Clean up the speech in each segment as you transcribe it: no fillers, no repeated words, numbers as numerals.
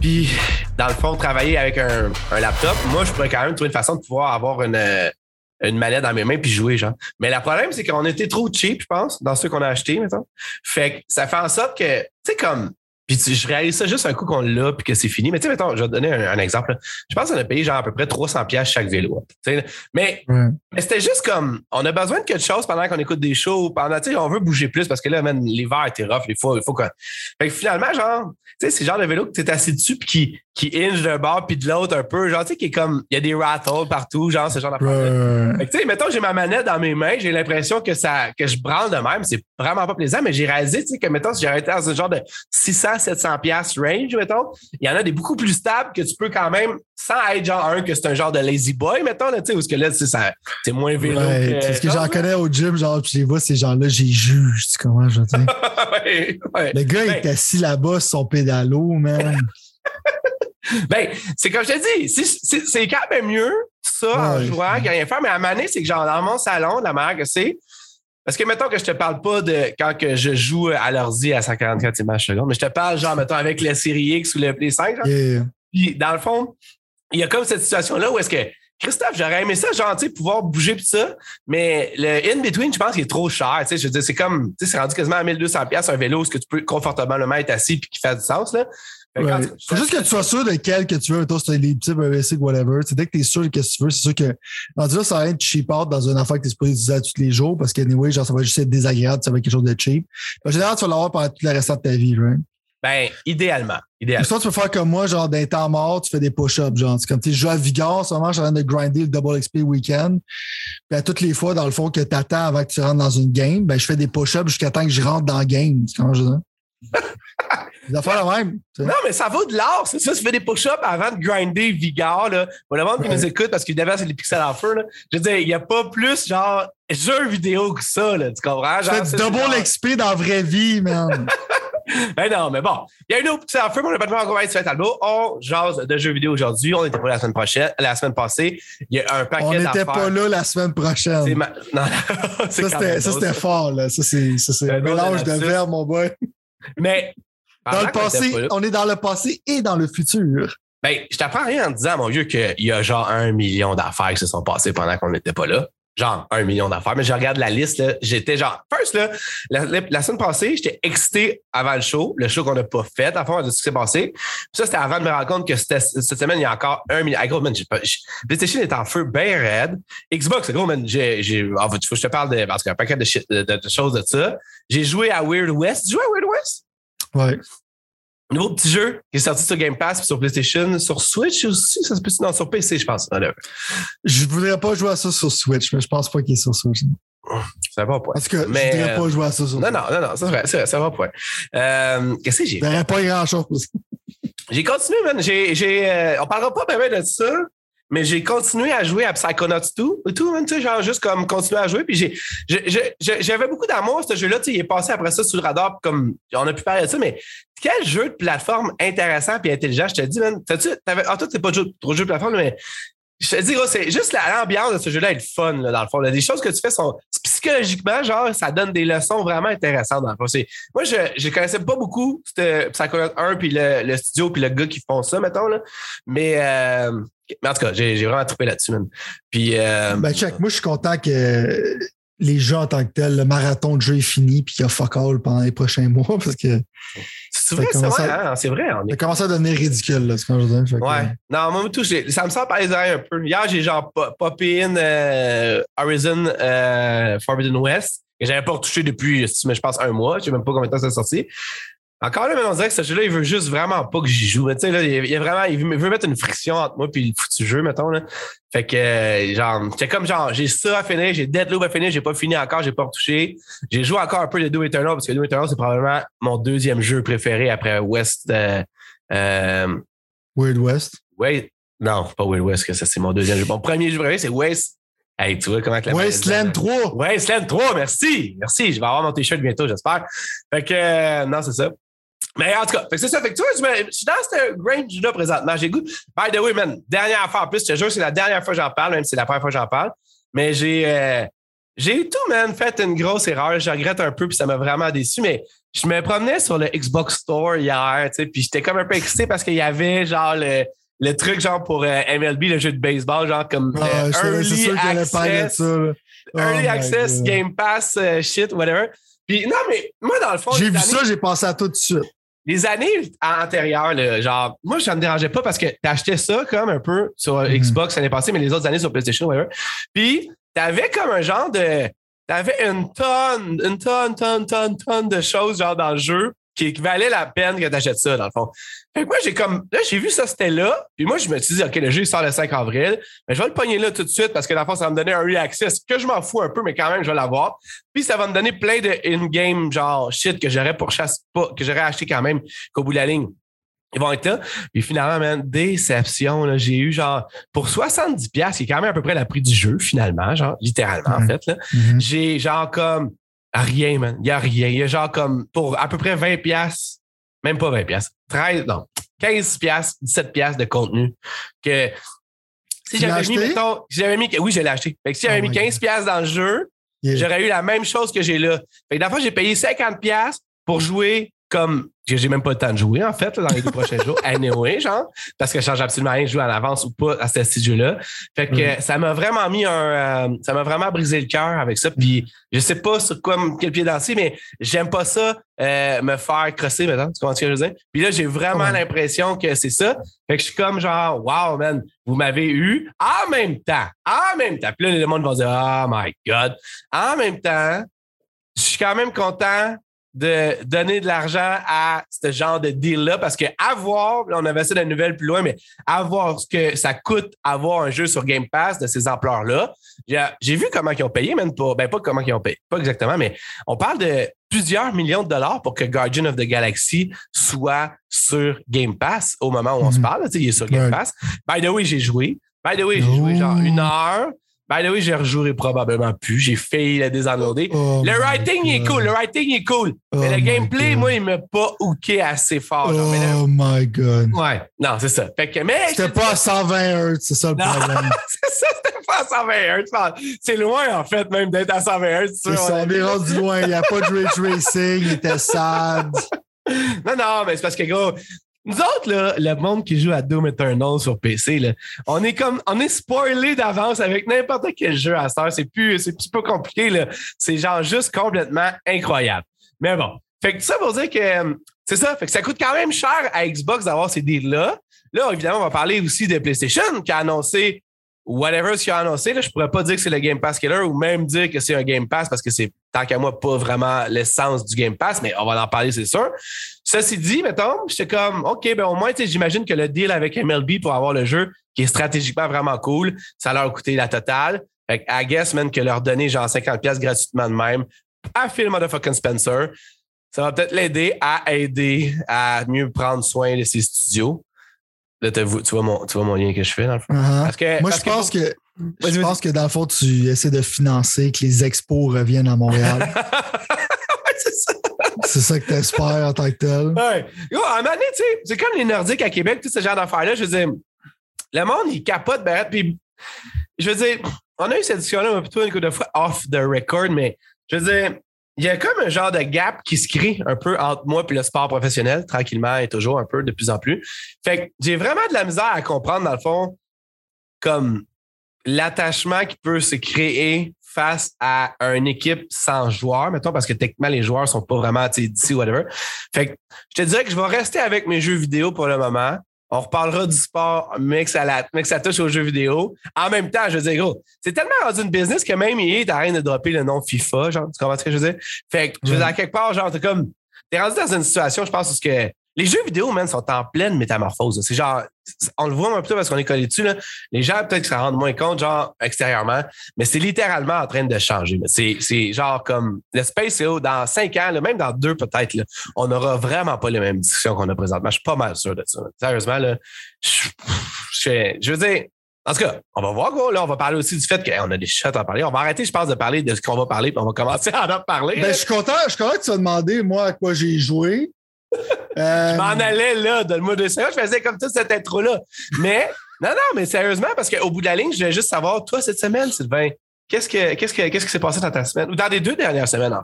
Puis, dans le fond, travailler avec un laptop, moi, je pourrais quand même trouver une façon de pouvoir avoir une manette dans mes mains puis jouer, genre. Mais le problème, c'est qu'on était trop cheap, je pense, dans ceux qu'on a achetés, mettons. Fait que ça fait en sorte que, tu sais, comme... Puis je réalise ça juste un coup qu'on l'a puis que c'est fini. Mais tu sais, mettons, je vais te donner un exemple. Là. Je pense qu'on a payé genre à peu près 300$ chaque vélo. Mais c'était juste comme, on a besoin de quelque chose pendant qu'on écoute des shows. Pendant, tu sais, on veut bouger plus parce que là, man, l'hiver était rough. Il faut qu'on... Fait que finalement, genre, tu sais, c'est le genre de vélo que tu es assis dessus puis qui hinge d'un bord puis de l'autre un peu. Genre, tu sais, qui est comme, il y a des rattles partout, genre, ce genre d'affaire. Fait que tu sais, mettons, j'ai ma manette dans mes mains. J'ai l'impression que je branle de même. C'est vraiment pas plaisant. Mais j'ai réalisé, tu sais, que mettons, si j'aurais été dans ce genre de 600-700$ range, mettons, il y en a des beaucoup plus stables que tu peux quand même, sans être genre que c'est un genre de lazy boy, mettons, tu sais, où ce que là, c'est moins vélo. Ouais, parce que j'en connais au gym, genre, puis je les vois, ces gens-là, j'y juge, tu sais comment je veux dire. ouais. Le gars, il est assis là-bas sur son pédalo, man. Ben, c'est comme je te dis, c'est quand même mieux, ça, en jouant, qu'à rien faire, mais à un moment donné, c'est que genre, dans mon salon, de la manière que c'est, parce que, mettons que je te parle pas de quand que je joue à l'ordi à 144 images secondes, mais je te parle, genre, mettons, avec le Série X ou le Play 5, genre. Yeah. Puis, dans le fond, il y a comme cette situation-là où est-ce que, Christophe, j'aurais aimé ça, genre, tu sais, pouvoir bouger pis ça, mais le in-between, je pense qu'il est trop cher, tu sais, je veux dire, c'est comme, tu sais, c'est rendu quasiment à 1200$ un vélo, ce que tu peux confortablement être assis puis qui fait du sens, là. Ouais. Faut juste que tu sois sûr de quel que tu veux. Mettons, si t'as des types basic, whatever. C'est dès que t'es sûr de ce que tu veux, c'est sûr que, rendu là, ça va être cheap out dans une affaire que t'es supposé utiliser tous les jours parce que, anyway, genre, ça va juste être désagréable, ça va être quelque chose de cheap. En général, tu vas l'avoir pendant tout le restant de ta vie, right? Ben, idéalement. Soit tu peux faire comme moi, genre, d'un temps mort, tu fais des push-ups, genre. C'est comme, tu sais, je joue à Vigor, en ce moment, je suis en train de grinder le Double XP week-end. Puis à toutes les fois, dans le fond, que t'attends avant que tu rentres dans une game, ben, je fais des push-ups jusqu'à temps que je rentre dans la game. C'est comment je dis? Des affaires la même. T'sais. Non, mais ça vaut de l'art. C'est ça, tu fais des push-ups avant de grinder Vigor, là. Pour le monde qui nous écoute, parce qu'évidemment, c'est les pixels à feu, là. Je veux dire, il n'y a pas plus, genre, jeu vidéo que ça, là. Tu comprends? Je fais du Double XP dans la vraie vie, man. Ben non, mais bon. Il y a une autre petite affaire, mais on n'a pas de mal à faire Talbot. On jase de jeux vidéo aujourd'hui. On n'était pas là la semaine passée. Il y a un paquet d'affaires. On n'était pas là la semaine prochaine. Non, ça, c'était fort, là. Ça, c'est un mélange de verbes, mon boy. Mais dans le passé, on est dans le passé et dans le futur. Ben, je t'apprends rien en te disant, mon vieux, qu'il y a genre 1 million d'affaires qui se sont passées pendant qu'on n'était pas là. Genre 1 million d'affaires. Mais je regarde la liste, là, j'étais genre... First, là, la semaine passée, j'étais excité avant le show qu'on n'a pas fait, à fond, de ce qui s'est passé. Puis ça, c'était avant de me rendre compte que cette semaine, il y a encore 1 million... Hey, gros, man, PlayStation est en feu bien raide. Xbox, gros, man, je te parle de... Parce qu'il y a un paquet de choses de ça. J'ai joué à Weird West. Tu joues à Weird West? Ouais. Nouveau petit jeu qui est sorti sur Game Pass puis sur PlayStation, sur Switch aussi, ça se peut non, sur PC, je pense. Je voudrais pas jouer à ça sur Switch, mais je pense pas qu'il est sur Switch. Ça va pas. Parce que je voudrais pas jouer à ça sur Switch. Non, c'est vrai, ça va pas. Qu'est-ce que j'ai fait? Il n'y aurait pas grand-chose. J'ai continué, man. On parlera pas bien de ça, mais j'ai continué à jouer à Psychonauts 2 et tout, man, tu sais, genre juste comme continuer à jouer. Puis j'avais beaucoup d'amour, ce jeu-là. Tu sais, il est passé après ça sous le radar, comme on a pu parler de ça, mais quel jeu de plateforme intéressant et intelligent, je te dis, man. Toi, t'es pas trop jeu de plateforme, mais je te dis, gros, c'est juste l'ambiance de ce jeu-là est le fun, là, dans le fond. Là. Les choses que tu fais sont psychologiquement, genre, ça donne des leçons vraiment intéressantes dans le fond. Moi, je connaissais pas beaucoup Psychonauts 1 puis le studio puis le gars qui font ça, mettons, là. Mais en tout cas, j'ai vraiment trippé là-dessus, man. Puis, check, moi, je suis content que les jeux en tant que tels, le marathon de jeu est fini puis qu'il y a fuck all pendant les prochains mois parce que c'est vrai, c'est vrai. Ça a commencé à devenir ridicule, là, c'est quand je dis. Ouais. Non, moi, tout, ça me sort par les oreilles un peu. Hier, j'ai genre popé in Horizon Forbidden West, que j'avais pas retouché depuis, mais je pense, 1 mois. Je sais même pas combien de temps ça a sorti. Encore là, mais on dirait que ce jeu-là, il veut juste vraiment pas que j'y joue. Tu sais, là, il veut mettre une friction entre moi et le foutu jeu, mettons, là. Fait que, genre, c'est comme genre, j'ai ça à finir, j'ai Deathloop à finir, j'ai pas fini encore, j'ai pas retouché. J'ai joué encore un peu de Doom Eternal, parce que Doom Eternal, c'est probablement mon 2e jeu préféré après West. Weird West? Ouais. Non, pas Weird West, que ça, c'est mon 2e jeu. Mon premier jeu préféré, c'est West. Hey, tu vois comment que la Wasteland 3! Wasteland 3, merci! Merci, je vais avoir mon t-shirt bientôt, j'espère. Fait que, non, c'est ça. Mais en tout cas, c'est ça. Fait que tu vois, je suis dans ce range-là présentement. J'ai goût. By the way, man, dernière affaire en plus, je te jure, c'est la dernière fois que j'en parle, même si c'est la première fois que j'en parle. Mais j'ai tout, man, fait une grosse erreur. Je regrette un peu, puis ça m'a vraiment déçu. Mais je me promenais sur le Xbox Store hier, tu sais, puis j'étais comme un peu excité parce qu'il y avait genre le truc genre pour MLB, le jeu de baseball, genre comme Early Access, Early Access, Game Pass, shit, whatever. Puis non, mais moi, dans le fond... J'ai vu ça, j'ai pensé à tout de suite. Les années antérieures, là, genre, moi, ça me dérangeait pas parce que t'achetais ça comme un peu sur Xbox l'année passée, mais les autres années sur PlayStation, whatever. Puis, t'avais comme un genre de... T'avais une tonne de choses, genre, dans le jeu qui valait la peine que t'achètes ça, dans le fond. Fait que moi, j'ai vu ça, c'était là. Puis moi, je me suis dit, OK, le jeu, il sort le 5 avril. Mais je vais le pogner là tout de suite parce que, dans le fond, ça va me donner un early access que je m'en fous un peu, mais quand même, je vais l'avoir. Puis ça va me donner plein de in-game, genre, shit que j'aurais que j'aurais acheté quand même, qu'au bout de la ligne. Ils vont être là. Puis finalement, man, déception, là, j'ai eu genre, pour 70$, qui est quand même à peu près le prix du jeu, finalement, genre, littéralement, en fait, là. J'ai genre comme, rien, man. Il y a rien. Il y a genre comme, pour à peu près 20$, même pas 20$, 15$, 17$ de contenu. Que si j'avais mis, mettons, oui, je l'ai acheté. Fait que si j'avais mis 15$ dans le jeu, j'aurais eu la même chose que j'ai là. Fait que dans le fond, j'ai payé 50$ pour jouer comme j'ai même pas le temps de jouer, en fait, là, dans les 2 prochains jours. Anyway, genre, parce que je change absolument rien de jouer en avance ou pas à ce jeu-là. Fait que ça m'a vraiment mis ça m'a vraiment brisé le cœur avec ça. Puis je sais pas sur quel pied danser, mais j'aime pas ça me faire crosser maintenant. Tu comprends ce que je veux dire? Puis là, j'ai vraiment l'impression que c'est ça. Fait que je suis comme genre, wow, man, vous m'avez eu en même temps. Puis là, le monde va dire, oh my God. En même temps, je suis quand même content de donner de l'argent à ce genre de deal-là parce que avoir, on avait ça de nouvelles plus loin, mais avoir ce que ça coûte avoir un jeu sur Game Pass de ces ampleurs-là, j'ai vu comment ils ont payé, même pas comment ils ont payé, pas exactement, mais on parle de plusieurs millions de dollars pour que Guardian of the Galaxy soit sur Game Pass au moment où on se parle. Il est sur Game Pass. By the way, j'ai joué genre 1 heure. By the way, je ne rejouerai probablement plus. J'ai failli le désenloader. Le writing est cool. Mais le gameplay, moi, il ne m'a pas hooké assez fort. Oh my God. Ouais. Non, c'est ça. Fait que, c'était pas à 120 Hz, c'est ça le problème. C'est ça, c'était pas à 120 Hz. C'est loin, en fait, même d'être à 120 Hz. C'est ça, on est rendu loin. Il n'y a pas de ray tracing. Il était sad. Non, mais c'est parce que, gros, nous autres, là, le monde qui joue à Doom Eternal sur PC, là, on est spoilé d'avance avec n'importe quel jeu à cette heure. C'est plus pas compliqué, là. C'est genre juste complètement incroyable. Mais bon. Fait que ça pour dire que c'est ça. Fait que ça coûte quand même cher à Xbox d'avoir ces deals-là. Là, évidemment, on va parler aussi de PlayStation qui a annoncé whatever ce qu'il a annoncé. Là, je pourrais pas dire que c'est le Game Pass Killer ou même dire que c'est un Game Pass parce que c'est, tant qu'à moi, pas vraiment l'essence du Game Pass, mais on va en parler, c'est sûr. Ceci dit, mettons, j'étais comme, OK, ben au moins, j'imagine que le deal avec MLB pour avoir le jeu, qui est stratégiquement vraiment cool, ça leur a coûté la totale. Fait que, I guess, man, que leur donner genre 50$ gratuitement de même à Phil Motherfucking Spencer, ça va peut-être l'aider à mieux prendre soin de ses studios. Là, tu vois mon lien que je fais, dans le fond. Je pense que dans le fond, tu essaies de financer que les expos reviennent à Montréal. C'est ça. C'est ça que tu espères en tant que tel. Ouais. Yo, à un moment donné, tu sais, c'est comme les Nordiques à Québec, tout ce genre d'affaires-là. Je veux dire, le monde, il capote, ben, puis je veux dire, on a eu cette discussion-là plutôt une couple de fois off the record, mais je veux dire, il y a comme un genre de gap qui se crée un peu entre moi et le sport professionnel, tranquillement et toujours un peu, de plus en plus. Fait que j'ai vraiment de la misère à comprendre, dans le fond, comme l'attachement qui peut se créer face à une équipe sans joueurs, mettons, parce que techniquement, les joueurs sont pas vraiment d'ici, whatever. Fait que je te dirais que je vais rester avec mes jeux vidéo pour le moment. On reparlera du sport, mais que ça touche aux jeux vidéo. En même temps, je veux dire, gros, c'est tellement rendu une business que même EA t'arrête de dropper le nom FIFA, genre, tu comprends ce que je veux dire? Fait que, je veux dire, à quelque part, genre, t'es rendu dans une situation, je pense, où que les jeux vidéo, man, sont en pleine métamorphose. C'est genre, on le voit un peu parce qu'on est collé dessus, là. Les gens, peut-être que ça rendent moins compte, genre, extérieurement, mais c'est littéralement en train de changer. C'est genre comme le Space EO, dans 5 ans, là, même dans 2 peut-être, là, on n'aura vraiment pas les mêmes discussions qu'on a présentement. Je suis pas mal sûr de ça. Sérieusement, là, je veux dire, en tout cas, on va voir, gros. Là, on va parler aussi du fait qu'on a des shots à parler. On va arrêter, je pense, de parler de ce qu'on va parler, puis on va commencer à en parler. Ben, je suis content que tu as demandé, moi, à quoi j'ai joué. Je m'en allais là, donne-moi 2 secondes. Je faisais comme toute cette intro-là. Mais, non, mais sérieusement, parce qu'au bout de la ligne, je voulais juste savoir, toi, cette semaine, Sylvain, qu'est-ce qui s'est passé dans ta semaine? Ou dans les 2 dernières semaines, en fait?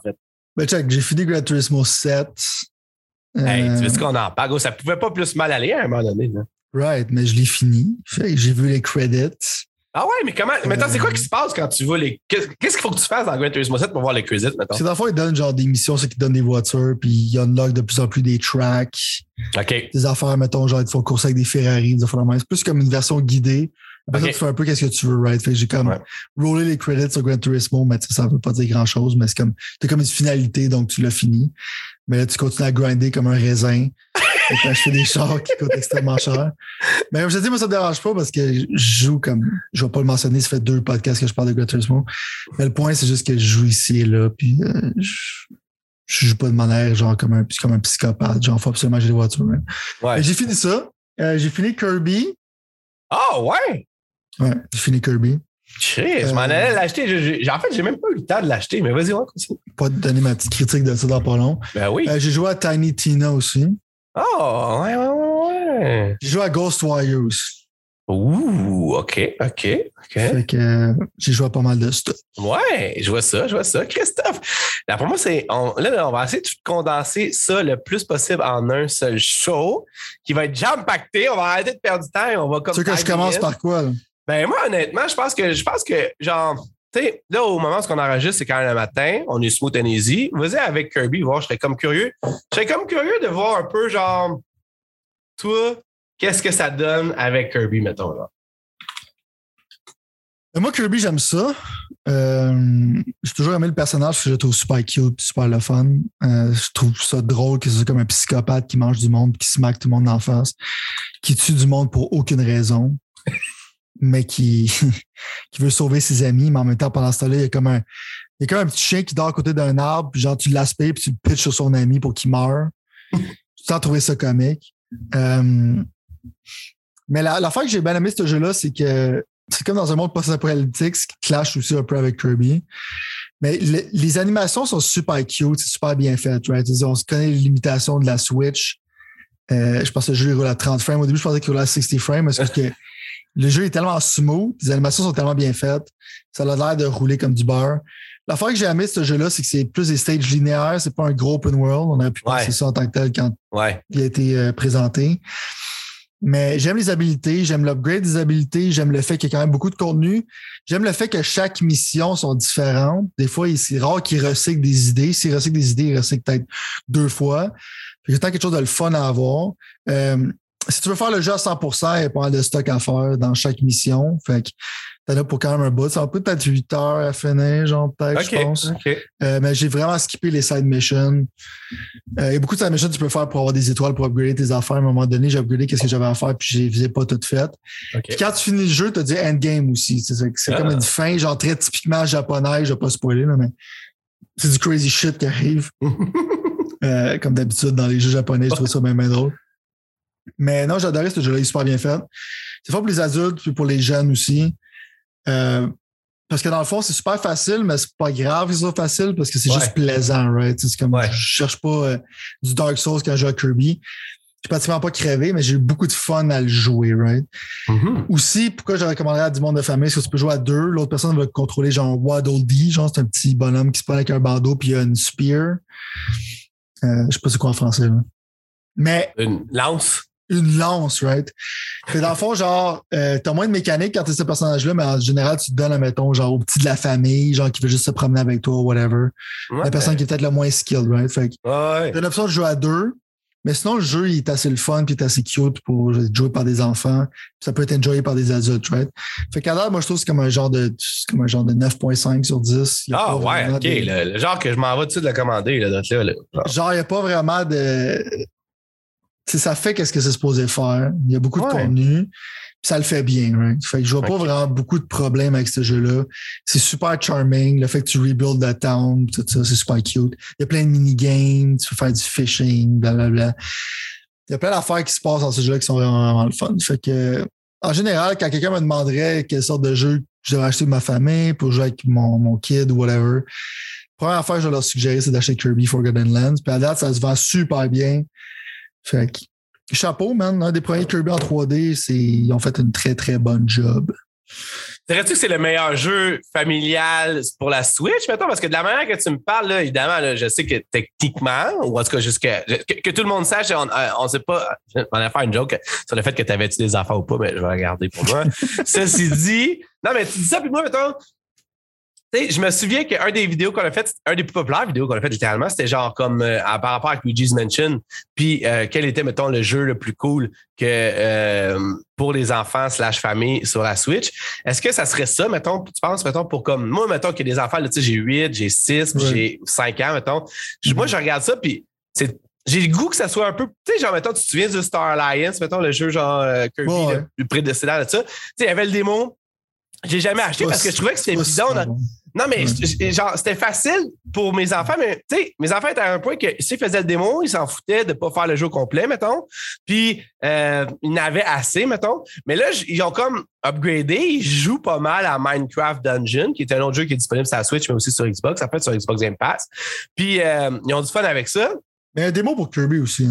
Ben, check, j'ai fini Gran Turismo 7. Hey, tu veux qu'on en parle? Ça pouvait pas plus mal aller à un moment donné. Là. Right, mais je l'ai fini. Fait que j'ai vu les credits. Ah ouais, mais comment? Maintenant, c'est quoi qui se passe quand tu vois les. Qu'est-ce qu'il faut que tu fasses dans Gran Turismo 7 pour voir les credits, maintenant? C'est dans le fond, ils donnent genre des missions, ceux qui donnent des voitures, puis ils unlock de plus en plus des tracks. OK. Des affaires, mettons, genre, ils te font courser avec des Ferrari, des affaires de même. C'est plus comme une version guidée. Après ça, tu fais un peu qu'est-ce que tu veux, right? Fait que j'ai comme rollé les credits sur Gran Turismo, mais ça veut pas dire grand-chose, mais c'est comme, t'as comme une finalité, donc tu l'as fini. Mais là, tu continues à grinder comme un raisin. Et puis acheter des chars qui coûtent extrêmement cher. Mais comme je te dis, moi, ça me dérange pas parce que je joue comme, je vais pas le mentionner, ça fait 2 podcasts que je parle de Gran Turismo. Mais le point, c'est juste que je joue ici et là, puis je joue pas de manière, genre, comme un psychopathe. Genre, faut absolument que j'ai des voitures. Hein. Ouais. J'ai fini ça. J'ai fini Kirby. Ah, ouais? Ouais, j'ai fini Kirby. Je m'en allais l'acheter. En fait, j'ai même pas eu le temps de l'acheter, mais vas-y, on continue. Pas de donner ma petite critique de ça dans pas long. Ben oui. J'ai joué à Tiny Tina aussi. Oh, ouais. J'ai joué à Ghost Warriors. Ouh, OK. Fait que j'ai joué à pas mal de stuff. Ouais, je vois ça. Christophe, là, pour moi, on va essayer de condenser ça le plus possible en un seul show qui va être jam-pacté. On va arrêter de perdre du temps et on va comme. Tu veux que je commence par quoi, là? Ben, moi, honnêtement, je pense que genre, tu sais, là, au moment où on enregistre, c'est quand même le matin, on est smooth and easy. Vas-y avec Kirby, voir, je serais comme curieux. De voir un peu, genre, toi, qu'est-ce que ça donne avec Kirby, mettons, là. Moi, Kirby, j'aime ça. J'ai toujours aimé le personnage parce que je le trouve super cute, super le fun. Je trouve ça drôle que c'est comme un psychopathe qui mange du monde, qui smack tout le monde en face, qui tue du monde pour aucune raison, mais qui veut sauver ses amis, mais en même temps, pendant ce temps-là, il y a comme un petit chien qui dort à côté d'un arbre, puis genre, tu l'aspires, puis tu le pitches sur son ami pour qu'il meure. J'ai trouvé ça comique. Mais l'affaire que j'ai bien aimé ce jeu-là, c'est que c'est comme dans un monde post-apocalyptique, ce qui clash aussi un peu avec Kirby. Mais les animations sont super cute, c'est super bien fait, right? On se connaît les limitations de la Switch. Je pense que le jeu roule à 30 frames. Au début, je pensais qu'il roulait à 60 frames, parce que le jeu est tellement smooth, les animations sont tellement bien faites, ça a l'air de rouler comme du beurre. L'affaire que j'ai aimé de ce jeu-là, c'est que c'est plus des stages linéaires, c'est pas un gros open world. On aurait pu penser ça en tant que tel quand il a été présenté. Mais j'aime les habilités, j'aime l'upgrade des habilités, j'aime le fait qu'il y a quand même beaucoup de contenu. J'aime le fait que chaque mission sont différentes. Des fois, c'est rare qu'ils recyclent des idées. S'ils recyclent des idées, ils recyclent peut-être 2 fois. Fait que c'est quelque chose de le fun à avoir. Si tu veux faire le jeu à 100%, il y a pas mal de stock à faire dans chaque mission. Fait que t'en as pour quand même un bout. Ça va peut-être 8 heures à finir, genre, peut-être, je pense. Mais j'ai vraiment skippé les side missions. Il y a beaucoup de side missions que tu peux faire pour avoir des étoiles, pour upgrader tes affaires. À un moment donné, j'ai upgradé qu'est-ce que j'avais à faire, puis je les ai pas toutes faites. Puis quand tu finis le jeu, tu as dit endgame aussi. C'est comme une fin, genre, très typiquement japonaise. Je vais pas spoiler, là, mais c'est du crazy shit qui arrive. Comme d'habitude, dans les jeux japonais, je trouve ça bien drôle. Mais non, j'ai adoré ce jeu-là, il est super bien fait. C'est fort pour les adultes puis pour les jeunes aussi. Parce que dans le fond, c'est super facile, mais c'est pas grave que ce soit facile parce que c'est juste plaisant, right? C'est comme je cherche pas du Dark Souls quand je joue à Kirby. J'ai pratiquement pas crevé, mais j'ai eu beaucoup de fun à le jouer, right? Mm-hmm. Aussi, pourquoi je recommanderais à du monde de famille, c'est que tu peux jouer à 2, l'autre personne va contrôler genre Waddle Dee, genre c'est un petit bonhomme qui se prend avec un bandeau puis il y a une spear. Je sais pas c'est quoi en français, là. Mais. Une lance. Une lance, right? Fait dans le fond, genre, t'as moins de mécanique quand t'es ce personnage-là, mais en général, tu te donnes, admettons, genre, au petit de la famille, genre, qui veut juste se promener avec toi, whatever. La personne qui est peut-être le moins skilled, right? Fait que t'as l'option de jouer à 2, mais sinon, le jeu, il est assez le fun, puis il est assez cute pour jouer par des enfants, puis ça peut être enjoyé par des adultes, right? Fait qu'à l'heure, moi, je trouve que c'est comme un genre de 9.5 sur 10. Ah, ouais, OK. Le genre que je m'en vais dessus de le commander, là. Genre, il n'y a pas vraiment de. T'sais, ça fait qu'est-ce que c'est supposé faire. Il y a beaucoup de contenu, puis ça le fait bien. Right? Fait que je vois pas vraiment beaucoup de problèmes avec ce jeu-là. C'est super charming. Le fait que tu rebuild the town, tout ça, c'est super cute. Il y a plein de mini-games, tu peux faire du fishing, blablabla. Il y a plein d'affaires qui se passent dans ce jeu-là qui sont vraiment le fun. Fait que, en général, quand quelqu'un me demanderait quelle sorte de jeu je devrais acheter pour ma famille, pour jouer avec mon kid ou whatever, la première affaire que je vais leur suggérer, c'est d'acheter Kirby Forgotten Lands. Puis à date, ça se vend super bien. Fait que, chapeau, man. Un des premiers Kirby en 3D, ils ont fait une très, très bonne job. Dirais-tu que c'est le meilleur jeu familial pour la Switch, mettons? Parce que de la manière que tu me parles, là, évidemment, là, je sais que techniquement, ou en tout cas, que tout le monde sache, on sait pas. On a fait une joke sur le fait que t'avais-tu des enfants ou pas, mais je vais regarder pour moi. Ceci dit, non, mais tu dis ça, puis moi, mettons, tu sais, je me souviens qu'un des vidéos qu'on a fait, un des plus populaires vidéos qu'on a fait littéralement, c'était genre comme par rapport à Luigi's Mansion. Puis quel était, mettons, le jeu le plus cool que pour les enfants / famille sur la Switch. Est-ce que ça serait ça, mettons, tu penses, mettons, pour comme moi, mettons qu'il y a des enfants, là, tu sais, j'ai 8, j'ai 6, j'ai 5 ans, mettons. Moi, je regarde ça, puis j'ai le goût que ça soit un peu, tu sais, genre, mettons, tu te souviens du Star Alliance, mettons, le jeu genre Kirby, le prédécédent de ça. Tu sais, il y avait le démo. J'ai jamais acheté parce que je trouvais que c'était bidon. Non, mais genre, c'était facile pour mes enfants, mais tu sais, mes enfants étaient à un point que s'ils faisaient le démo, ils s'en foutaient de pas faire le jeu complet, mettons. Puis, ils n'avaient assez, mettons. Mais là, ils ont comme upgradé. Ils jouent pas mal à Minecraft Dungeon, qui est un autre jeu qui est disponible sur la Switch, mais aussi sur Xbox. Ça fait sur Xbox Game Pass. Puis, ils ont du fun avec ça. Mais un démo pour Kirby aussi.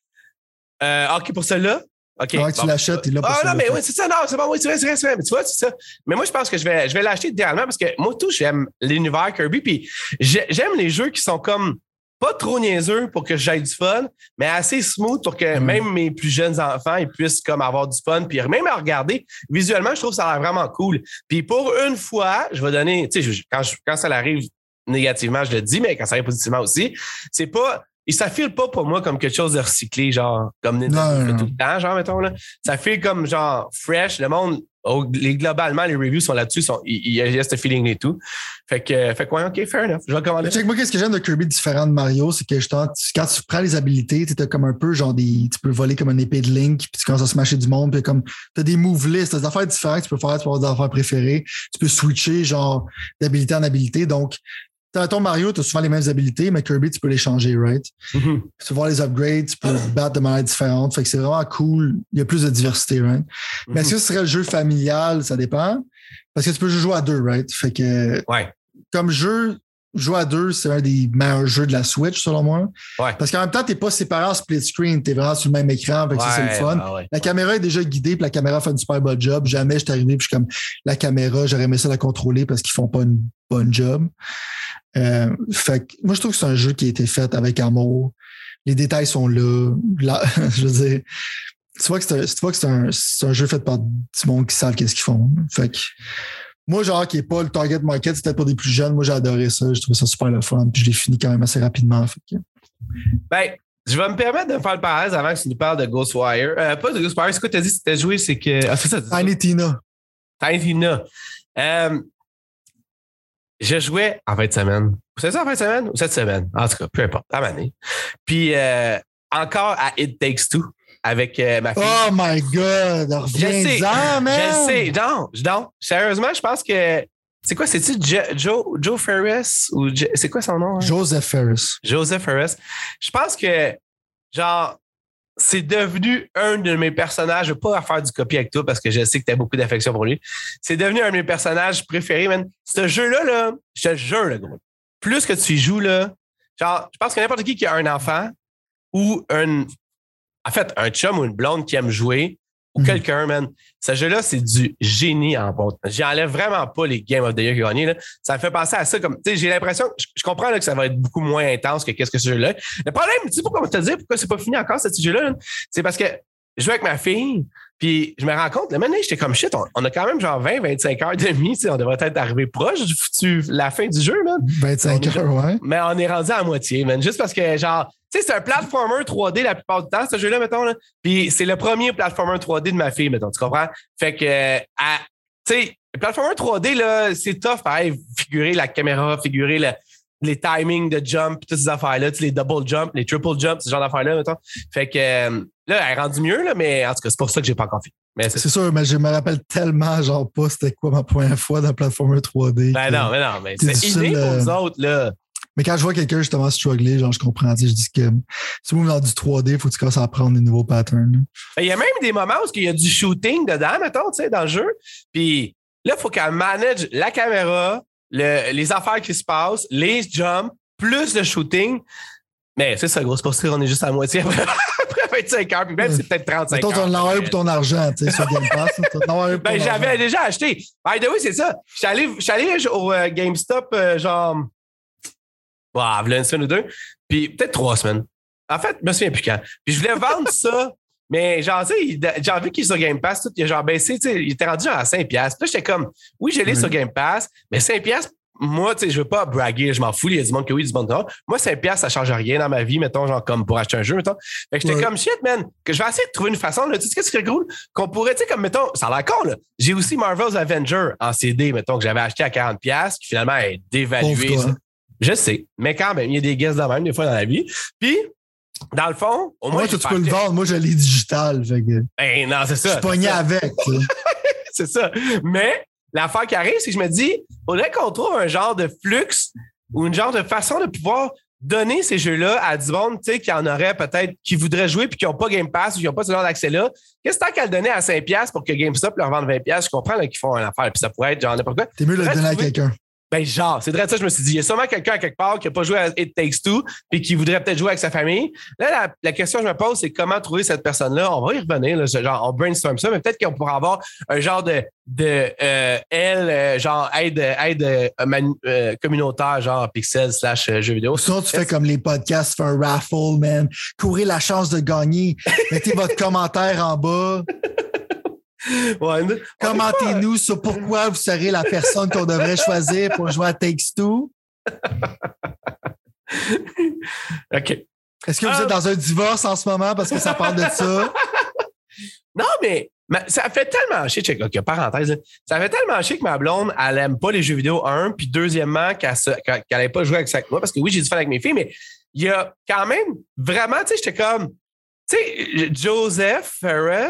Hein? OK, pour celle-là. OK. Ouais, tu l'achètes, il est là pour ça. Ah non, mais oui, c'est ça. Non, c'est bon, oui, c'est vrai. Mais tu vois, c'est ça. Mais moi, je pense que je vais l'acheter idéalement parce que moi, tout, j'aime l'univers Kirby. Puis j'aime les jeux qui sont comme pas trop niaiseux pour que j'aille du fun, mais assez smooth pour que même mes plus jeunes enfants ils puissent comme avoir du fun. Puis même à regarder, visuellement, je trouve que ça a l'air vraiment cool. Puis pour une fois, je vais donner, tu sais, quand ça arrive négativement, je le dis, mais quand ça arrive positivement aussi, c'est pas. Et ça file pas pour moi comme quelque chose de recyclé, genre, comme Nintendo fait tout le temps, genre, mettons, là. Ça file comme, genre, fresh. Le monde, globalement, les reviews sont là-dessus, il y a ce feeling et tout. Fait que ouais, OK, fair enough. Je vais commander. Check, moi, qu'est-ce que j'aime de Kirby différent de Mario, c'est que justement, quand tu prends les habilités, tu as comme un peu, genre, tu peux voler comme une épée de Link, puis tu commences à smasher du monde, puis comme, tu as des move lists, t'as des affaires différentes que tu peux faire, tu peux avoir des affaires préférées, tu peux switcher, genre, d'habilité en habilité. Donc, ton Mario, tu as souvent les mêmes habilités, mais Kirby, tu peux les changer, right? Mm-hmm. Tu peux voir les upgrades, tu peux battre de manière différente. Fait que c'est vraiment cool. Il y a plus de diversité, right? Mm-hmm. Mais est-ce que ce serait le jeu familial? Ça dépend. Parce que tu peux jouer à deux, right? Fait que, comme jeu, jouer à deux, c'est un des meilleurs jeux de la Switch, selon moi. Ouais. Parce qu'en même temps, tu n'es pas séparé en split screen. Tu es vraiment sur le même écran. Fait que c'est le fun. La caméra est déjà guidée, puis la caméra fait un super bon job. Jamais je suis arrivé, puis je suis comme, la caméra, j'aurais aimé ça la contrôler parce qu'ils font pas une bonne job. Fait que moi, je trouve que c'est un jeu qui a été fait avec amour. Les détails sont là. Je veux dire, tu vois que c'est un jeu fait par du monde qui savent qu'est-ce qu'ils font. Fait que moi, genre, qui n'est pas le target market, c'était pour des plus jeunes. Moi, j'ai adoré ça. Je trouvais ça super le fun. Puis je l'ai fini quand même assez rapidement. Fait que... Ben, je vais me permettre de faire le parallèle avant que tu nous parles de Ghostwire. Pas de Ghostwire, c'est quoi tu as dit que tu as joué? C'est que. Ah, c'est ça. Tiny Tina. Tiny Tina. Je jouais en fin de semaine. C'est ça en fin de semaine ou cette semaine? En tout cas, peu importe, à ma année. Puis encore à It Takes Two avec ma fille. Oh my God! Reviens-en, man! Je sais. Non. Sérieusement, je pense que... C'est quoi? C'est-tu Joe Ferris? Ou c'est quoi son nom? Hein? Joseph Ferris. Je pense que, genre... C'est devenu un de mes personnages. Je ne veux pas faire du copie avec toi parce que je sais que tu as beaucoup d'affection pour lui. C'est devenu un de mes personnages préférés, man. Ce jeu-là, là, je te jure, là, gros. Plus que tu y joues, là, genre, je pense que n'importe qui a un enfant ou un chum ou une blonde qui aime jouer ou quelqu'un, man. Ce jeu-là, c'est du génie en bon. J'enlève vraiment pas les Game of the Year qui ont gagné, là. Ça me fait penser à ça comme, tu sais, j'ai l'impression, je comprends là, que ça va être beaucoup moins intense que qu'est-ce que ce jeu-là. Le problème, tu sais pourquoi te dire pourquoi c'est pas fini encore, ce jeu-là, là? C'est parce que je joue avec ma fille, puis je me rends compte, là, maintenant, j'étais comme shit, on a quand même genre 20-25 heures de nuit, on devrait être arrivé proche du la fin du jeu, man. 25 heures, ouais. Mais on est rendu à moitié, man. Juste parce que, genre, tu sais, c'est un platformer 3D la plupart du temps, ce jeu-là, mettons, là. Puis c'est le premier platformer 3D de ma fille, mettons, tu comprends? Fait que, tu sais, le platformer 3D, là, c'est tough, pareil, figurer la caméra, figurer les timings de jump, toutes ces affaires-là, les double jump, les triple jump, ce genre d'affaires-là, mettons. Fait que, là, elle est rendue mieux, là, mais en tout cas, c'est pour ça que j'ai pas encore fait. Mais c'est sûr, mais je me rappelle tellement, genre, pas c'était quoi ma première fois dans le platformer 3D. Ben non, mais c'est inné pour nous autres, là. Mais quand je vois quelqu'un justement struggler, genre je comprends, je dis que si vous dans du 3D, il faut que tu commences à apprendre des nouveaux patterns. Il y a même des moments où il y a du shooting dedans, mettons, tu sais, dans le jeu. Puis là, il faut qu'elle manage la caméra, les affaires qui se passent, les jumps, plus le shooting. Mais c'est ça, gros. C'est pour ça qu'on est juste à moitié après 25 heures. Puis même, c'est peut-être 35 heures. Toi, tu en as un pour ton argent, tu sais, sur Game Pass. Ben, j'avais déjà acheté. By the way, c'est ça. Je suis allé au GameStop, genre, une semaine ou deux. Puis peut-être 3 semaines. En fait, je me souviens plus quand. Puis je voulais vendre ça. Mais genre, tu sais, j'ai vu qu'il est sur Game Pass, tout, il a genre baissé, tu sais, il était rendu genre à 5$. Puis là, j'étais comme, oui, je l'ai sur Game Pass, mais 5$, moi, tu sais, je veux pas braguer, je m'en fous, il y a du monde que oui, du monde non. Moi, 5$, ça change rien dans ma vie, mettons, genre, comme pour acheter un jeu, mettons. Fait que j'étais comme, shit, man, que je vais essayer de trouver une façon, là, tu sais, qu'est-ce qui est cool? Qu'on pourrait, tu sais, comme, mettons, ça a l'air con, là. J'ai aussi Marvel's Avenger en CD, mettons, que j'avais acheté à 40$, qui finalement est dévalué. Je sais, mais quand même, il y a des guesses de même, des fois, dans la vie. Puis, dans le fond, au moins. Moi, tu peux le vendre. Moi, je l'ai digital. Fait que... Ben non, c'est ça. Je suis pogné avec. C'est ça. Mais l'affaire qui arrive, c'est que je me dis, il faudrait qu'on trouve un genre de flux ou une genre de façon de pouvoir donner ces jeux-là à du monde, tu sais, qui en aurait peut-être, qui voudraient jouer puis qui n'ont pas Game Pass ou qui n'ont pas ce genre d'accès-là. Qu'est-ce que t'as qu'à le donner à 5$ pour que GameStop leur vende 20$? Je comprends là, qu'ils font une affaire. Puis ça pourrait être genre n'importe quoi. T'es mieux de le donner à quelqu'un. Ben, genre, c'est vrai ça, je me suis dit, il y a sûrement quelqu'un à quelque part qui n'a pas joué à It Takes Two puis qui voudrait peut-être jouer avec sa famille. Là, la question que je me pose, c'est comment trouver cette personne-là. On va y revenir, là, genre, on brainstorm ça, mais peut-être qu'on pourra avoir un genre de genre aide communautaire, genre Pixel / jeux vidéo. Sinon, tu fais comme les podcasts, tu fais un raffle, man. Courez la chance de gagner. Mettez votre commentaire en bas. Ouais, commentez-nous sur pourquoi vous serez la personne qu'on devrait choisir pour jouer à Takes Two. OK. Est-ce que vous êtes dans un divorce en ce moment parce que ça parle de ça? Non, mais ça fait tellement chier, check, OK, parenthèse, là, ça fait tellement chier que ma blonde, elle aime pas les jeux vidéo, puis deuxièmement, qu'elle n'allait pas jouer avec moi, parce que oui, j'ai du fun avec mes filles, mais il y a quand même vraiment, tu sais, j'étais comme, tu sais, Joseph Fares,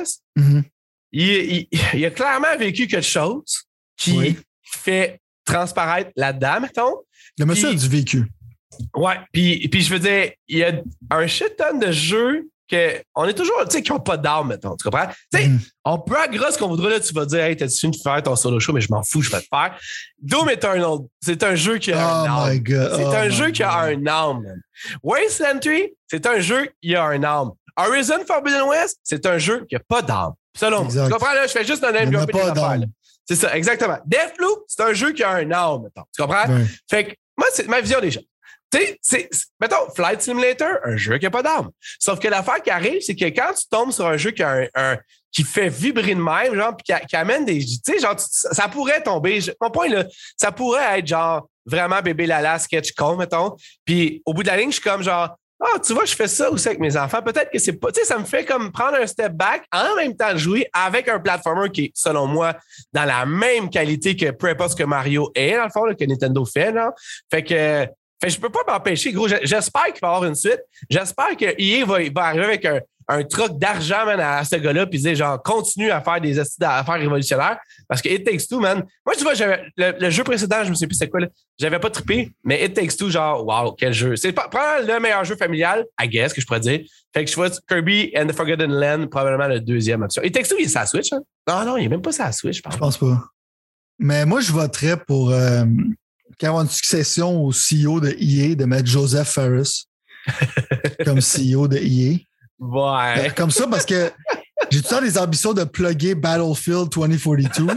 il a clairement vécu quelque chose qui fait transparaître là-dedans, mettons. Le monsieur a du vécu. Ouais, puis je veux dire, il y a un shit ton de jeux qu'on est toujours, tu sais, qui n'ont pas d'âme, mettons, tu comprends? Tu sais, on peut agir ce qu'on voudrait, là, tu vas dire, hey, t'as-tu fini de faire ton solo show, mais je m'en fous, je vais le faire. Doom Eternal, c'est un jeu qui a un âme. C'est un jeu qui a un âme, man. Wasteland 3, c'est un jeu qui a un âme. Horizon Forbidden West, c'est un jeu qui n'a pas d'âme. Selon moi. Tu comprends, là? Je fais juste un name dropper des affaires, là. C'est ça, exactement. Deathloop, c'est un jeu qui a un âme, mettons. Tu comprends? Ouais. Fait que, moi, c'est ma vision des choses. Tu sais, mettons, Flight Simulator, un jeu qui n'a pas d'âme. Sauf que l'affaire qui arrive, c'est que quand tu tombes sur un jeu qui a qui fait vibrer de même, genre, puis qui amène des. Tu sais, genre, ça pourrait tomber. Mon point, là, ça pourrait être genre vraiment bébé Lala, sketch con, mettons. Puis au bout de la ligne, je suis comme genre, tu vois, je fais ça aussi avec mes enfants. Peut-être que c'est pas. Tu sais, ça me fait comme prendre un step back en même temps de jouer avec un platformer qui est, selon moi, dans la même qualité que peu importe ce que Mario est, dans le fond, là, que Nintendo fait, là. Fait que je peux pas m'empêcher, gros. J'espère qu'il va y avoir une suite. J'espère que EA va arriver avec un truc d'argent, man, à ce gars-là, puis dire, genre, continue à faire des affaires révolutionnaires. Parce que It Takes Two, man. Moi, tu vois, le jeu précédent, je me souviens plus c'était quoi, là. J'avais pas trippé, mais It Takes Two, genre, wow, quel jeu. C'est probablement le meilleur jeu familial, I guess, que je pourrais dire. Fait que je vois Kirby and the Forgotten Land, probablement le deuxième option. It Takes Two, il est sur la Switch, hein? Non, il est même pas sur la Switch, je pense. Je pense pas. Mais moi, je voterais pour qu'il y ait une succession au CEO de EA de mettre Joseph Fares comme CEO de EA. Ouais. Comme ça, parce que j'ai tout le temps des ambitions de plugger Battlefield 2042.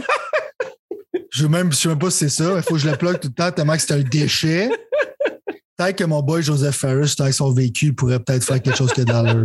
Je sais même pas si c'est ça. Il faut que je le plug tout le temps tellement que c'est un déchet. Peut-être que mon boy Joseph Fares, avec son véhicule, pourrait peut-être faire quelque chose que d'allure.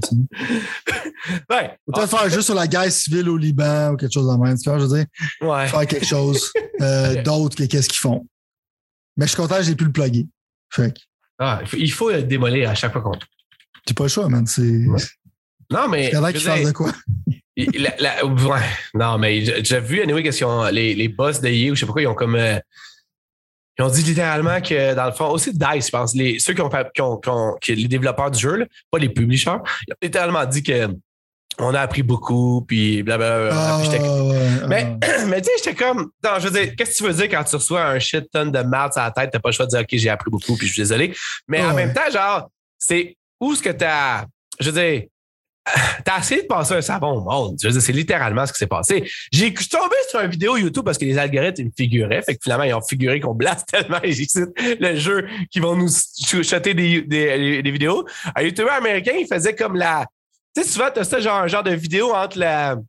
Ouais. Peut-être faire juste sur la guerre civile au Liban ou quelque chose de même. Tu vois, je veux dire? Ouais. Faire quelque chose d'autre que qu'est-ce qu'ils font. Mais je suis content que j'ai pu le plugger. Fait que... il faut le démolir à chaque fois qu'on tourne. J'ai pas le choix, man. C'est... Ouais. Non, mais. C'est qu'il fasse de quoi? Ouais. Non, mais j'ai vu, anyway, qu'est-ce qu'ils ont, les boss de EA ou je sais pas quoi, ils ont comme. Ils ont dit littéralement que, dans le fond, aussi DICE, je pense, ceux les développeurs du jeu, là, pas les publishers, ils ont littéralement dit que on a appris beaucoup, puis blablabla. Mais tu sais, j'étais comme, non, je veux dire, qu'est-ce que tu veux dire quand tu reçois un shit ton de merde sur la tête, t'as pas le choix de dire, OK, j'ai appris beaucoup, puis je suis désolé. Mais en même temps, genre, c'est où est-ce que t'as, je veux dire, t'as essayé de passer un savon au monde. Je veux dire, c'est littéralement ce qui s'est passé. J'ai tombé sur une vidéo YouTube parce que les algorithmes ils me figuraient. Fait que finalement, ils ont figuré qu'on blaste tellement le jeu qu'ils vont nous shotter des vidéos. Un YouTuber américain, il faisait comme la... Tu sais, souvent, t'as ça un genre de vidéo entre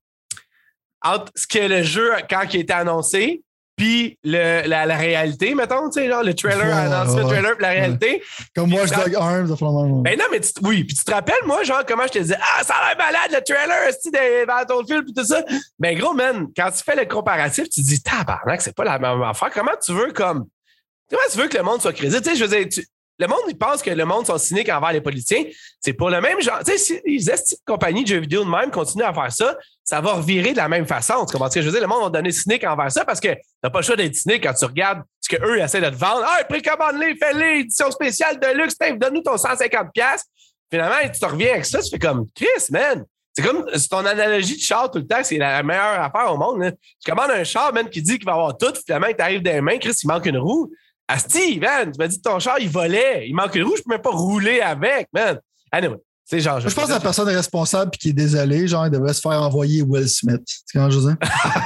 ce que le jeu, quand il a été annoncé, puis la réalité, mettons, tu sais, genre le trailer, announcement trailer, puis la réalité. Comme Watch Dogs Arms, ben non, mais oui, puis tu te rappelles, moi, genre, comment je te disais, ça a l'air malade, le trailer, des Battlefield, puis tout ça. Ben gros, man, quand tu fais le comparatif, tu te dis, tabarnak, c'est pas la même affaire. Comment tu veux que le monde soit crédible? Tu sais, je veux dire, le monde, il pense que le monde sont cyniques envers les politiciens. C'est pour le même genre. Tu sais, si les compagnies de jeux vidéo de même continuent à faire ça, ça va revirer de la même façon. Tu comprends ce que je veux dire? Le monde va donner cynique envers ça parce que t'as pas le choix d'être cynique quand tu regardes ce qu'eux essaient de te vendre. Ah, précommande-les, fais-les, édition spéciale de luxe, donne-nous ton 150$. Finalement, tu te reviens avec ça, tu fais comme Chris, man. C'est comme ton analogie de char tout le temps, c'est la meilleure affaire au monde. Là. Tu commandes un char, man, qui dit qu'il va avoir tout, finalement, il t'arrive des mains, Chris, il manque une roue. Asti, man, tu m'as dit que ton char, il volait. Il manque une roue, je peux même pas rouler avec, man. Anyway, c'est genre... Je pense que la personne est responsable et qui est désolée, genre, il devrait se faire envoyer Will Smith. C'est comment je veux dire?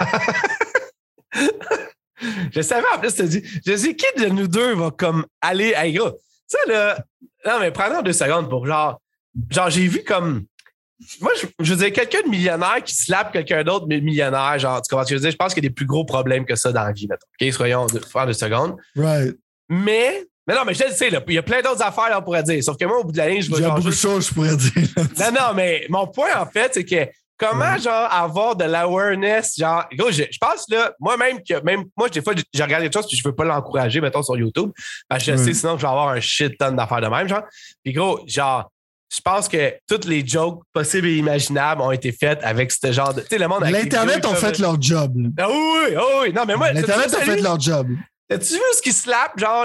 Je savais, en plus, je sais qui de nous deux va comme aller... Hey, gros, ça, là... Non, mais prends-en 2 secondes pour genre, j'ai vu comme... Moi, je veux dire, quelqu'un de millionnaire qui slappe quelqu'un d'autre mais millionnaire, genre, tu comprends ce que je veux dire? Je pense qu'il y a des plus gros problèmes que ça dans la vie, mettons. OK, soyons, faire 2 secondes. Right. Mais non, mais je te le sais, là, il y a plein d'autres affaires, là, on pourrait dire. Sauf que moi, au bout de la ligne, je vais... Il y a beaucoup de choses, je pourrais dire. Non, mais mon point, en fait, c'est que comment, genre, avoir de l'awareness, genre... Gros, je pense, là, moi-même, moi, des fois, je regarde des choses puis je veux pas l'encourager, mettons, sur YouTube, parce que je sais, sinon, je vais avoir un shit ton d'affaires de même, genre. Puis gros, genre... Je pense que toutes les jokes possibles et imaginables ont été faites avec ce genre de... Tu sais, le monde... L'Internet a fait leur job. Ah oui. Non, mais moi... L'Internet a fait leur job. As-tu vu ce qui slappe, genre,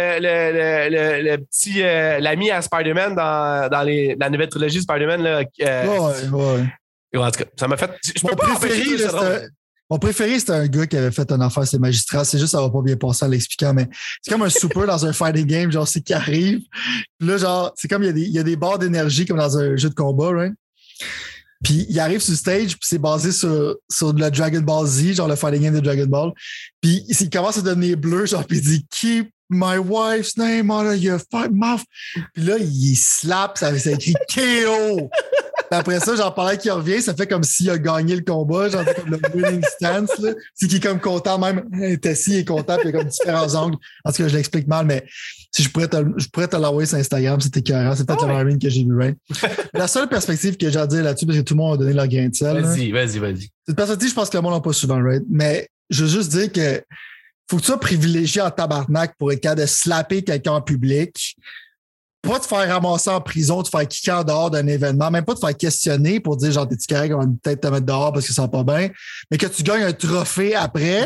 le petit... l'ami à Spider-Man dans la nouvelle trilogie de Spider-Man, là? Ouais. En tout cas, ça m'a fait... Mon préféré, c'était un gars qui avait fait une affaire, c'est magistral. C'est juste, ça va pas bien passer en l'expliquant, mais c'est comme un super dans un fighting game, genre, c'est qui arrive. Puis là, genre, c'est comme il y a des barres d'énergie comme dans un jeu de combat, right? Puis il arrive sur le stage, puis c'est basé sur le Dragon Ball Z, genre le fighting game de Dragon Ball. Puis il commence à devenir bleu, genre, puis il dit « Keep my wife's name out of your mouth ». Puis là, il slap, ça écrit « KO ». Après ça, genre, pendant qu'il revient, ça fait comme s'il a gagné le combat, genre, comme le winning stance, là. C'est qu'il est comme content, même, Tessie est content, puis il y a comme différents angles. En tout cas, je l'explique mal, mais si je pourrais te l'envoyer sur Instagram, c'était écœurant. C'est peut-être le Marine que j'ai vu, right? La seule perspective que j'ai à dire là-dessus, parce que tout le monde a donné leur grain de sel. Vas-y. Cette perspective, je pense que le monde n'a pas souvent, right? Mais je veux juste dire que faut que tu sois privilégié en tabarnak pour être capable de slapper quelqu'un en public. Pas te faire ramasser en prison, te faire kicker en dehors d'un événement, même pas te faire questionner pour dire genre t'es-tu correct, on va peut-être te mettre dehors parce que ça va pas bien, mais que tu gagnes un trophée après.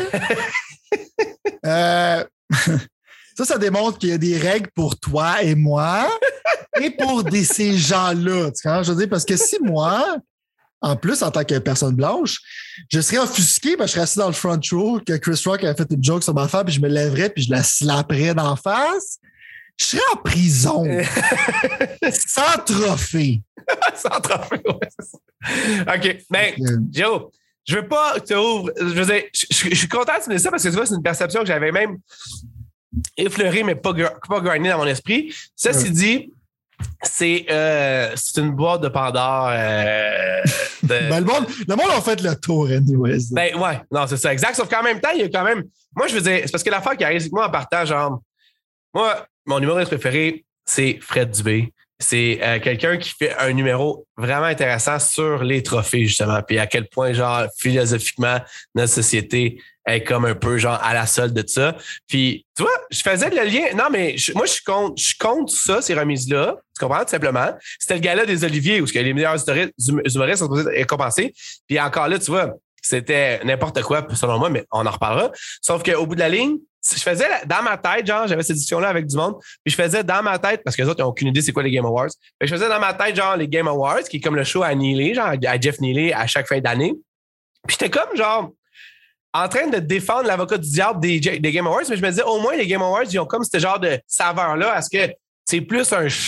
Ça démontre qu'il y a des règles pour toi et moi et pour ces gens-là. Tu comprends? Je veux dire, parce que si moi, en plus, en tant que personne blanche, je serais offusqué parce que je serais assis dans le front row que Chris Rock avait fait une joke sur ma femme puis je me lèverais puis je la slapperais d'en face. Je serais en prison. Sans trophée. Sans trophée, ouais, c'est ça. OK. Mais, Joe, je veux pas que tu ouvres. Je veux dire, je suis content de dire ça parce que tu vois, c'est une perception que j'avais même effleurée, mais pas grindée dans mon esprit. Ça, c'est dit, c'est une boîte de Pandore. Ben, le monde a fait le tour, anyways. Ben, ouais. Non, c'est ça. Exact. Sauf qu'en même temps, il y a quand même. Moi, je veux dire, c'est parce que l'affaire qui arrive, c'est que moi, en partant, genre, moi, mon humoriste préféré, c'est Fred Dubé. C'est quelqu'un qui fait un numéro vraiment intéressant sur les trophées, justement, puis à quel point, genre, philosophiquement, notre société est comme un peu, genre, à la solde de ça. Puis, tu vois, je faisais le lien. Non, mais moi, je suis contre ça, ces remises-là. Tu comprends, tout simplement. C'était le gala des Oliviers où les meilleurs humoristes sont supposés être récompensés. Puis encore là, tu vois, c'était n'importe quoi, selon moi, mais on en reparlera. Sauf qu'au bout de la ligne, je faisais dans ma tête, genre, j'avais cette édition-là avec du monde, puis je faisais dans ma tête, parce que les autres, ils n'ont aucune idée c'est quoi les Game Awards. Fait que je faisais dans ma tête, genre, les Game Awards, qui est comme le show à Neely, genre, à Jeff Neely à chaque fin d'année. Puis j'étais comme, genre, en train de défendre l'avocat du diable des Game Awards, mais je me disais, au moins, les Game Awards, ils ont comme ce genre de saveur-là. Est-ce que c'est plus un show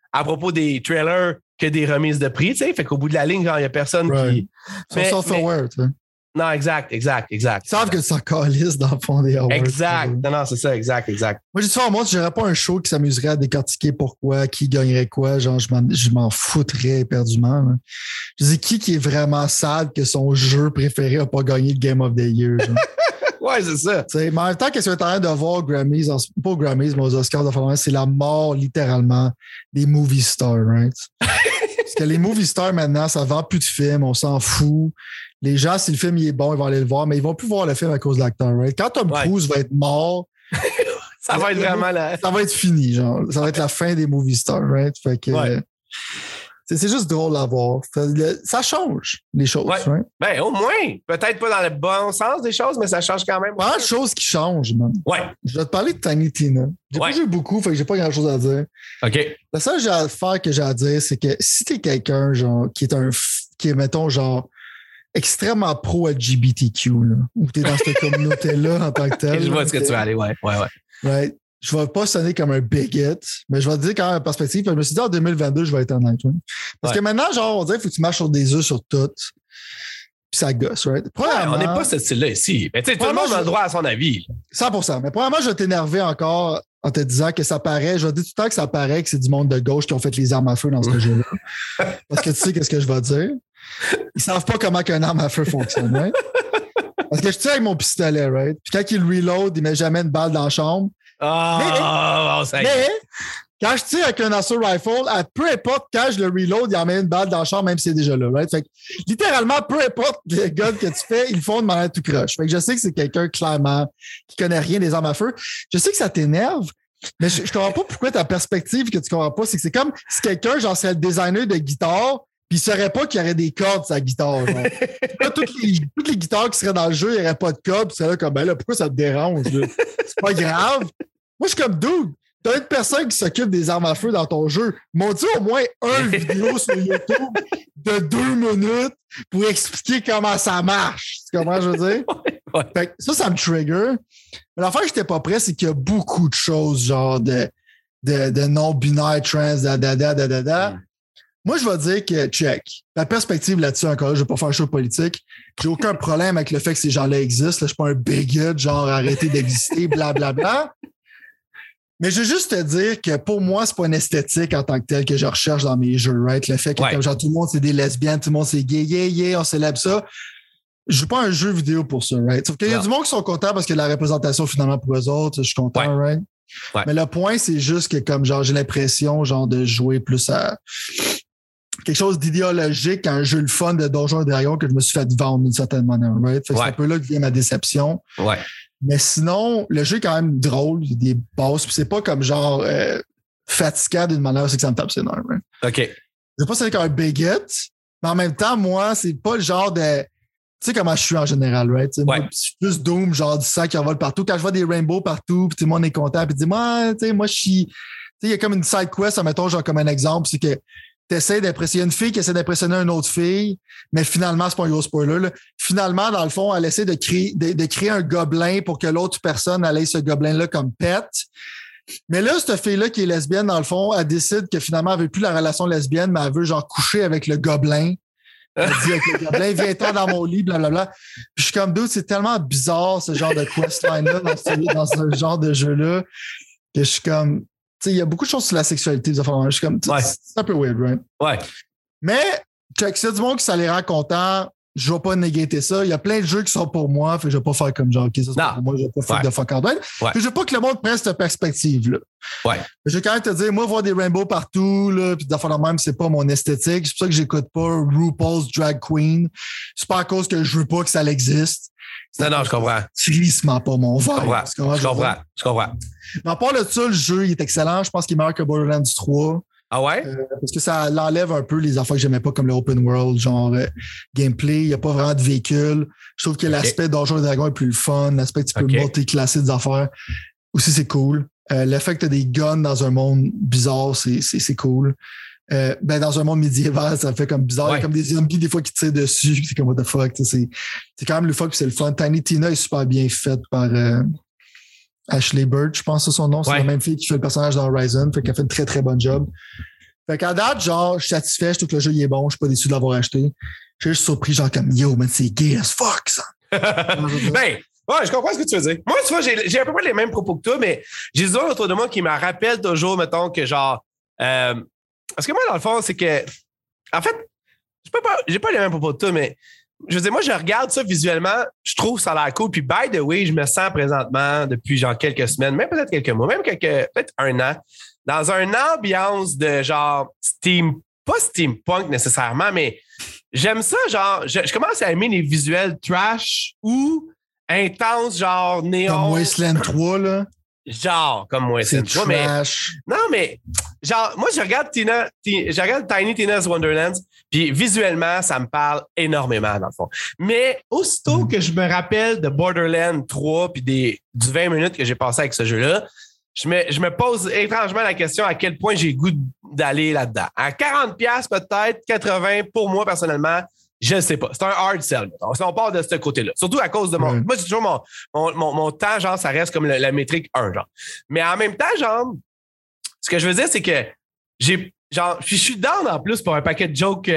à propos des trailers que des remises de prix, tu sais. Fait qu'au bout de la ligne, genre, il n'y a personne qui. Ils sont self-aware, tu sais. Non, exact. Ils savent que tu s'en calisses dans le fond des awards. Exact. Non, c'est ça, exact. Moi, j'ai dit moi, si j'aurais pas un show qui s'amuserait à décortiquer pourquoi, qui gagnerait quoi, genre, je m'en foutrais éperdument. Là. Je dis, qui est vraiment sad que son jeu préféré n'a pas gagné le Game of the Year? Ouais, c'est ça. Mais en même temps, qu'est-ce que tu es en train de voir Grammys, pas aux Grammys, mais aux Oscars de Formule 1, c'est la mort, littéralement, des movie stars, right? Parce que les movie stars, maintenant, ça vend plus de films, on s'en fout. Les gens, si le film il est bon, ils vont aller le voir, mais ils vont plus voir le film à cause de l'acteur, right? Quand Tom Cruise va être mort, ça va être vraiment ça va être fini, genre. Ça va être la fin des movie stars, right? Fait que c'est juste drôle à voir. Ça change les choses, right? Ben, au moins. Peut-être pas dans le bon sens des choses, mais ça change quand même. Pas de choses qui changent, man. Ouais. Je vais te parler de Tiny Tina. J'ai pas joué beaucoup, fait que j'ai pas grand-chose à dire. OK. La seule affaire que j'ai à dire, c'est que si t'es quelqu'un, genre, qui est, mettons, genre, extrêmement pro-LGBTQ, là, ou t'es dans cette communauté-là en tant que tel. Je vois ce que tu vas aller, ouais. Right. Je vais pas sonner comme un bigot, mais je vais te dire quand même en perspective. Je me suis dit, en 2022, je vais être honnête. Ouais. Parce que maintenant, genre, on dirait qu'il faut que tu marches sur des œufs sur tout. Puis ça gosse, right? On n'est pas ce style-là ici. Mais tu sais, tout le monde a le droit à son avis. 100%. Mais premièrement, je vais t'énerver encore en te disant que ça paraît, je vais te dire tout le temps que ça paraît que c'est du monde de gauche qui ont fait les armes à feu dans ce jeu-là. Parce que tu sais qu'est-ce que je vais dire. Ils savent pas comment qu'un arme à feu fonctionne, right? Parce que je tire avec mon pistolet, right? Puis quand il reload, il met jamais une balle dans la chambre. Mais quand je tire avec un assault rifle, peu importe quand je le reload, il en met une balle dans le champ, même si c'est déjà là. Right? Fait que, littéralement, peu importe le gun que tu fais, ils le font de manière tout croche. Fait que je sais que c'est quelqu'un, clairement, qui connaît rien des armes à feu. Je sais que ça t'énerve, mais je comprends pas pourquoi ta perspective que tu comprends pas, c'est que c'est comme si quelqu'un, genre, serait le designer de guitare, puis il saurait pas qu'il y aurait des cordes sur sa guitare. Là, toutes les guitares qui seraient dans le jeu, il n'y aurait pas de cordes, puis c'est là comme, ben là, pourquoi ça te dérange? Là? C'est pas grave. Moi, je suis comme, dude, t'as une personne qui s'occupe des armes à feu dans ton jeu. M'ont dit au moins une vidéo sur YouTube de 2 minutes pour expliquer comment ça marche. Tu comprends, je veux dire? Fait que ça me trigger. Mais l'affaire que j'étais pas prêt, c'est qu'il y a beaucoup de choses, genre de non-binaire, trans, Moi, je vais dire que, check, la perspective là-dessus, encore là, je vais pas faire un show politique. J'ai aucun problème avec le fait que ces gens-là existent. Là, je suis pas un bigot, genre arrêter d'exister, blablabla. Mais je veux juste te dire que pour moi, c'est pas une esthétique en tant que telle que je recherche dans mes jeux, right? Le fait que comme genre tout le monde c'est des lesbiennes, tout le monde c'est gay, on célèbre ça. Je joue pas un jeu vidéo pour ça, right? Sauf qu'il y a du monde qui sont contents parce que la représentation finalement pour eux autres, je suis content, right? Ouais. Mais le point, c'est juste que comme genre j'ai l'impression genre de jouer plus à quelque chose d'idéologique à un jeu le fun de Donjons et Dragons que je me suis fait vendre d'une certaine manière, right? Fait que c'est un peu là que vient ma déception. Ouais. Mais sinon, le jeu est quand même drôle, il y a des bosses, puis c'est pas comme genre fatigant d'une manière, c'est que ça me tape ses nerfs. Right? OK. Je sais pas si c'est comme un bigot, mais en même temps, moi, c'est pas le genre de. Tu sais comment je suis en général, right? Moi, je suis plus Doom, genre du sang qui envole partout. Quand je vois des rainbows partout, puis tout le monde est content, puis dit moi, tu sais, moi, je suis. Tu sais, il y a comme une side quest, mettons, genre comme un exemple, c'est que t'essaies d'impressionner une fille qui essaie d'impressionner une autre fille, mais finalement, c'est pas un gros spoiler, là. Finalement, dans le fond, elle essaie de créer un gobelin pour que l'autre personne elle ait ce gobelin-là comme pet. Mais là, cette fille-là qui est lesbienne, dans le fond, elle décide que finalement, elle veut plus la relation lesbienne, mais elle veut genre coucher avec le gobelin. Elle dit avec le gobelin, viens-t'en dans mon lit, blablabla. Puis je suis comme, dude, c'est tellement bizarre ce genre de questline-là dans ce genre de jeu-là que je suis comme. Tu sais, il y a beaucoup de choses sur la sexualité. Je suis comme, c'est un peu weird, right? Ouais. Mais, check, c'est du monde qui ça les rend contents. Je vais pas négater ça. Il y a plein de jeux qui sont pour moi. Fait que je vais pas faire comme genre, OK, ça c'est pour moi, je vais pas faire de fuck out. Je veux pas que le monde prenne cette perspective-là. Ouais. Je vais quand même te dire, moi, voir des rainbows partout, là, puis d'affaire de même, c'est pas mon esthétique. C'est pour ça que j'écoute pas RuPaul's Drag Queen. C'est pas à cause que je veux pas que ça existe. Non, je comprends. C'est glissement pas mon vibe. Je comprends. Mais à part de ça, le jeu, il est excellent. Je pense qu'il est meilleur que Borderlands 3. Ah ouais? Parce que ça l'enlève un peu les affaires que j'aimais pas, comme le open world, genre gameplay. Il n'y a pas vraiment de véhicule. Je trouve que l'aspect Donjons et Dragons est plus le fun. L'aspect que tu peux multi-classer des affaires. Aussi, c'est cool. Le fait que tu as des guns dans un monde bizarre, c'est cool. Dans un monde médiéval, ça fait comme bizarre. Il y a comme des zombies des fois qui tirent dessus. C'est comme what the fuck. C'est quand même le fuck, c'est le fun. Tiny Tina est super bien faite par Ashley Bird, je pense que c'est son nom. C'est la même fille qui fait le personnage dans Horizon. Fait qu'elle fait une très, très bonne job. Fait qu'à date, genre, je suis satisfait, je trouve que le jeu il est bon, je suis pas déçu de l'avoir acheté. Je suis juste surpris, genre, comme yo, man, c'est gay as fuck, ça. Ben, ouais, je comprends ce que tu veux dire. Moi, tu vois, j'ai à peu près les mêmes propos que toi, mais j'ai des autres autour de moi qui me rappellent toujours, mettons, que genre. Parce que moi, dans le fond, c'est que. En fait, j'ai pas les mêmes propos que toi, mais. Je veux dire, moi, je regarde ça visuellement, je trouve ça a l'air cool. Puis, by the way, je me sens présentement depuis genre quelques semaines, même peut-être quelques mois, même peut-être un an, dans une ambiance de genre pas steampunk nécessairement, mais j'aime ça, genre, je commence à aimer les visuels trash ou intenses, genre néon. Comme Wasteland 3, là. Genre, comme Wasteland 3. Mais, non, mais, genre, moi, je regarde Tiny Tina's Wonderlands, puis visuellement, ça me parle énormément, dans le fond. Mais aussitôt que je me rappelle de Borderlands 3 puis du 20 minutes que j'ai passé avec ce jeu-là, je me pose étrangement la question à quel point j'ai le goût d'aller là-dedans. À 40$ peut-être, 80$ pour moi, personnellement, je ne sais pas. C'est un hard sell. Si on part de ce côté-là. Surtout à cause de mon... Moi, c'est toujours mon temps, genre, ça reste comme la métrique 1, genre. Mais en même temps, genre, ce que je veux dire, c'est que je suis down en plus pour un paquet de jokes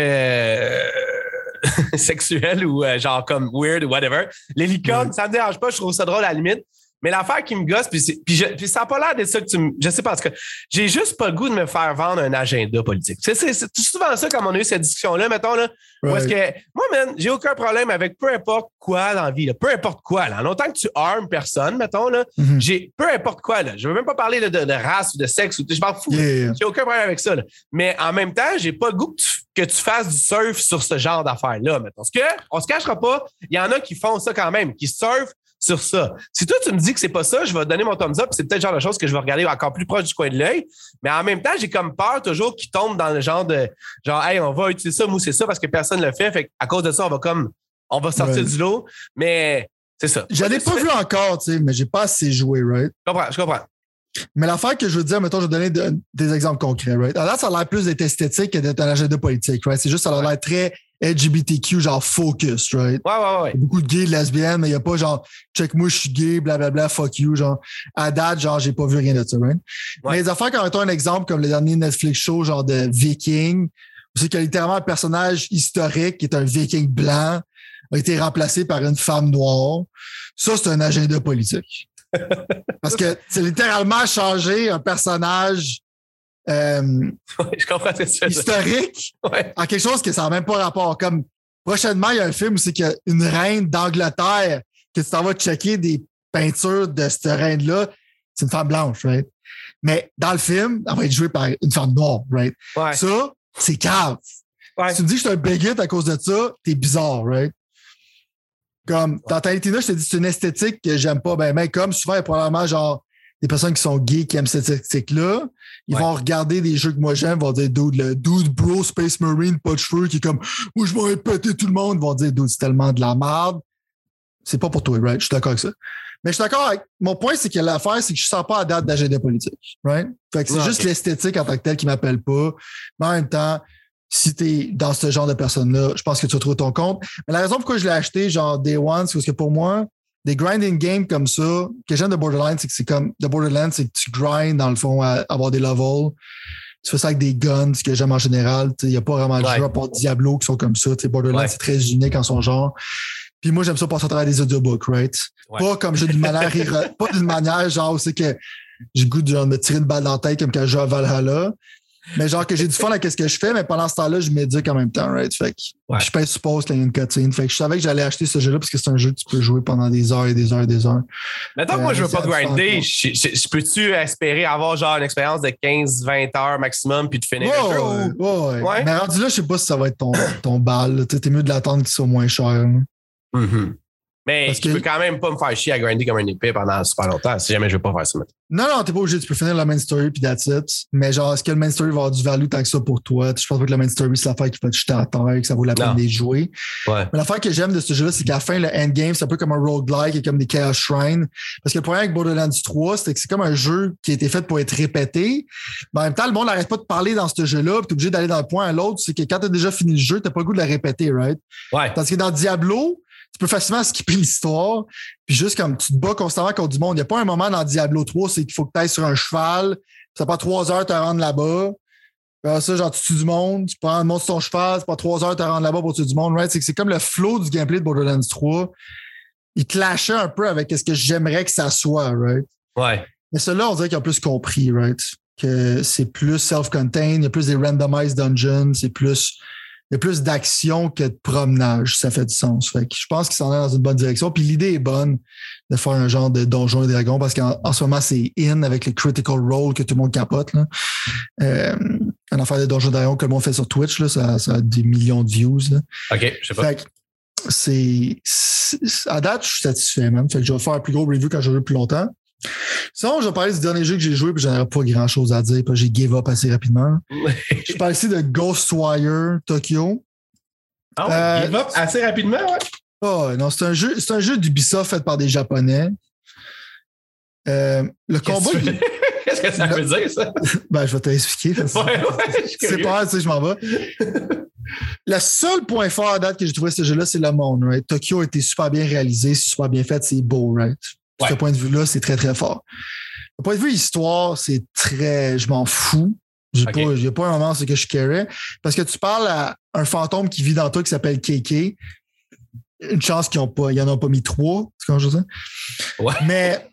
sexuels ou genre comme weird ou whatever. Les licornes, ça me dérange pas, je trouve ça drôle à la limite. Mais l'affaire qui me gosse, puis ça n'a pas l'air d'être ça que je sais pas, parce que j'ai juste pas le goût de me faire vendre un agenda politique. C'est souvent ça, comme on a eu cette discussion-là, mettons, là, où est-ce que, moi, man, j'ai aucun problème avec peu importe quoi dans la vie, là, peu importe quoi, là. En longtemps que tu harmes personne, mettons, là, j'ai peu importe quoi, là. Je veux même pas parler de race ou de sexe, je m'en fous. Yeah. J'ai aucun problème avec ça, là. Mais en même temps, j'ai pas le goût que tu fasses du surf sur ce genre d'affaires-là, mettons. Parce que, on se cachera pas, il y en a qui font ça quand même, qui surfent sur ça. Si toi, tu me dis que c'est pas ça, je vais te donner mon thumbs up. C'est peut-être le genre de choses que je vais regarder encore plus proche du coin de l'œil. Mais en même temps, j'ai comme peur toujours qu'ils tombent dans le genre de hey, on va utiliser ça, mousser ça parce que personne ne le fait. Fait à cause de ça, on va sortir du lot. Mais c'est ça. J'en ai pas vu encore, tu sais, mais j'ai pas assez joué, right? Je comprends. Mais l'affaire que je veux dire, mettons, je vais donner des exemples concrets, right? Alors là, ça a l'air plus d'être esthétique que d'être un agenda politique, right? C'est juste, ça a l'air très LGBTQ, genre focus, right? Ouais. Il y a beaucoup de gays, de lesbiennes, mais il n'y a pas genre, check moi, je suis gay, blablabla, fuck you, genre. À date, genre, j'ai pas vu rien de ça, right? Ouais. Mais les affaires, quand on a un exemple comme le dernier Netflix show, genre de Viking, c'est qu'il y a littéralement un personnage historique qui est un Viking blanc, a été remplacé par une femme noire. Ça, c'est un agenda politique. Parce que c'est littéralement changer un personnage je comprends ce que tu historique en quelque chose que ça n'a même pas rapport. Comme prochainement, il y a un film où c'est qu'il y a une reine d'Angleterre que tu t'en vas checker des peintures de cette reine-là. C'est une femme blanche, right? Mais dans le film, elle va être jouée par une femme noire, right? Ouais. Ça, c'est cave. Ouais. Si tu me dis que je suis un bigot à cause de ça, t'es bizarre, right? Comme, dans Tiny Tina, je te dis, c'est une esthétique que j'aime pas. Ben, comme souvent, il y a probablement genre des personnes qui sont gays qui aiment cette esthétique-là. Ils vont regarder des jeux que moi j'aime, vont dire, le dude bro Space Marine, pas de cheveux, qui est comme, moi, je vais péter tout le monde. Ils vont dire, dude, c'est tellement de la merde. C'est pas pour toi, right? Je suis d'accord avec ça. Mais je suis d'accord avec. Mon point, c'est que l'affaire, c'est que je sens pas à date d'agenda politique, right? Fait que c'est juste l'esthétique en tant que telle qui m'appelle pas. Mais en même temps, si t'es dans ce genre de personnes-là, je pense que tu vas trouver ton compte. Mais la raison pourquoi je l'ai acheté, genre Day One, c'est parce que pour moi, des grinding games comme ça, que j'aime de Borderlands, c'est que c'est comme de Borderlands, c'est que tu grindes dans le fond à avoir des levels. Tu fais ça avec des guns, ce que j'aime en général. Il n'y a pas vraiment de jeux à part Diablo qui sont comme ça. Borderlands, c'est très unique en son genre. Puis moi, j'aime ça passer à travers des audiobooks, right? Pas comme jeu d'une manière pas d'une manière genre c'est que j'ai le goût de me tirer une balle dans la tête comme quand je joue à Valhalla. Mais genre que j'ai du fun avec ce que je fais, mais pendant ce temps-là, je m'éduque en même temps, right? Fait que je pense suppose qu'il y a une cutscene. Fait que je savais que j'allais acheter ce jeu-là parce que c'est un jeu que tu peux jouer pendant des heures et des heures et des heures. Mettons que moi, je veux pas grinder. Je peux-tu espérer avoir genre une expérience de 15-20 heures maximum puis de finir le jeu? Ouais. Mais rendu là, je sais pas si ça va être ton bal. T'es mieux de l'attendre qu'il soit moins cher. Mais je peux quand même pas me faire chier à grinder comme un épée pendant super longtemps si jamais je veux pas faire ça. Non, t'es pas obligé. Tu peux finir la main story puis that's it. Mais genre, est-ce que le main story va avoir du value tant que ça pour toi? Je pense pas que le main story, c'est l'affaire qui va te jeter à terre, que ça vaut la peine de les jouer. Ouais. Mais l'affaire que j'aime de ce jeu-là, c'est qu'à la fin, le endgame, c'est un peu comme un roguelike et comme des Chaos Shrine. Parce que le problème avec Borderlands 3, c'est que c'est comme un jeu qui a été fait pour être répété. Mais en même temps, le monde n'arrête pas de parler dans ce jeu-là, puis t'es obligé d'aller d'un point à l'autre. C'est que quand t'as déjà fini le jeu, t'as pas le goût de le répéter, right? Ouais. Parce que dans Diablo, tu peux facilement skipper l'histoire, puis juste comme tu te bats constamment contre du monde. Il n'y a pas un moment dans Diablo 3, c'est qu'il faut que tu ailles sur un cheval, ça prend 3 heures de te rendre là-bas, Alors ça, genre, tu tues du monde, tu prends, montes ton cheval, c'est pas 3 heures de te rendre là-bas pour tuer du monde, right? C'est comme le flow du gameplay de Borderlands 3. Il clashait un peu avec ce que j'aimerais que ça soit, right? Ouais. Mais celui-là, on dirait qu'ils ont plus compris, right? Que c'est plus self-contained, il y a plus des randomized dungeons, il y a plus d'action que de promenage, ça fait du sens. Fait que je pense qu'ils s'en vont dans une bonne direction. Puis l'idée est bonne de faire un genre de Donjons et Dragons parce qu'en ce moment, c'est in avec le Critical Role que tout le monde capote. Là. Un affaire de Donjons et Dragons que le monde fait sur Twitch, là, ça a des millions de views. Là. OK, je sais pas. Fait que à date, je suis satisfait, man. Fait que je vais faire un plus gros review quand j'aurai plus longtemps. Sinon, je vais parler du dernier jeu que j'ai joué, puis j'en aurais pas grand chose à dire, puis j'ai give up assez rapidement. Je parle ici de Ghostwire Tokyo. Ah ouais, give up assez rapidement, ouais. Oh, non, c'est un jeu d'Ubisoft fait par des Japonais. Le combat. Qu'est-ce que ça veut dire, ça? Ben, je vais t'expliquer. C'est pas grave, tu sais, je m'en vais. Le seul point fort à date que j'ai trouvé ce jeu-là, c'est le monde, right? Tokyo a été super bien réalisé, c'est super bien fait, c'est beau, right? De ce point de vue-là, c'est très, très fort. Du point de vue histoire, c'est très... Je m'en fous. Il n'y a pas un moment où c'est que je carais. Parce que tu parles à un fantôme qui vit dans toi qui s'appelle KK. Une chance qu'ils n'en ont pas mis 3. C'est comme je dis. Ouais. Mais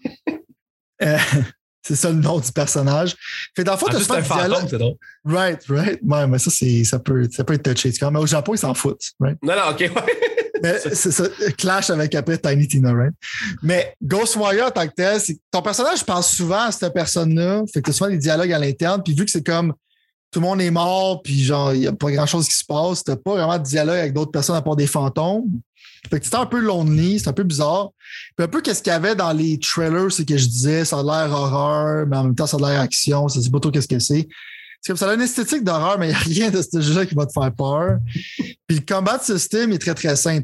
c'est ça le nom du personnage. Fait dans le fond, tu as un fantôme, c'est drôle. Right. Ouais, mais ça peut être touché. Mais au Japon, ils s'en foutent. Right? Non, OK, ouais. Mais c'est ça, clash avec après Tiny Tina, right? Mais Ghostwire, en tant que tel, c'est ton personnage parle souvent à cette personne-là. Fait que tu as souvent des dialogues à l'interne. Puis vu que c'est comme tout le monde est mort, puis genre, il n'y a pas grand-chose qui se passe, t'as pas vraiment de dialogue avec d'autres personnes à part des fantômes. Fait que c'est un peu lonely, c'est un peu bizarre. Puis un peu qu'est-ce qu'il y avait dans les trailers, c'est que je disais, ça a l'air horreur, mais en même temps, ça a l'air action, ça sait pas trop qu'est-ce que c'est. C'est comme ça a une esthétique d'horreur, mais il n'y a rien de ce jeu-là qui va te faire peur. Puis le combat system est très, très simple.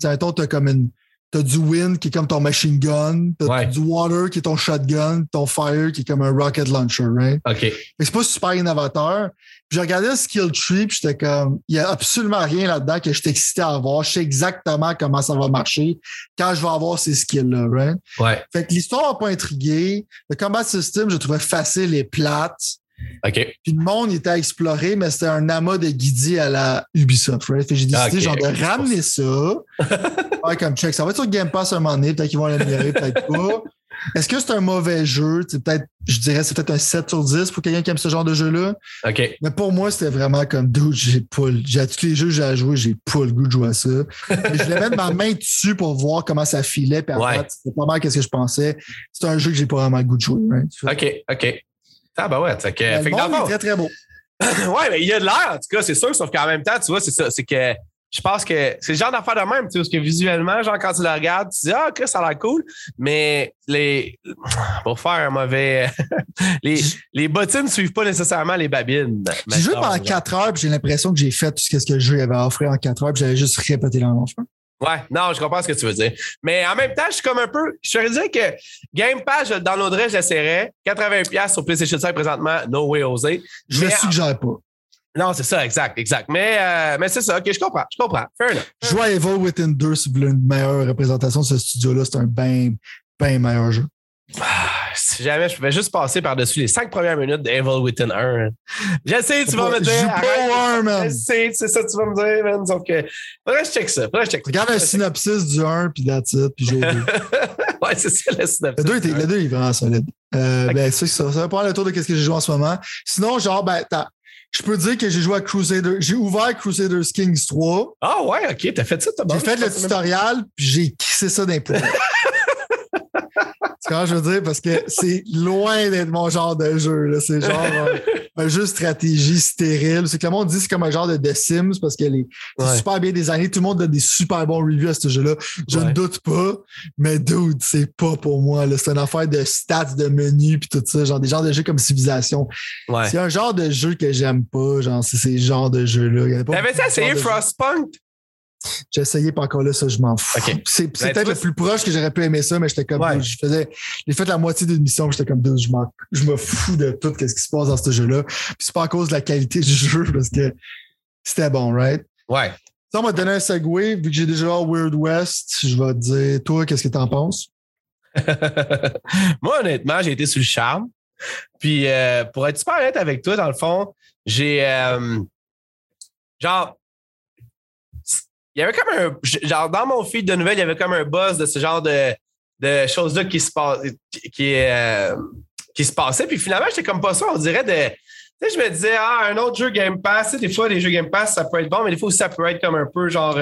T'as du wind qui est comme ton machine gun, t'as du water qui est ton shotgun, ton fire qui est comme un rocket launcher, right? OK. Mais c'est pas super innovateur. Puis j'ai regardé le skill tree, puis j'étais comme, il y a absolument rien là-dedans que j'étais excité à avoir. Je sais exactement comment ça va marcher quand je vais avoir ces skills-là, right? Ouais. Fait que l'histoire n'a pas intrigué. Le combat system, je le trouvais facile et plate. OK. Puis le monde était à explorer, mais c'était un amas de guidis à la Ubisoft, right? Fait que j'ai décidé de ramener ça. Ouais, comme check. Ça va être sur Game Pass un moment donné, peut-être qu'ils vont l'améliorer, peut-être pas. Est-ce que c'est un mauvais jeu? Je dirais c'est peut-être un 7 sur 10 pour quelqu'un qui aime ce genre de jeu-là. OK. Mais pour moi, c'était vraiment comme dude, j'ai tous les jeux que j'ai à jouer, j'ai pas le goût de jouer à ça. Et je voulais mettre ma main dessus pour voir comment ça filait, puis après, c'était pas mal qu'est-ce que je pensais. C'est un jeu que j'ai pas vraiment le goût de jouer, right? OK. Ah, ben ouais, fait que le monde est très, très beau. Ouais, mais il y a de l'air, en tout cas, c'est sûr, sauf qu'en même temps, tu vois, c'est ça, c'est que je pense que c'est le genre d'affaire de même, tu sais, parce que visuellement, genre, quand tu le regardes, tu dis, ah, ok, ça a l'air cool, mais pour faire un mauvais, les bottines ne suivent pas nécessairement les babines. J'ai joué pendant 4 heures, puis j'ai l'impression que j'ai fait tout ce que le jeu avait offert en 4 heures, puis j'avais juste répété la même fois. Ouais, non, je comprends ce que tu veux dire. Mais en même temps, je suis comme un peu. Je te dirais que Game Pass, je le downloaderais, je l'essaierais. 80$ sur PlayStation 5 présentement, no way osé. Je le suggère pas. Non, c'est ça, exact. Mais c'est ça, OK, je comprends. Fair enough. Jouer à Evil Within 2, c'est une meilleure représentation de ce studio-là. C'est un bien meilleur jeu. Si jamais je pouvais juste passer par-dessus les 5 premières minutes d'Evil Within 1. Je sais, tu vas me dire. Joue pas 1, man. Je sais, c'est ça que tu vas me dire, man. Sauf que. Faudrait que je check ça. Regarde un synopsis du 1, puis that's it, puis joue au 2. Ouais, c'est ça, le synopsis. Le 2 est vraiment solide. Okay. Ben, ça va prendre le tour de ce que j'ai joué en ce moment. Sinon, genre, je peux dire que j'ai joué à Crusader. J'ai ouvert Crusader Kings 3. Ah ouais, OK, t'as fait ça, J'ai fait le tutoriel, puis j'ai crissé ça d'un poids. C'est comment je veux dire? Parce que c'est loin d'être mon genre de jeu. Là. C'est genre un jeu de stratégie stérile. C'est que le monde dit que c'est comme un genre de The Sims parce que c'est super bien designé. Tout le monde donne des super bons reviews à ce jeu-là. Je ne doute pas. Mais dude, c'est pas pour moi. Là. C'est une affaire de stats, de menus puis tout ça. Genre des genres de jeux comme Civilisation. Ouais. C'est un genre de jeu que j'aime pas. Genre, c'est ces genres de jeux-là. T'avais-tu essayé Frostpunk? J'ai essayé, pas encore là, ça, je m'en fous. Okay. C'est peut-être le plus proche que j'aurais pu aimer ça, mais j'étais comme, j'ai fait la moitié d'une mission, j'étais comme, je me fous de tout ce qui se passe dans ce jeu-là. Puis c'est pas à cause de la qualité du jeu, parce que c'était bon, right? Ouais. Ça, on m'a donné un segue, vu que j'ai déjà Weird West, je vais te dire, toi, qu'est-ce que t'en penses? Moi, honnêtement, j'ai été sur le charme. Puis, pour être super honnête avec toi, dans le fond, j'ai genre, il y avait comme genre, dans mon feed de nouvelles, il y avait comme un buzz de ce genre de choses-là qui se passaient. Puis finalement, j'étais comme pas ça. On dirait tu sais, je me disais, un autre jeu Game Pass. Tu sais, des fois, les jeux Game Pass, ça peut être bon, mais des fois aussi, ça peut être comme un peu genre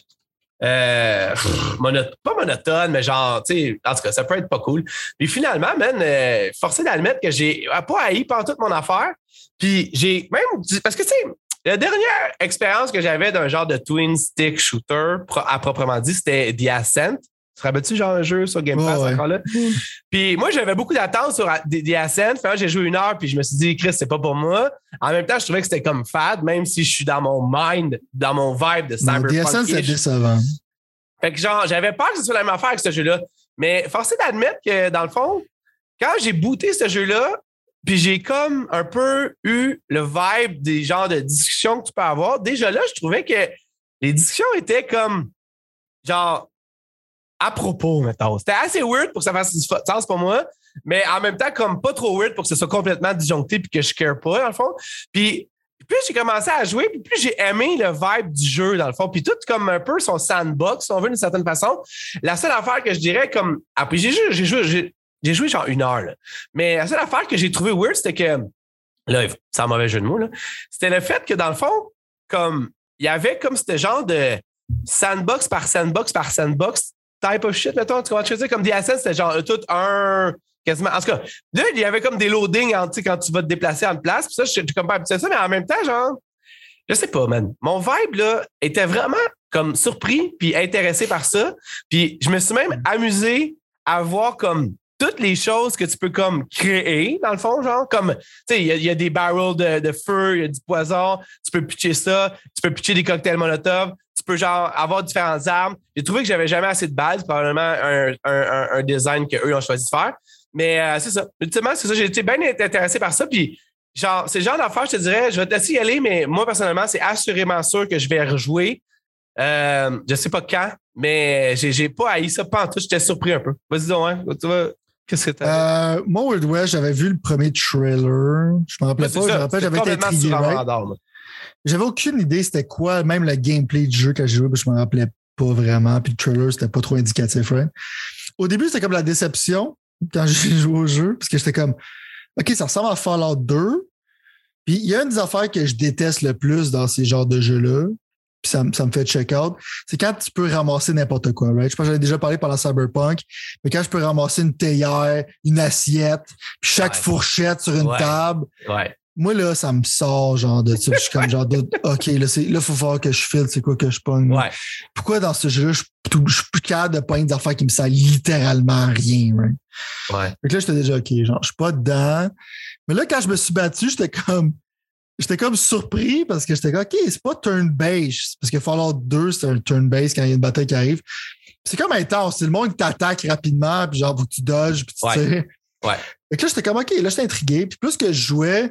pas monotone, mais genre, tu sais, en tout cas, ça peut être pas cool. Puis finalement, man, forcé d'admettre que j'ai pas haï pendant toute mon affaire. Puis j'ai même, parce que tu sais, la dernière expérience que j'avais d'un genre de twin stick shooter, à proprement dit, c'était The Ascent. Tu te rappelles-tu, genre un jeu sur Game Pass encore là? Puis moi, j'avais beaucoup d'attentes sur The Ascent. J'ai joué 1 heure, puis je me suis dit, Chris, c'est pas pour moi. En même temps, je trouvais que c'était comme fade, même si je suis dans mon mind, dans mon vibe de Cyberpunk. The Ascent, c'est décevant. Fait que genre, j'avais peur que ce soit la même affaire avec ce jeu-là. Mais forcé d'admettre que, dans le fond, quand j'ai booté ce jeu-là, puis j'ai comme un peu eu le vibe des genres de discussions que tu peux avoir. Déjà là, je trouvais que les discussions étaient comme, genre, à propos, mettons. C'était assez weird pour que ça fasse du sens pour moi, mais en même temps, comme pas trop weird pour que ce soit complètement disjoncté puis que je care pas, dans le fond. Puis plus j'ai commencé à jouer, puis plus j'ai aimé le vibe du jeu, dans le fond. Puis tout comme un peu son sandbox, si on veut, d'une certaine façon. La seule affaire que je dirais, comme... Après, j'ai joué genre 1 heure, là. Mais la seule affaire que j'ai trouvé weird, c'était que... Là, c'est un mauvais jeu de mots, là. C'était le fait que, dans le fond, comme... Il y avait comme ce genre de sandbox par sandbox par sandbox type of shit, mettons. Tu comprends ce que je veux dire? Comme The Ascent, c'était genre tout un... Quasiment. En tout cas, là, il y avait comme des loadings quand tu vas te déplacer en place. Puis ça, je suis comme pas habitué à ça, mais en même temps, genre, je sais pas, man. Mon vibe, là, était vraiment comme surpris puis intéressé par ça. Puis je me suis même amusé à voir comme toutes les choses que tu peux comme créer, dans le fond, genre, comme, tu sais, il y a des barrels de feu, il y a du poison, tu peux pitcher ça, tu peux pitcher des cocktails Molotov, tu peux, genre, avoir différentes armes. J'ai trouvé que j'avais jamais assez de balles, c'est probablement un design qu'eux ont choisi de faire. Mais c'est ça. Ultimement, c'est ça. J'ai été bien intéressé par ça. Puis, genre, c'est le genre d'affaire, je te dirais, je vais te laisser y aller, mais moi, personnellement, c'est assurément sûr que je vais rejouer. Je sais pas quand, mais j'ai pas haï ça. Pas en tout. J'étais surpris un peu. Vas-y donc, hein. Tu vois, qu'est-ce que t'as? Moi, Wild West, j'avais vu le premier trailer. Je me rappelais pas. Je me rappelle, j'avais été intrigué. J'avais aucune idée c'était quoi, même le gameplay du jeu que j'ai joué, je me rappelais pas vraiment. Puis le trailer, c'était pas trop indicatif, right? Au début, c'était comme la déception quand j'ai joué au jeu, parce que j'étais comme, OK, ça ressemble à Fallout 2. Puis il y a une des affaires que je déteste le plus dans ces genres de jeux-là, puis ça me fait check-out, c'est quand tu peux ramasser n'importe quoi, right? Je pense que j'avais déjà parlé pendant Cyberpunk, mais quand je peux ramasser une théière, une assiette, puis chaque fourchette sur une table, moi, là, ça me sort, genre, de ça. Je suis comme, genre, OK, là, il faut voir que je file, c'est quoi que je pogne. Ouais. Pourquoi dans ce jeu-là, je suis plus capable de pogner des affaires qui me servent littéralement rien, right? Ouais. Donc là, j'étais déjà, OK, genre, je suis pas dedans. Mais là, quand je me suis battu, j'étais comme surpris parce que j'étais comme, OK, c'est pas turn-based. Parce que Fallout 2, c'est un turn-based quand il y a une bataille qui arrive. C'est comme intense. C'est le monde qui t'attaque rapidement, puis genre, faut que tu dodges, puis tu tires. Ouais. Fait que là, j'étais comme, OK, là, j'étais intrigué. Puis plus que je jouais,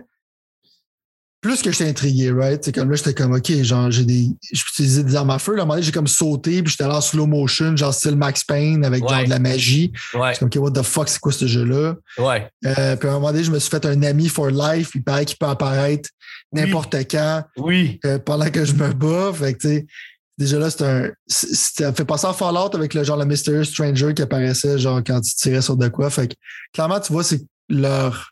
plus que j'étais intrigué, right? C'est comme là, j'étais comme, OK, genre, je utilisais des armes à feu. Là, à un moment donné, j'ai comme sauté, puis j'étais allé en slow motion, genre style Max Payne avec genre de la magie. Ouais. J'étais comme, OK, what the fuck, c'est quoi ce jeu-là? Ouais. Puis à un moment donné, je me suis fait un ami for life, il paraît qu'il peut apparaître n'importe quand. Oui. Pendant que je me bats. Fait que, tu sais, déjà là, ça fait passer à Fallout avec le Mysterious Stranger qui apparaissait, genre, quand tu tirais sur de quoi. Fait que, clairement, tu vois, c'est leur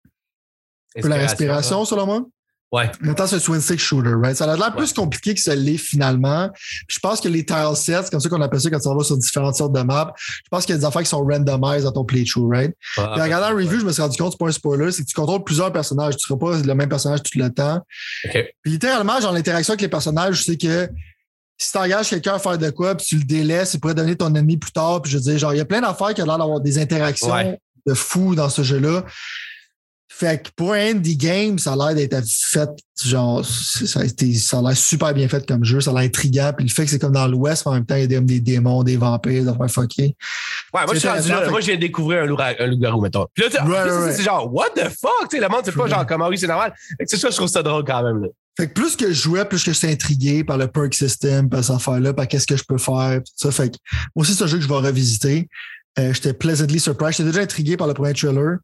inspiration, selon moi. Ouais. En même temps, c'est un twin stick shooter, right? Ça a l'air plus compliqué que ça l'est finalement. Puis je pense que les tile sets, comme ça qu'on appelle ça quand on va sur différentes sortes de maps, je pense qu'il y a des affaires qui sont randomized dans ton playthrough, right? Puis en regardant la review, je me suis rendu compte, c'est pas un spoiler, c'est que tu contrôles plusieurs personnages. Tu seras pas le même personnage tout le temps. Okay. Puis littéralement, genre l'interaction avec les personnages, je sais que si tu engages quelqu'un à faire de quoi, puis tu le délaisses, il pourrait devenir ton ennemi plus tard. Puis je veux dire, genre, il y a plein d'affaires qui ont l'air d'avoir des interactions de fou dans ce jeu-là. Fait que pour un indie game, ça a l'air d'être fait, genre, ça a l'air super bien fait comme jeu, ça a l'air intriguant. Puis le fait que c'est comme dans l'Ouest, mais en même temps, il y a des démons, des vampires, des affaires fuckées. Ouais, moi, je suis rendu là. Moi, j'ai découvert un loup-garou, mettons. Puis là, c'est genre, what the fuck? T'sais, le monde, c'est pas genre, comment oui, c'est normal. Fait que c'est ça, je trouve ça drôle quand même, là. Fait que plus que je jouais, plus que j'étais intrigué par le perk system, par cette affaire-là, par qu'est-ce que je peux faire, tout ça. Fait que moi aussi, c'est un jeu que je vais revisiter. J'étais pleasantly surprised. J'étais déjà intrigué par le premier trailer.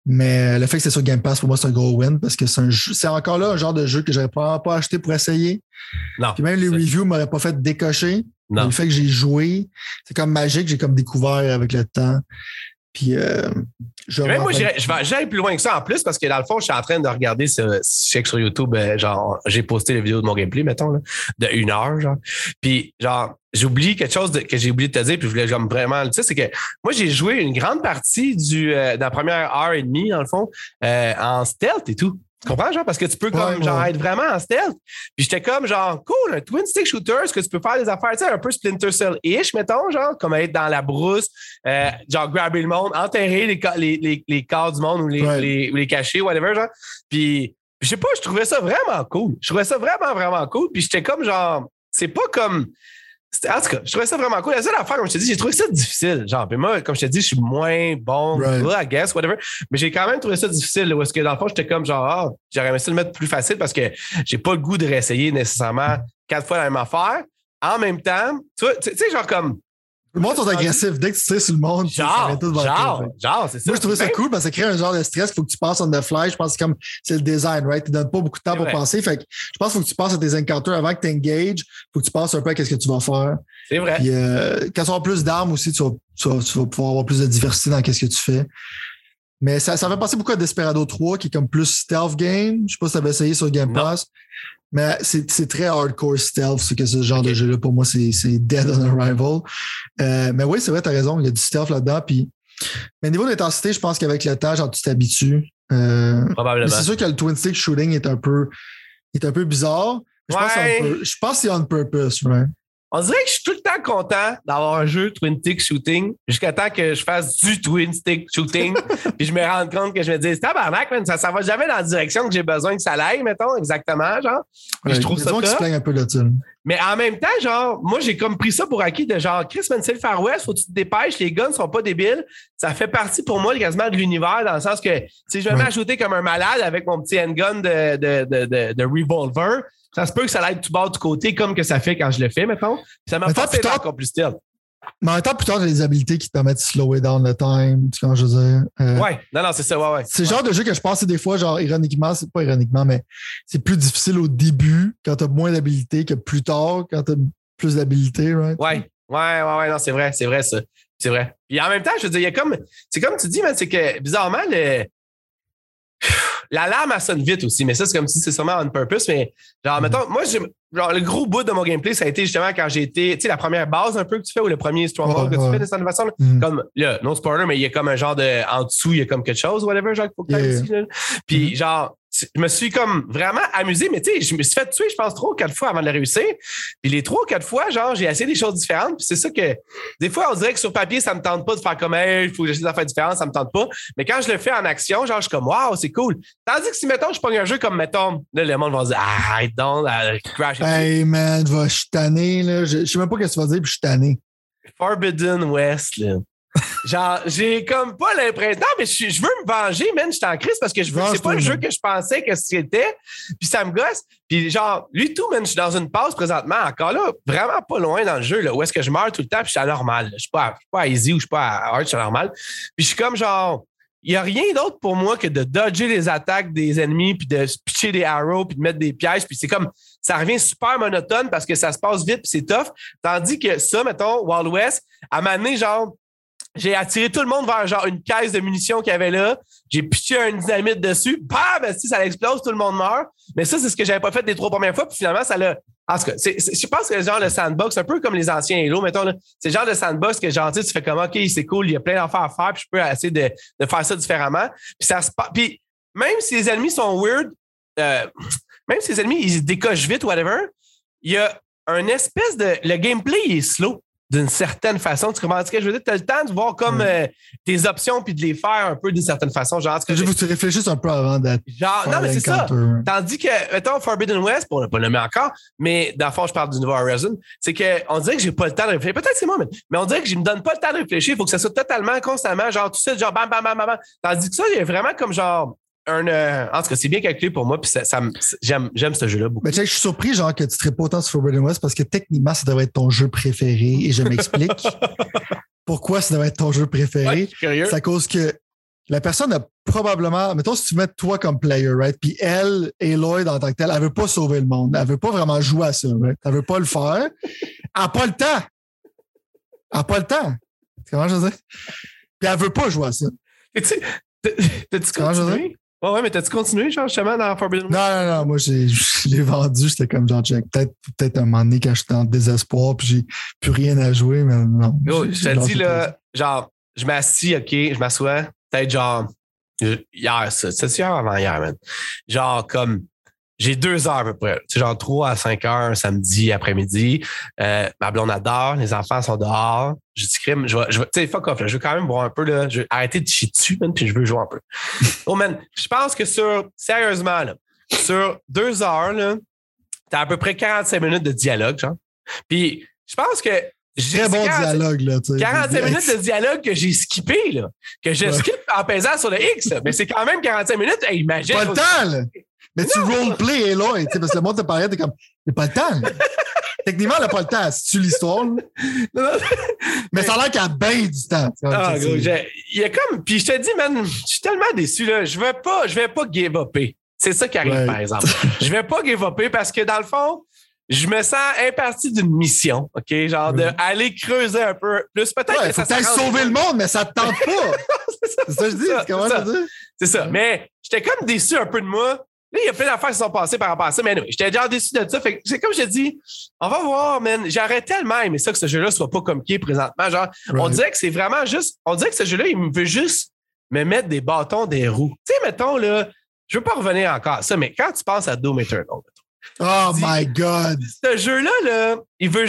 Mais le fait que c'est sur Game Pass, pour moi, c'est un gros win parce que c'est encore là un genre de jeu que j'aurais probablement pas acheté pour essayer. Non. Puis même les reviews m'auraient pas fait décocher. Non. Le fait que j'ai joué, c'est comme magique, j'ai comme découvert avec le temps. Puis même moi, j'allais plus loin que ça en plus parce que dans le fond, je suis en train de regarder sur YouTube, genre, j'ai posté la vidéo de mon gameplay, mettons, là, de 1 heure, genre. Puis, genre, j'oublie quelque chose que j'ai oublié de te dire, puis je voulais comme vraiment, tu sais, c'est que moi, j'ai joué une grande partie de la première heure et demie, dans le fond, en stealth et tout. Tu comprends, genre? Parce que tu peux comme genre être vraiment en stealth. Puis j'étais comme genre, cool, un twin stick shooter, est-ce que tu peux faire des affaires, tu sais, un peu Splinter Cell-ish, mettons, genre, comme être dans la brousse, genre grabber le monde, enterrer les corps du monde ou les cacher, whatever, genre. Puis je sais pas, je trouvais ça vraiment cool. Je trouvais ça vraiment, vraiment cool. Puis j'étais comme genre, c'est pas comme... En tout cas, je trouvais ça vraiment cool. La seule affaire, comme je te dis, j'ai trouvé ça difficile. Genre, puis moi, comme je te dis, je suis moins bon, I guess, whatever. Mais j'ai quand même trouvé ça difficile. Où est-ce que dans le fond, j'étais comme genre, j'aurais aimé ça le mettre plus facile parce que j'ai pas le goût de réessayer nécessairement 4 fois la même affaire. En même temps, tu sais, genre comme. Le monde est agressif. Dès que tu sais sur le monde, genre, c'est ça. Moi, je trouvais ça cool parce que ça crée un genre de stress. Il faut que tu passes on the fly. Je pense que c'est le design, right? Tu ne donnes pas beaucoup de temps pour penser. Fait que je pense qu'il faut que tu passes à tes encounters avant que tu engages. Il faut que tu passes un peu à ce que tu vas faire. C'est vrai. Puis, quand tu auras plus d'armes aussi, tu vas pouvoir avoir plus de diversité dans ce que tu fais. Mais ça fait penser beaucoup à Desperado 3, qui est comme plus stealth game. Je sais pas si tu avais essayé sur Game Pass. Mais c'est très hardcore stealth, ce genre de jeu-là. Pour moi, c'est dead on arrival. Mais oui, c'est vrai, tu as raison. Il y a du stealth là-dedans. Mais niveau d'intensité, je pense qu'avec le temps, genre, tu t'habitues. Probablement. Mais c'est sûr que le twin stick shooting est un peu bizarre. Je pense que c'est on purpose, right? On dirait que je suis tout le temps content d'avoir un jeu twin stick shooting jusqu'à temps que je fasse du twin stick shooting puis je me rende compte que je me dis tabarnak, man, ça va jamais dans la direction que j'ai besoin que ça aille, mettons, exactement, genre. Je trouve ça qui se plaignent un peu là-dessus. Mais en même temps, genre, moi, j'ai comme pris ça pour acquis de genre, Chris, man, c'est le Far West, faut que tu te dépêches, les guns sont pas débiles. Ça fait partie pour moi quasiment de l'univers dans le sens que si je me mets à shooter comme un malade avec mon petit handgun de revolver, ça se peut que ça l'aide tout bas du côté comme que ça fait quand je le fais, mettons. Puis ça m'a forcé d'être encore plus stealth. Mais en même temps, plus tard, tu as des habilités qui te permettent de slower down le time, tu vois, je veux dire. Ouais, non, c'est ça, ouais. C'est le genre de jeu que je pense des fois, genre, ironiquement, c'est pas ironiquement, mais c'est plus difficile au début quand tu as moins d'habilités que plus tard quand tu as plus d'habilités, right? Ouais, non, c'est vrai, ça. C'est vrai. Puis en même temps, je veux dire, c'est comme tu dis, man, c'est que bizarrement, l'alarme, elle sonne vite aussi, mais ça, c'est comme si c'est sûrement on purpose, mais genre, mettons, moi, genre, le gros bout de mon gameplay, ça a été justement quand j'ai été, tu sais, la première base un peu que tu fais ou le premier stronghold que tu fais de cette façon, comme, là, non spoiler, mais il y a comme un genre en dessous, il y a comme quelque chose, whatever, genre, qu'il faut que tu ailles ici, là. Puis, genre, je me suis comme vraiment amusé, mais tu sais, je me suis fait tuer, je pense, 3 ou 4 fois avant de le réussir. Puis les 3 ou 4 fois, genre, j'ai essayé des choses différentes. Puis c'est ça que, des fois, on dirait que sur papier, ça me tente pas de faire comme, hey, il faut que j'essaie des affaires différentes, ça me tente pas. Mais quand je le fais en action, genre, je suis comme, waouh, c'est cool. Tandis que si, mettons, je pogne un jeu comme, mettons, là, le monde va se dire, I don't, crash. Hey, man, je suis tanné, là. Je sais même pas ce que tu vas dire, puis je suis tanné. Forbidden West, là. Genre, j'ai comme pas l'impression. Non, mais je veux me venger, man. Je suis en crise parce que c'est pas le jeu que je pensais que c'était. Puis ça me gosse. Puis genre, lui tout, man, je suis dans une pause présentement. Encore là, vraiment pas loin dans le jeu, là, où est-ce que je meurs tout le temps. Puis je suis à normal. Je suis pas à easy ou je suis pas à hard, je suis à normal. Puis je suis comme genre, il n'y a rien d'autre pour moi que de dodger les attaques des ennemis, puis de pitcher des arrows, puis de mettre des pièges. Puis c'est comme, ça revient super monotone parce que ça se passe vite, puis c'est tough. Tandis que ça, mettons, Wild West, à m'amener genre, j'ai attiré tout le monde vers genre une caisse de munitions qu'il y avait là. J'ai pitché un dynamite dessus. Bam! Si ça explose, tout le monde meurt. Mais ça, c'est ce que j'avais pas fait des 3 premières fois. Puis finalement, ça l'a. En tout cas, je pense que c'est genre le sandbox, un peu comme les anciens Halo, mettons. Là, c'est genre le sandbox que genre, tu fais comme, OK, c'est cool, il y a plein d'affaires à faire, puis je peux essayer de faire ça différemment. Puis ça se passe. Puis même si les ennemis sont weird, même si les ennemis, ils se décochent vite, whatever, il y a un espèce de. Le gameplay, il est slow. D'une certaine façon, tu comprends ce que je veux dire? Tu as le temps de voir comme tes options puis de les faire un peu d'une certaine façon. Genre, je veux que tu réfléchisses un peu avant d'être. Genre, non, mais c'est ça. Tandis que, mettons, Forbidden West, pour ne pas le nommer encore, mais dans le fond, je parle du nouveau Horizon, c'est qu'on dirait que j'ai pas le temps de réfléchir. Peut-être c'est moi, mais on dirait que je me donne pas le temps de réfléchir. Il faut que ça soit totalement, constamment, genre tout ça, genre bam, bam, bam, bam, bam. Tandis que ça, il y a vraiment comme genre. En tout cas, c'est bien calculé pour moi, puis j'aime ce jeu-là beaucoup. Mais tu sais, je suis surpris, genre, que tu ne serais pas autant sur Forbidden West parce que techniquement, ça devrait être ton jeu préféré et je m'explique pourquoi ça devrait être ton jeu préféré. Ouais, c'est à cause que la personne a probablement, mettons, si tu mets toi comme player, right? Puis elle, Aloy, en tant que telle, elle veut pas sauver le monde. Elle veut pas vraiment jouer à ça, right? Elle veut pas le faire. Elle n'a pas le temps. Elle n'a pas le temps. Comment je veux dire? Puis elle veut pas jouer à ça. T'as-tu continué? Ouais, mais t'as-tu continué, genre, justement, dans Forbidden West? Non. Moi, je l'ai vendu. J'étais comme, genre, check. Peut-être un moment donné, quand j'étais en désespoir, puis j'ai plus rien à jouer, mais non. Yo, je te dis, là, genre, je m'assis, OK, je m'assois, peut-être, genre, hier, c'est hier avant hier, man. Genre, comme, j'ai 2 heures à peu près. C'est genre 3 à 5 heures un samedi après-midi. Ma blonde adore, les enfants sont dehors. Je dis crime, tu sais, fuck off, là, je veux quand même boire un peu, là. Je vais arrêter de chier dessus, man, puis je veux jouer un peu. Oh, man, je pense que sérieusement, là, sur 2 heures, là, t'as à peu près 45 minutes de dialogue, genre. Puis, je pense que très bon dialogue, là, tu sais. 45 minutes de dialogue que j'ai skippé, là. Que je skip en pesant sur le X, là. Mais c'est quand même 45 minutes. Hey, imagine. Pas le temps, là. Mais tu roleplay, Aloy, tu sais, parce que le monde te paraît, t'es comme, il pas le temps, là. Techniquement, elle n'a pas le temps. C'est-tu l'histoire, là? Mais ça a l'air qu'elle a bien du temps. Ah, gros, il y a comme. Puis je te dis, man, je suis tellement déçu, là. Je vais pas give upper. C'est ça qui arrive, par exemple. Je vais pas give upper parce que, dans le fond, je me sens imparti d'une mission, OK? Genre d'aller creuser un peu plus. Peut-être que faut peut-être sauver le monde, mais ça te tente pas. c'est ça que je dis. Comment ça dire? C'est ça. Mais j'étais comme déçu un peu de moi. Là, il y a plein d'affaires qui sont passées par rapport à ça, mais non, j'étais déjà déçu de ça. Fait que c'est comme je te dis, on va voir, man. J'aurais tellement aimé ça que ce jeu-là soit pas comme qui est présentement. Genre, on dirait que c'est vraiment juste. On dirait que ce jeu-là, il me veut juste me mettre des bâtons des roues. Tu sais, mettons, là, je veux pas revenir encore à ça, mais quand tu penses à Doom Eternal, oh my God! Ce jeu-là, là, il veut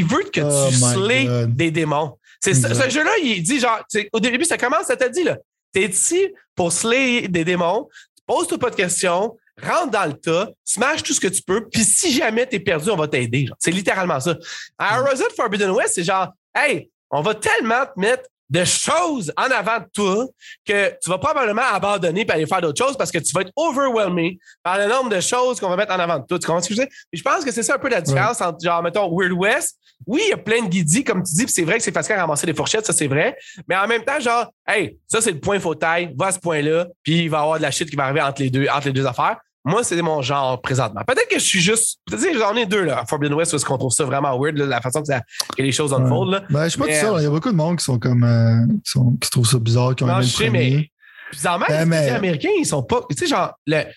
que tu slay des démons. C'est ça, ce jeu-là, il dit genre, au début, ça commence, ça te dit, là, t'es ici pour slay des démons, pose-toi pas de questions, rentre dans le tas, smash tout ce que tu peux, puis si jamais t'es perdu, on va t'aider. Genre. C'est littéralement ça. À Horizon Forbidden West, c'est genre, hey, on va tellement te mettre de choses en avant de toi que tu vas probablement abandonner et aller faire d'autres choses parce que tu vas être overwhelmé par le nombre de choses qu'on va mettre en avant de toi. Tu comprends ce que je veux dire? Et je pense que c'est ça un peu la différence entre, genre, mettons, Weird West. Oui, il y a plein de guidis, comme tu dis, puis c'est vrai que c'est facile à ramasser des fourchettes, ça c'est vrai. Mais en même temps, genre, hey, ça c'est le point fauteuil, va à ce point-là, puis il va y avoir de la shit qui va arriver entre les deux affaires. Moi, c'est mon genre présentement. Peut-être que je suis juste. Peut-être que j'en ai 2 là, à Forbidden West, parce qu'on trouve ça vraiment weird, là, la façon que les choses unfold. Là. Ben, je suis pas tout seul. Il y a beaucoup de monde qui sont comme. qui trouvent ça bizarre, qui ont aimé le premier. Mais bizarrement, les Américains, ils sont pas. Tu sais, genre,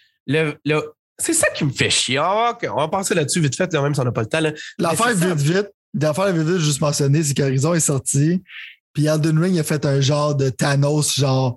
c'est ça qui me fait chier. On va passer là-dessus vite fait, là, même si on n'a pas le temps. L'affaire vite, juste mentionner, c'est qu'Horizon est sorti. Puis Elden Ring a fait un genre de Thanos, genre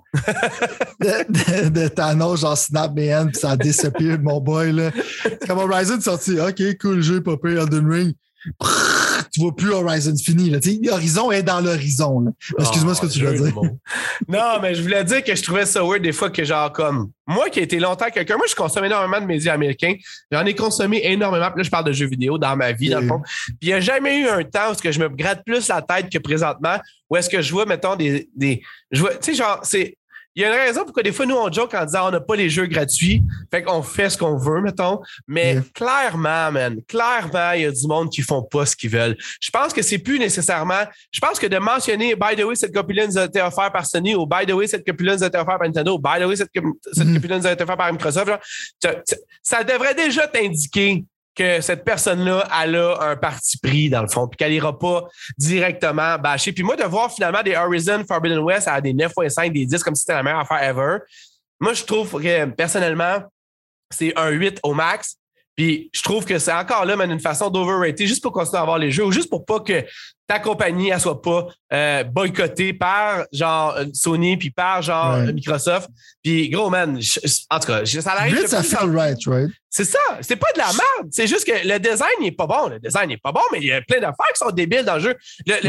de Thanos, genre Snap Me Hand, puis ça a disappear, mon boy, là. Comme Horizon est sorti, OK, cool, jeu, pas pire, Elden Ring. Tu vois plus Horizon fini, là. T'sais, Horizon est dans l'horizon, là. Excuse-moi ce que tu veux dire. Non, mais je voulais dire que je trouvais ça weird des fois que, genre, comme moi qui ai été longtemps quelqu'un, moi, je consomme énormément de médias américains. J'en ai consommé énormément. Puis là, je parle de jeux vidéo dans ma vie, dans le fond. Puis il n'y a jamais eu un temps où je me gratte plus la tête que présentement, où est-ce que je vois, mettons, tu sais, genre, il y a une raison pourquoi des fois, nous, on joke en disant on n'a pas les jeux gratuits, fait qu'on fait ce qu'on veut, mettons. Mais clairement, il y a du monde qui font pas ce qu'ils veulent. Je pense que c'est plus nécessairement... Je pense que de mentionner « By the way, cette copie-là nous a été offerte par Sony » ou « By the way, cette copie-là nous a été offerte par Nintendo » ou « By the way, cette copie-là nous a été offerte par Microsoft », genre, ça devrait déjà t'indiquer que cette personne-là, elle a un parti pris, dans le fond, puis qu'elle n'ira pas directement bâcher. Puis moi, de voir finalement des Horizon Forbidden West à des 9.5, des 10, comme si c'était la meilleure affaire ever, moi, je trouve que, personnellement, c'est un 8 au max. Puis je trouve que c'est encore là, mais une façon d'overrater, juste pour continuer à avoir les jeux, ou juste pour pas que ta compagnie, elle soit pas boycottée par, genre, Sony, puis par, genre, Microsoft. Puis, gros, man, en tout cas, ça arrive. Ça fait right? C'est ça. C'est pas de la merde. C'est juste que le design n'est pas bon. Le design n'est pas bon, mais il y a plein d'affaires qui sont débiles dans le jeu.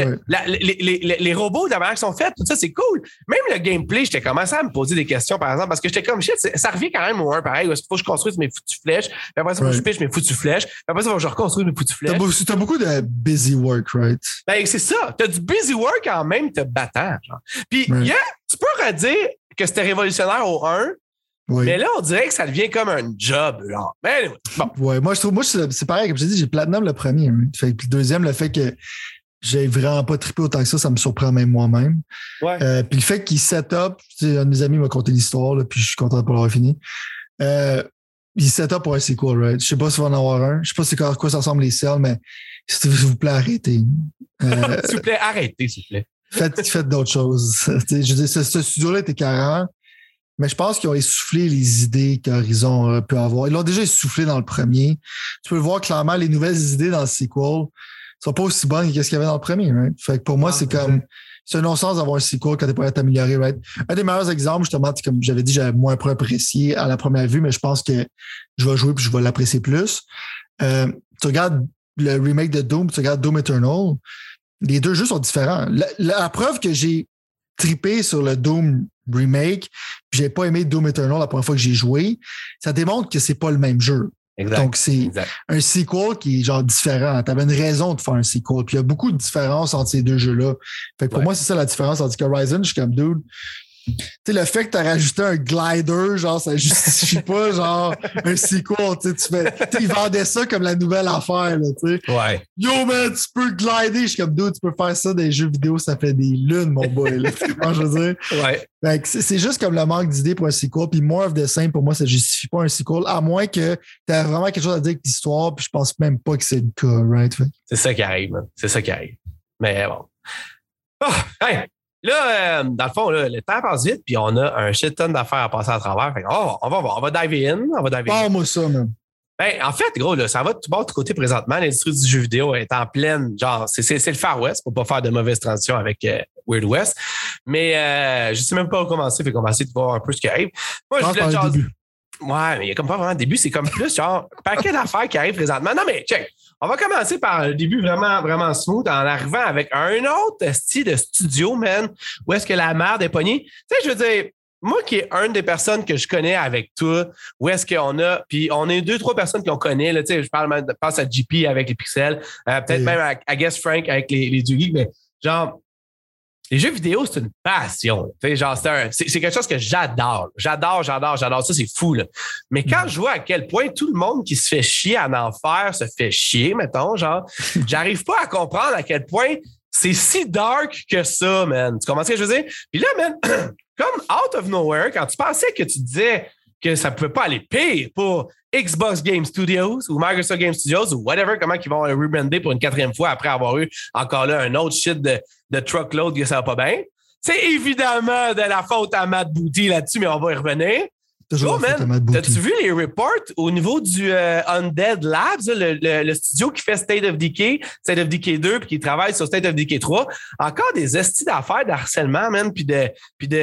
Les robots, de la manière qu'ils sont faits, tout ça, c'est cool. Même le gameplay, j'étais commencé à me poser des questions, par exemple, parce que j'étais comme, shit, ça revient quand même au 1, pareil. Il faut que je construise mes foutues flèches. Puis après ça, il faut que je piche mes foutues flèches. Puis après ça, il faut que je reconstruise mes foutues flèches. T'as beaucoup de busy work, right? Ben, c'est ça. T'as du busy work en même te battant, genre. Puis, tu peux redire que c'était révolutionnaire au 1, mais là, on dirait que ça devient comme un job, genre. Mais anyway, bon. Ouais, moi, c'est pareil, comme je t'ai dit, j'ai platinum le premier. Hein. Fait que le deuxième, le fait que j'ai vraiment pas trippé autant que ça me surprend même moi-même. Ouais. Puis le fait qu'il set up, un de mes amis m'a conté l'histoire, là, puis je suis content de pas l'avoir fini. Il set up pour un sequel, right? Je sais pas si va en avoir un. Je sais pas c'est quoi ça ressemble les cells, mais s'il vous plaît, arrêtez. S'il vous plaît, arrêtez, s'il vous plaît. Faites d'autres choses. Je veux dire, ce studio-là était carré, mais je pense qu'ils ont essoufflé les idées qu'Horizon peut avoir. Ils l'ont déjà essoufflé dans le premier. Tu peux le voir clairement, les nouvelles idées dans le sequel sont pas aussi bonnes que ce qu'il y avait dans le premier, right? Fait que pour moi, c'est un non-sens d'avoir un sequel quand t'es pas amélioré, right? Un des meilleurs exemples, justement, comme j'avais dit, j'avais moins apprécié à la première vue, mais je pense que je vais jouer puis je vais l'apprécier plus. Tu regardes le remake de Doom, tu regardes Doom Eternal, les deux jeux sont différents. La preuve que j'ai trippé sur le Doom remake, puis j'ai pas aimé Doom Eternal la première fois que j'ai joué, ça démontre que c'est pas le même jeu. Exact. Donc, c'est un sequel qui est genre différent. Tu avais une raison de faire un sequel. Puis il y a beaucoup de différences entre ces deux jeux-là. Fait que pour moi, c'est ça la différence. Tandis que Horizon, je suis comme dude. Tu sais, le fait que tu as rajouté un glider, genre, ça justifie pas, genre, un sequel. Ils vendaient ça comme la nouvelle affaire, là, tu sais. Ouais. Yo, man, tu peux glider. Je suis comme dude, tu peux faire ça dans les jeux vidéo, ça fait des lunes, mon boy, là. Comment je veux dire? Ouais. Fait que c'est juste comme le manque d'idées pour un sequel. Puis more of the same, pour moi, ça justifie pas un sequel, à moins que tu aies vraiment quelque chose à dire avec l'histoire, puis je pense même pas que c'est le cas, right? C'est ça qui arrive, man. C'est ça qui arrive. Mais bon. Oh, hey! Là, dans le fond, là, le temps passe vite, puis on a un shit ton d'affaires à passer à travers. Fait que, on va dive in. Parle-moi ça, man. Ben, en fait, gros, là, ça va tout bas de côté présentement. L'industrie du jeu vidéo est en pleine, genre, c'est le Far West pour pas faire de mauvaise transition avec Weird West. Mais je sais même pas où commencer, fait qu'on va essayer de voir un peu ce qui arrive. Moi, je voulais genre. Ouais, mais il y a comme pas vraiment de début, c'est comme plus genre paquet d'affaires qui arrivent présentement. Non, mais check. On va commencer par le début vraiment, vraiment smooth en arrivant avec un autre style de studio, man, où est-ce que la merde est pognée. Tu sais, je veux dire, moi qui est une des personnes que je connais avec toi, où est-ce qu'on a, puis on est 2-3 personnes qu'on connaît, là, tu sais, je pense à JP avec les pixels, peut-être même à Guess Frank avec les Dugeeks, mais genre, les jeux vidéo, c'est une passion. Tu sais, genre, c'est quelque chose que j'adore. J'adore. Ça, c'est fou, là. Mais quand je vois à quel point tout le monde qui se fait chier à en faire se fait chier, mettons, genre, j'arrive pas à comprendre à quel point c'est si dark que ça, man. Tu comprends ce que je veux dire? Puis là, man, comme out of nowhere, quand tu pensais que tu disais que ça pouvait pas aller pire pour Xbox Game Studios ou Microsoft Game Studios ou whatever, comment ils vont rebrander pour une 4e fois après avoir eu encore là un autre shit de truckload que ça va pas bien. C'est évidemment de la faute à Matt Booty là-dessus, mais on va y revenir. Oh man, t'as-tu vu les reports au niveau du Undead Labs, le studio qui fait State of Decay 2, puis qui travaille sur State of Decay 3? Encore des estis d'affaires, d'harcèlement, man, puis de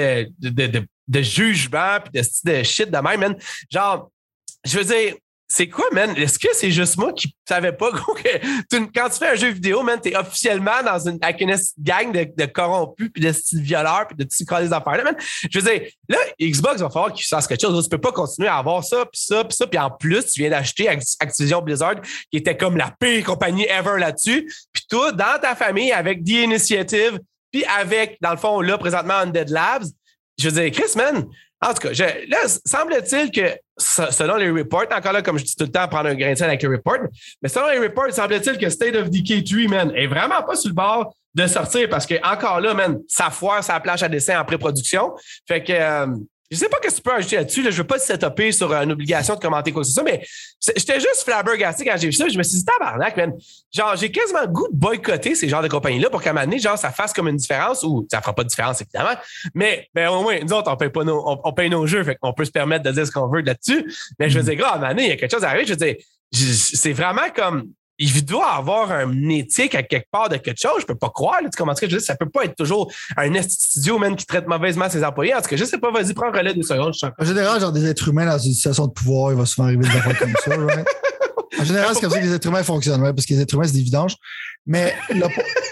jugement, puis de shit de même, man. Genre, je veux dire, c'est quoi, man? Est-ce que c'est juste moi qui savais pas, gros, que quand tu fais un jeu vidéo, man, t'es officiellement avec une gang de corrompus, puis de violeurs, puis de petits cas des affaires, là, man? Je veux dire, là, Xbox va falloir qu'ils fassent quelque chose. Tu peux pas continuer à avoir ça, puis ça, puis ça, puis en plus, tu viens d'acheter Activision Blizzard, qui était comme la pire compagnie ever là-dessus, puis toi, dans ta famille, avec The Initiative, puis avec, dans le fond, là, présentement, Undead Labs, je veux dire, Chris, man, en tout cas, là, semble-t-il que, selon les reports, encore là, comme je dis tout le temps, prendre un grain de sel avec les reports, mais selon les reports, semble-t-il que State of Decay 3, man, est vraiment pas sur le bord de sortir parce que, encore là, man, ça foire sa planche à dessin en pré-production. Fait que, je sais pas ce que tu peux ajouter là-dessus. Là, je veux pas te setuper sur une obligation de commenter quoi que ce soit, mais j'étais juste flabbergasté quand j'ai vu ça. Je me suis dit, tabarnak, man. Genre, j'ai quasiment le goût de boycotter ces genres de compagnies-là pour qu'à un moment donné, genre, ça fasse comme une différence ou ça fera pas de différence, évidemment. Mais, ben, au moins, nous autres, on paye nos jeux, fait qu'on peut se permettre de dire ce qu'on veut là-dessus. Mais je veux dire, gars, à un moment donné, il y a quelque chose à arriver. Je veux dire, c'est vraiment comme, il doit avoir un éthique à quelque part de quelque chose. Je peux pas croire. Là, tu comprends ce que je veux dire? Ça peut pas être toujours un studio man, qui traite mauvaisement ses employés. En tout cas, je sais pas. Vas-y, prends un relais 2 secondes. En général, genre des êtres humains dans une situation de pouvoir, il va souvent arriver des affaires comme ça. Right? En général, c'est comme ça que les êtres humains fonctionnent. Right? Parce que les êtres humains, c'est des vidanges. Mais là,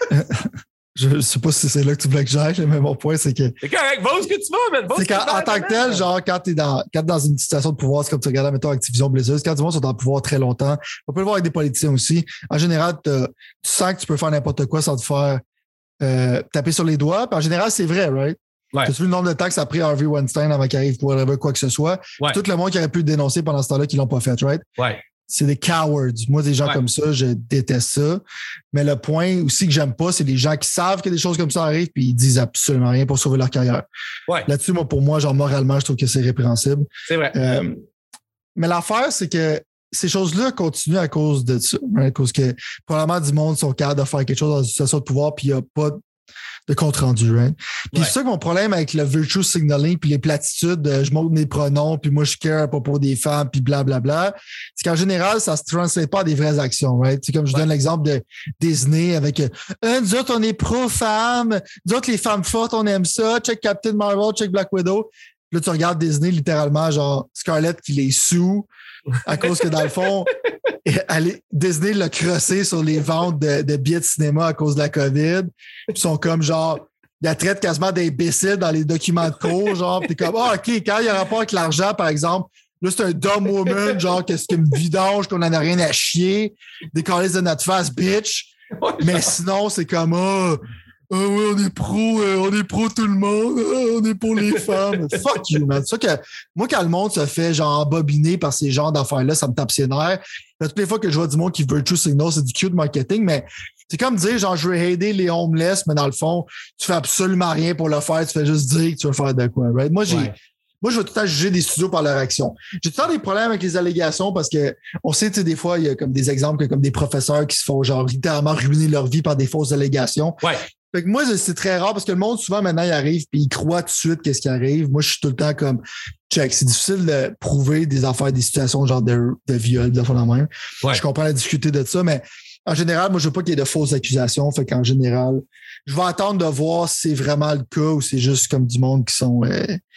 je sais pas si c'est là que tu voulais que j'aille, mais mon point, c'est que... C'est correct. Va où est-ce que tu vas, man? C'est qu'en tant que tel, genre, quand t'es dans une situation de pouvoir, c'est comme tu regardes, mettons, Activision Blizzard, quand du monde sont dans le pouvoir très longtemps, on peut le voir avec des politiciens aussi. En général, tu sens que tu peux faire n'importe quoi sans te faire taper sur les doigts. Puis en général, c'est vrai, right? Ouais. Tu as vu le nombre de temps que ça a pris Harvey Weinstein avant qu'il arrive pour quoi que ce soit? Ouais. Tout le monde qui aurait pu le dénoncer pendant ce temps-là qui l'ont pas fait, right? Ouais. c'est des cowards. Moi, des gens comme ça, je déteste ça. Mais le point aussi que j'aime pas, c'est les gens qui savent que des choses comme ça arrivent puis ils disent absolument rien pour sauver leur carrière. Ouais. Là-dessus, moi, pour moi, genre moralement, je trouve que c'est répréhensible. C'est vrai. Mais l'affaire, c'est que ces choses-là continuent à cause de ça. À cause que probablement du monde sont capables de faire quelque chose dans une situation de pouvoir puis il n'y a pas de compte rendu. Right? Puis c'est ça que mon problème avec le virtue signaling puis les platitudes de je montre mes pronoms puis moi je care à propos des femmes puis blablabla, c'est qu'en général, ça se translate pas à des vraies actions. Right? C'est comme je donne l'exemple de Disney avec nous autres, on est pro-femmes, nous autres, les femmes fortes, on aime ça, check Captain Marvel, check Black Widow. Là, tu regardes Disney, littéralement, genre Scarlett qui les sous à cause que dans le fond, Disney l'a crossé sur les ventes de billets de cinéma à cause de la COVID. Ils sont comme genre, ils la traitent quasiment d'imbéciles dans les documents de cours, genre, pis t'es comme, OK, quand il y a rapport avec l'argent, par exemple, là, c'est un dumb woman, genre, qu'est-ce qu'une vidange, qu'on en a rien à chier, des calices de notre face, bitch. Mais sinon, c'est comme, oui, on est pro tout le monde, on est pour les femmes. Fuck you, man. C'est ça que moi, quand le monde se fait genre embobiner par ces genres d'affaires-là, ça me tape ses nerfs. Là, toutes les fois que je vois du monde qui virtue signal, c'est du cute marketing, mais c'est comme dire genre je veux aider les homeless, mais dans le fond, tu fais absolument rien pour le faire, tu fais juste dire que tu veux faire de quoi, right? Moi, je vais tout le temps juger des studios par leur action. J'ai tout le temps des problèmes avec les allégations parce que on sait, tu sais, des fois, il y a comme des exemples comme des professeurs qui se font genre littéralement ruiner leur vie par des fausses allégations. Ouais. Fait que moi, c'est très rare parce que le monde, souvent, maintenant, il arrive puis il croit tout de suite qu'est-ce qui arrive. Moi, je suis tout le temps comme, check, c'est difficile de prouver des affaires, des situations genre de viol, de la même. Ouais. Je comprends la difficulté de ça, mais en général, moi, je veux pas qu'il y ait de fausses accusations. Fait qu'en général, je vais attendre de voir si c'est vraiment le cas ou c'est juste comme du monde qui sont...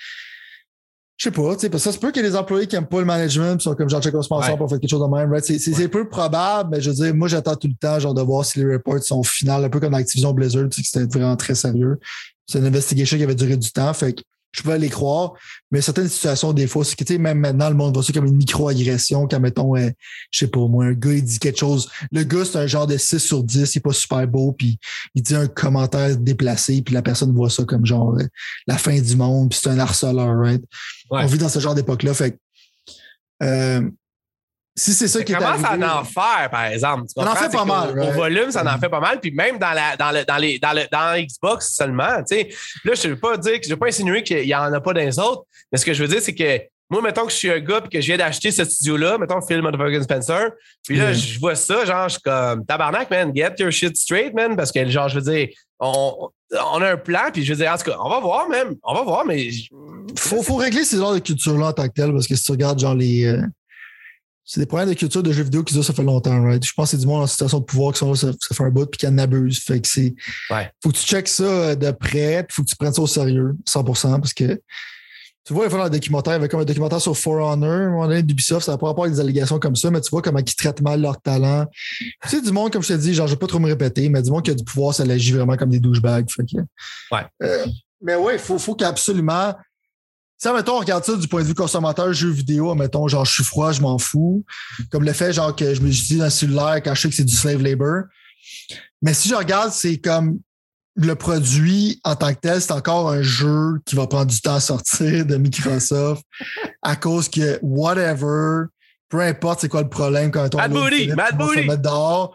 je sais pas, tu sais, parce que ça se peut qu'il y ait des employés qui aiment pas le management, qui sont comme genre check on se pense pour faire quelque chose de même, right? C'est peu probable, mais je veux dire, moi j'attends tout le temps genre de voir si les reports sont finales, un peu comme Activision Blizzard, tu sais, que c'était vraiment très sérieux. C'est une investigation qui avait duré du temps, fait que je pouvais les croire, mais certaines situations, des fois, c'est que, tu sais, même maintenant, le monde voit ça comme une micro-agression, quand, mettons, je sais pas, moi, un gars, il dit quelque chose. Le gars, c'est un genre de 6 sur 10, il est pas super beau, puis il dit un commentaire déplacé, puis la personne voit ça comme genre la fin du monde, puis c'est un harceleur, right? Ouais. On vit dans ce genre d'époque-là, fait que, si c'est ça qui est arrivé... Ça commence à en faire, par exemple. Ça en fait pas mal. Au volume, ça en fait pas mal. Puis même dans Xbox seulement, tu sais. Là, je ne veux pas insinuer qu'il n'y en a pas dans les autres. Mais ce que je veux dire, c'est que moi, mettons que je suis un gars et que je viens d'acheter ce studio-là, mettons Phil Motherfucking Spencer. Puis là, je vois ça, genre, je suis comme tabarnak, man, get your shit straight, man. Parce que, genre, je veux dire, on a un plan, puis je veux dire, en tout cas, on va voir même. On va voir, mais. Faut régler ces genres de culture-là en tant que tel, parce que si tu regardes, genre, c'est des problèmes de culture de jeux vidéo qui ça fait longtemps, right? Je pense que c'est du monde en situation de pouvoir qui sont là, ça fait un bout puis qui en abuse. Fait que c'est. Ouais. Faut que tu checkes ça de près, puis faut que tu prennes ça au sérieux, 100%, parce que tu vois, il faut dans le documentaire, il y avait comme un documentaire sur For Honor, à un moment donné, d'Ubisoft, ça n'a pas rapport avec des allégations comme ça, mais tu vois comment ils traitent mal leur talent. Tu sais, du monde, comme je te dis, genre, je vais pas trop me répéter, mais du monde qui a du pouvoir, ça l'agit vraiment comme des douchebags. Fait que, ouais. Mais ouais, il faut qu'absolument. Si, mettons, on regarde ça du point de vue consommateur, jeux vidéo, mettons, genre, je suis froid, je m'en fous. Comme le fait, genre, que je me dis dans le cellulaire quand je sais que c'est du slave labor. Mais si je regarde, c'est comme le produit en tant que tel, c'est encore un jeu qui va prendre du temps à sortir de Microsoft à cause que whatever, peu importe c'est quoi le problème quand on va se mettre dehors.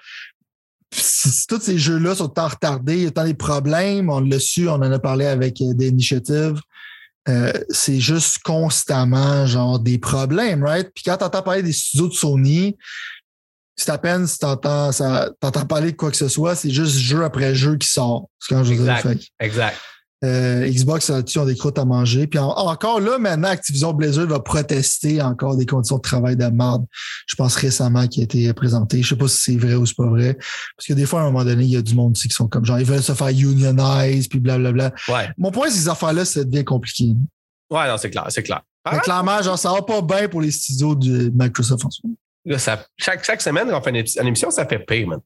Si tous ces jeux-là sont tant retardés, il y a tant des problèmes, on l'a su, on en a parlé avec des initiatives. C'est juste constamment genre des problèmes, right? Puis quand t'entends parler des studios de Sony, c'est à peine si t'entends parler de quoi que ce soit, c'est juste jeu après jeu qui sort. C'est quand je veux dire. Exact. Xbox là-dessus ont des croûtes à manger. Puis encore là, maintenant, Activision Blizzard va protester encore des conditions de travail de merde. Je pense récemment qui a été présenté. Je sais pas si c'est vrai ou c'est pas vrai. Parce que des fois, à un moment donné, il y a du monde aussi qui sont comme genre, ils veulent se faire unionize, puis blablabla. Ouais. Mon point, c'est que ces affaires-là, ça devient compliqué. Ouais, non, c'est clair. Mais clairement, genre, ça va pas bien pour les studios de Microsoft en ce moment. Là, chaque semaine, quand on fait une émission, ça fait pire, man.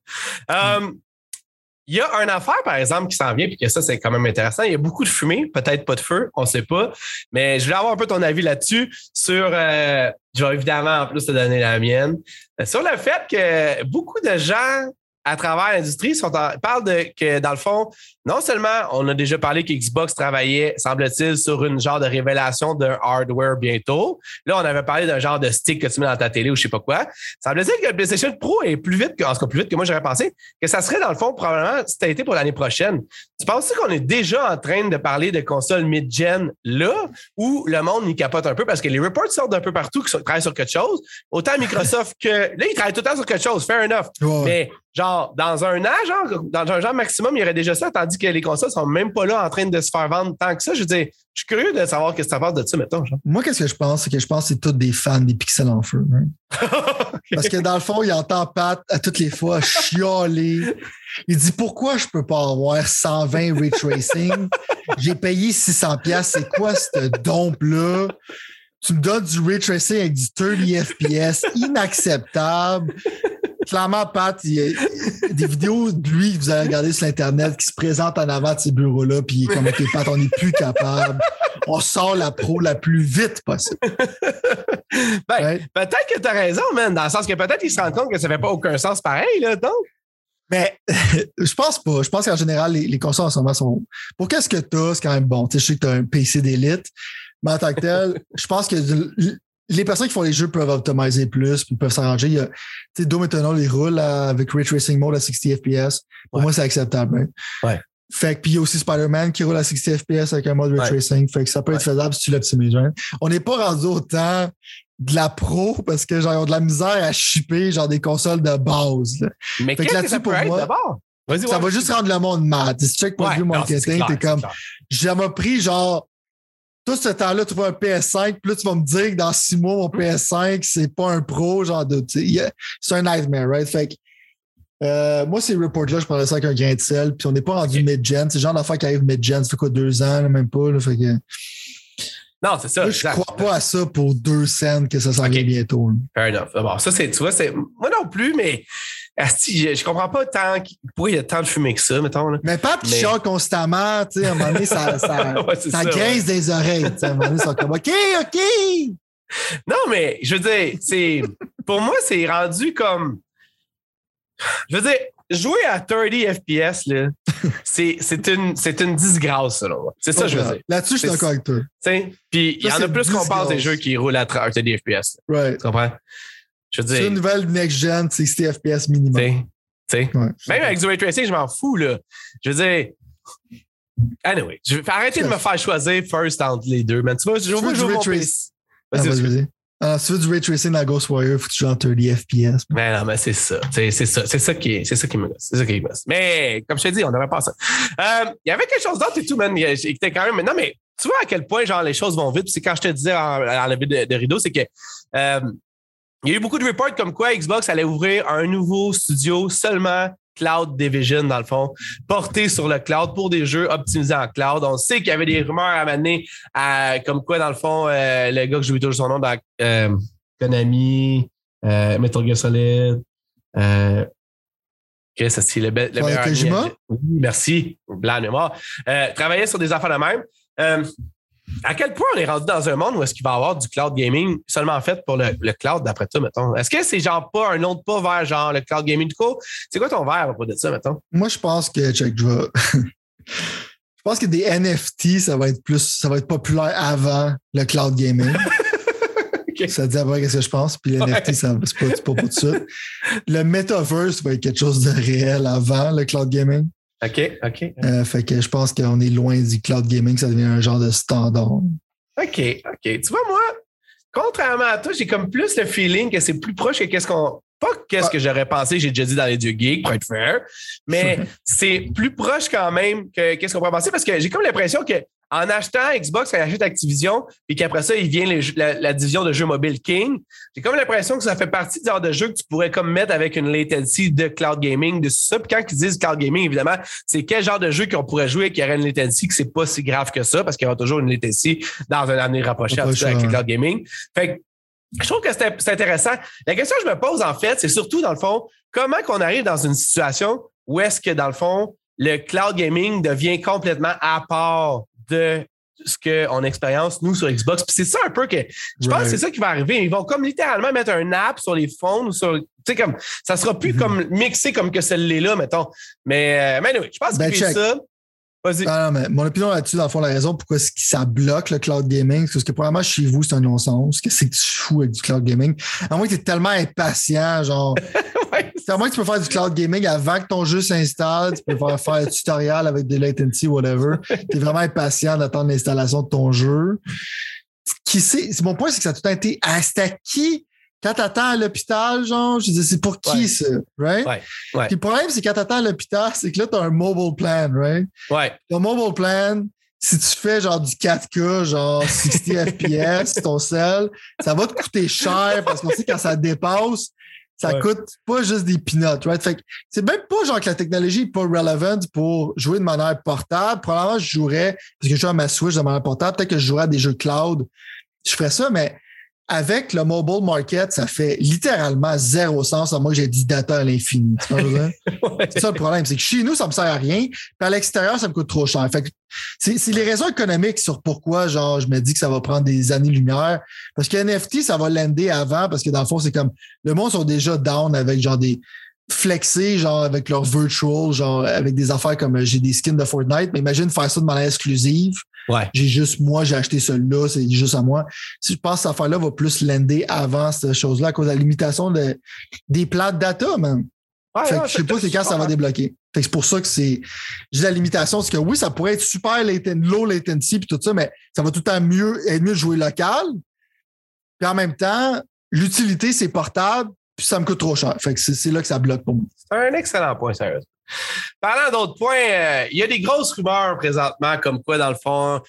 Il y a une affaire, par exemple, qui s'en vient, puis que ça, c'est quand même intéressant. Il y a beaucoup de fumée, peut-être pas de feu, on ne sait pas. Mais je voulais avoir un peu ton avis là-dessus sur, je vais évidemment en plus te donner la mienne, sur le fait que beaucoup de gens à travers l'industrie parlent que, dans le fond, non seulement on a déjà parlé qu'Xbox travaillait, semble-t-il, sur une genre de révélation d'un hardware bientôt. Là, on avait parlé d'un genre de stick que tu mets dans ta télé ou je sais pas quoi. Semble-t-il que le PlayStation Pro est plus vite que moi j'aurais pensé, que ça serait dans le fond probablement si ça a été pour l'année prochaine. Tu penses qu'on est déjà en train de parler de consoles mid-gen là où le monde y capote un peu parce que les reports sortent d'un peu partout qui travaillent sur quelque chose. Autant Microsoft que... Là, ils travaillent tout le temps sur quelque chose, fair enough. Ouais. Mais genre, dans un an, dans un genre maximum, il y aurait déjà ça, tandis que les consoles sont même pas là en train de se faire vendre tant que ça. Je veux dire, je suis curieux de savoir qu'est-ce que tu penses de ça, mettons. Genre. Moi, qu'est-ce que je pense? C'est que je pense que c'est tous des fans des pixels en feu. Hein? Okay. Parce que dans le fond, il entend Pat à toutes les fois chialer. Il dit, pourquoi je peux pas avoir 120 ray tracing? J'ai payé 600$. C'est quoi cette dompe-là? Tu me donnes du ray tracing avec du 30 FPS, inacceptable. Clairement, Pat, il y a des vidéos de lui que vous allez regarder sur Internet qui se présentent en avant de ces bureaux-là, puis il est comme, OK, Pat, on n'est plus capable. On sort la pro la plus vite possible. Peut-être que tu as raison, man, dans le sens que peut-être qu'il se rend compte que ça fait pas aucun sens pareil, là, donc. Mais je pense pas. Je pense qu'en général, les consoles en ce moment sont... Pour qu'est-ce que tu as, c'est quand même bon. Tu sais, je sais que tu as un PC d'élite, mais en tant que tel, je pense que les personnes qui font les jeux peuvent optimiser plus, puis peuvent s'arranger. Tu sais, Doom Eternal, il roule avec Ray Tracing Mode à 60 FPS. Pour moi, c'est acceptable. Hein? Ouais. Fait que, puis il y a aussi Spider-Man qui roule à 60 FPS avec un mode Ray Tracing. Fait que ça peut être faisable si tu l'optimises. Hein? On n'est pas rendu au temps de la pro parce que genre, ils ont de la misère à shipper genre des consoles de base. Là. Mais qu'est-ce que ça peut être d'abord? Ça va juste rendre le monde mad. Si tu check point de vue marketing, t'es comme, ça m'a pris genre tout ce temps-là, tu vois un PS5, puis là, tu vas me dire que dans 6 mois, mon PS5, c'est pas un pro, genre de. C'est un nightmare, right? Fait que moi, ces reports-là, je prendrais ça avec un grain de sel, puis on n'est pas rendu mid-gen. C'est le genre d'affaire qui arrive mid-gen, ça fait quoi, 2 ans, là, même pas. Là, fait que. Non, c'est ça. Là, je crois pas à ça pour 2 cents que ça s'en vient bientôt. Là. Fair enough. Bon, ça, tu vois, moi non plus, mais asti, je comprends pas pourquoi il y a tant de fumée que ça, mettons. Là. Mais pas chiant constamment, tu sais, à un moment donné, ça grince des oreilles. À un moment donné, ils sont comme OK. Non, mais je veux dire, pour moi, c'est rendu comme. Je veux dire, jouer à 30 FPS, là, c'est une disgrâce, selon moi. C'est ça que je veux dire. Là-dessus, je suis d'accord avec toi. Puis il y en a plus qu'on pense des jeux qui roulent à 30 FPS. Right. Tu comprends? Je veux dire. C'est une nouvelle next-gen, c'est 60 FPS minimum. Ouais, même avec du ray tracing, je m'en fous, là. Je veux dire. Anyway, je vais arrêter de me faire choisir first entre les deux, man. Tu vois, je veux jouer mon PC. Vas-y. Alors, si tu veux du ray tracing dans Ghostwire, il faut que tu joues en 30 FPS. Mais non, mais c'est ça. C'est ça qui me gosse. C'est ça qui me gosse. Mais, comme je t'ai dit, on n'aurait pas ça. Il y avait quelque chose d'autre et tout, man. Était quand même. Non, mais tu vois à quel point, genre, les choses vont vite. C'est quand je te disais en levée de rideau, c'est que, il y a eu beaucoup de reports comme quoi Xbox allait ouvrir un nouveau studio seulement Cloud Division, dans le fond, porté sur le cloud pour des jeux optimisés en cloud. On sait qu'il y avait des rumeurs à m'amener comme quoi, dans le fond, le gars que j'oublie toujours son nom dans Konami, Metal Gear Solid, ça c'est le meilleur ami. Oui, merci, blanc mémoire. Travaillait sur des affaires de même. À quel point on est rendu dans un monde où est-ce qu'il va y avoir du cloud gaming seulement fait pour le cloud d'après toi, mettons? Est-ce que c'est genre pas un autre pas vers genre le cloud gaming du coup? C'est quoi ton verre à propos de ça, mettons? Moi, je pense que, je pense que des NFT, ça va être populaire avant le cloud gaming. Okay. Ça dit après qu'est-ce que je pense. Puis le NFT, c'est pas pour tout ça. Le metaverse va être quelque chose de réel avant le cloud gaming. OK. Fait que je pense qu'on est loin du cloud gaming, ça devient un genre de standard. OK. Tu vois, moi, contrairement à toi, j'ai comme plus le feeling que c'est plus proche que qu'est-ce que j'aurais pensé, j'ai déjà dit dans les dieux geeks, pour être fair, mais c'est plus proche quand même que qu'est-ce qu'on pourrait penser parce que j'ai comme l'impression que en achetant Xbox, quand il achète Activision, puis qu'après ça, il vient la division de jeux mobile King, j'ai comme l'impression que ça fait partie du genre de jeu que tu pourrais comme mettre avec une latency de cloud gaming, de ça. Puis quand ils disent cloud gaming, évidemment, c'est quel genre de jeu qu'on pourrait jouer qui aurait une latency que c'est pas si grave que ça, parce qu'il y aura toujours une latency dans un avenir rapproché avec le cloud gaming. Fait que je trouve que c'est intéressant. La question que je me pose, en fait, c'est surtout, dans le fond, comment qu'on arrive dans une situation où est-ce que, dans le fond, le cloud gaming devient complètement à part de ce qu'on expérience, nous, sur Xbox. Puis c'est ça un peu que je pense que c'est ça qui va arriver. Ils vont comme littéralement mettre un app sur les phones ou sur. Tu sais, comme ça sera plus comme mixé comme que celle-là, mettons. Mais oui, je pense que c'est ça. Vas-y. Non, mais mon opinion là-dessus, dans le fond, la raison pourquoi ça bloque le cloud gaming, c'est parce que probablement chez vous, c'est un non-sens. Qu'est-ce que tu fous avec du cloud gaming? À moins que tu es tellement impatient, genre. Ouais. À moins que tu peux faire du cloud gaming avant que ton jeu s'installe, tu peux faire un tutoriel avec des latency, whatever. Tu es vraiment impatient d'attendre l'installation de ton jeu. Mon point, c'est que ça a tout été. C'était à qui? Quand t'attends à l'hôpital, genre, je dis, c'est pour qui ça, right? Ouais. Puis le problème, c'est quand t'attends à l'hôpital, c'est que là, t'as un mobile plan, right? Ouais. Ton mobile plan, si tu fais genre du 4K, genre 60 FPS, ton cell, ça va te coûter cher parce qu'on sait quand ça dépasse, ça coûte pas juste des peanuts, right? Fait que c'est même pas genre que la technologie est pas relevant pour jouer de manière portable. Probablement, je jouerais, parce que je joue à ma Switch de manière portable, peut-être que je jouerais à des jeux cloud. Je ferais ça, mais avec le mobile market, ça fait littéralement zéro sens à moi que j'ai du data à l'infini. C'est ça le problème. C'est que chez nous, ça me sert à rien. Puis à l'extérieur, ça me coûte trop cher. Fait que c'est les raisons économiques sur pourquoi, genre, je me dis que ça va prendre des années-lumière. Parce que NFT, ça va lander avant, parce que dans le fond, c'est comme le monde sont déjà down avec genre des flexés, genre avec leur virtual, genre avec des affaires comme j'ai des skins de Fortnite, mais imagine faire ça de manière exclusive. Ouais. J'ai acheté celui-là, c'est juste à moi. Si je pense que cette affaire-là va plus lander avant cette chose-là à cause de la limitation des plans de data, man. Ouais, fait que je sais pas c'est quand ça va débloquer. Fait que c'est pour ça que j'ai la limitation, c'est que oui, ça pourrait être super low latency puis tout ça, mais ça va tout le temps être mieux de jouer local. Puis en même temps, l'utilité, c'est portable, puis ça me coûte trop cher. Fait que c'est là que ça bloque pour moi. C'est un excellent point, sérieux. Parlant d'autres points, il y a des grosses rumeurs présentement comme quoi, dans le fond,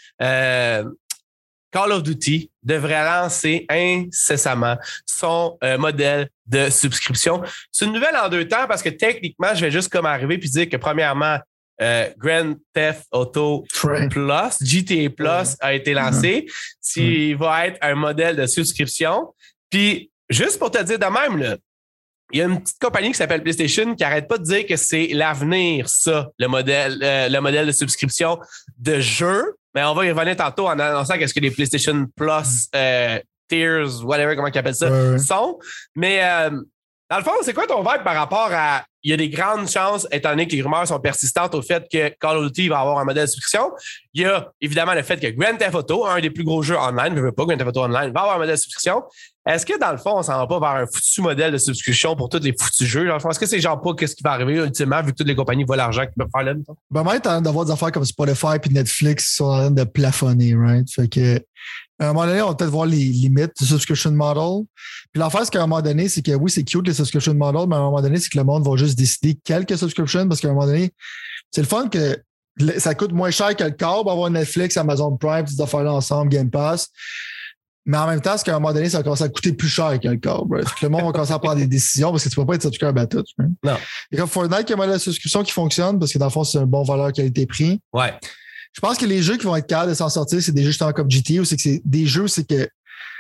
Call of Duty devrait lancer incessamment son modèle de subscription. C'est une nouvelle en 2 temps parce que techniquement, je vais juste comme arriver puis dire que premièrement, Grand Theft Auto Plus, GTA Plus a été lancé. Il va être un modèle de subscription. Puis, juste pour te dire de même, là, il y a une petite compagnie qui s'appelle PlayStation qui n'arrête pas de dire que c'est l'avenir, ça, le modèle de subscription de jeu. Mais on va y revenir tantôt en annonçant qu'est-ce que les PlayStation Plus, Tiers, whatever, comment ils appellent ça, sont. Mais dans le fond, c'est quoi ton vibe par rapport à... Il y a des grandes chances, étant donné que les rumeurs sont persistantes, au fait que Call of Duty va avoir un modèle de subscription. Il y a évidemment le fait que Grand Theft Auto, un des plus gros jeux online, ne veut pas Grand Theft Auto Online, va avoir un modèle de subscription. Est-ce que dans le fond, on s'en va pas vers un foutu modèle de subscription pour tous les foutus jeux? Dans le fond, est-ce que c'est genre pas qu'est-ce qui va arriver ultimement vu que toutes les compagnies voient l'argent qu'ils peuvent faire là? Ben, moi, t'as d'avoir des affaires comme Spotify et Netflix qui sont en train de plafonner, right? Fait que, à un moment donné, on va peut-être voir les limites du subscription model. Puis l'affaire, c'est qu'à un moment donné, c'est que oui, c'est cute les subscription model, mais à un moment donné, c'est que le monde va juste décider quelques subscriptions parce qu'à un moment donné, c'est le fun que ça coûte moins cher que le câble, avoir Netflix, Amazon Prime, ces affaires-là ensemble, Game Pass. Mais en même temps, c'est qu'à un moment donné, ça va commencer à coûter plus cher que le câble. Right? Le monde va commencer à prendre des décisions parce que tu ne peux pas être subscriber à tout. Right? Non. Et comme Fortnite, qui a un modèle de subscription qui fonctionne parce que dans le fond, c'est un bon valeur qualité-prix. Ouais. Je pense que les jeux qui vont être capables de s'en sortir, c'est des jeux justement comme GTA ou c'est que c'est des jeux, c'est que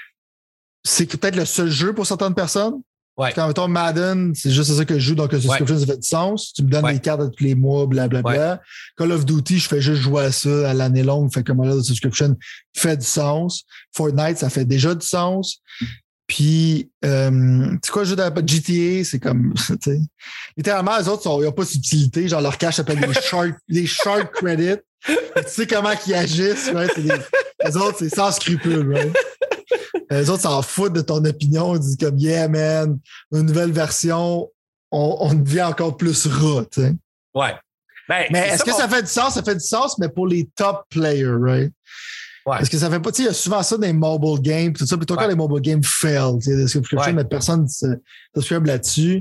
peut-être le seul jeu pour certaines personnes. Ouais. Quand mettons Madden, c'est juste ça que je joue, donc le subscription, ça fait du sens. Tu me donnes des cartes à tous les mois, blablabla. Ouais. Call of Duty, je fais juste jouer à ça à l'année longue, fait que le modèle de subscription fait du sens. Fortnite, ça fait déjà du sens. Puis, c'est quoi le jeu de GTA? C'est comme, tu sais. Littéralement, les autres, ils n'ont pas d'utilité. Genre, leur cash s'appelle des shark credits. Tu sais comment ils agissent, right? Les autres, c'est sans scrupule, right? Les autres s'en foutent de ton opinion. Ils disent comme, yeah, man, une nouvelle version, on devient encore plus rat, tu sais. Ouais. Ben, mais est-ce que ça fait du sens? Ça fait du sens, mais pour les top players, right? Ouais. Parce que ça fait pas, tu sais, il y a souvent ça dans les mobile games, tout ça, plutôt quand les mobile games fail, tu sais, des subscriptions, mais personne ne se subscribe là-dessus.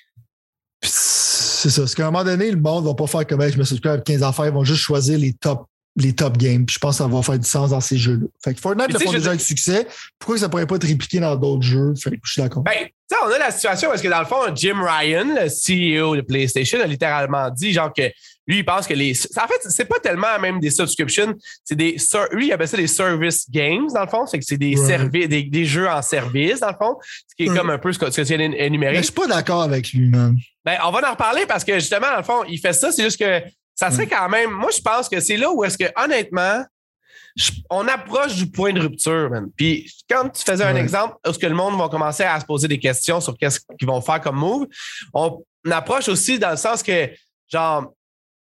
Puis c'est ça. C'est qu'à un moment donné, le monde va pas faire comme je me subscribe à 15 affaires, ils vont juste choisir les top games. Puis je pense que ça va faire du sens dans ces jeux-là. Fait que Fortnite le font déjà avec succès. Pourquoi ça pourrait pas être répliqué dans d'autres jeux? Fait que je suis d'accord. Ben, tu sais, on a la situation parce que dans le fond, Jim Ryan, le CEO de PlayStation, a littéralement dit genre que lui, il pense que en fait, c'est pas tellement même des subscriptions, c'est lui, il appelle ça des service games, dans le fond. C'est que c'est des services, des jeux en service, dans le fond. Ce qui est comme un peu ce que tu viens d'énumérer. Mais je suis pas d'accord avec lui, man. Ben, on va en reparler parce que justement, dans le fond, il fait ça. C'est juste que ça serait quand même. Moi, je pense que c'est là où est-ce que, honnêtement, on approche du point de rupture, man. Puis quand tu faisais un exemple où que le monde va commencer à se poser des questions sur qu'est-ce qu'ils vont faire comme move, on approche aussi dans le sens que, genre,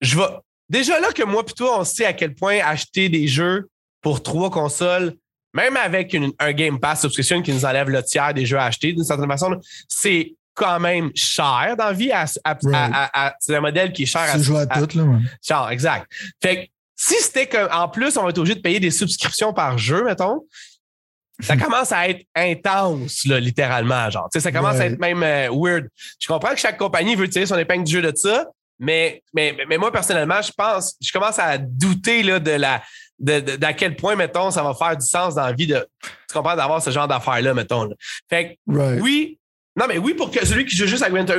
déjà là que moi puis toi, on sait à quel point acheter des jeux pour 3 consoles, même avec un Game Pass subscription qui nous enlève le tiers des jeux à acheter, d'une certaine façon, c'est quand même cher dans la vie. C'est un modèle qui est cher. Tu joues à tout, là. Ouais. Cher, exact. Fait que si c'était qu'en plus, on va être obligé de payer des subscriptions par jeu, mettons, ça commence à être intense, là, littéralement. Genre, ça commence à être même weird. Je comprends que chaque compagnie veut tirer son épingle du jeu de ça, mais moi, personnellement, je commence à douter là, d'à quel point, mettons, ça va faire du sens dans la vie tu comprends, d'avoir ce genre d'affaires-là, mettons. Là. Fait que, oui, pour que celui qui joue juste à Gran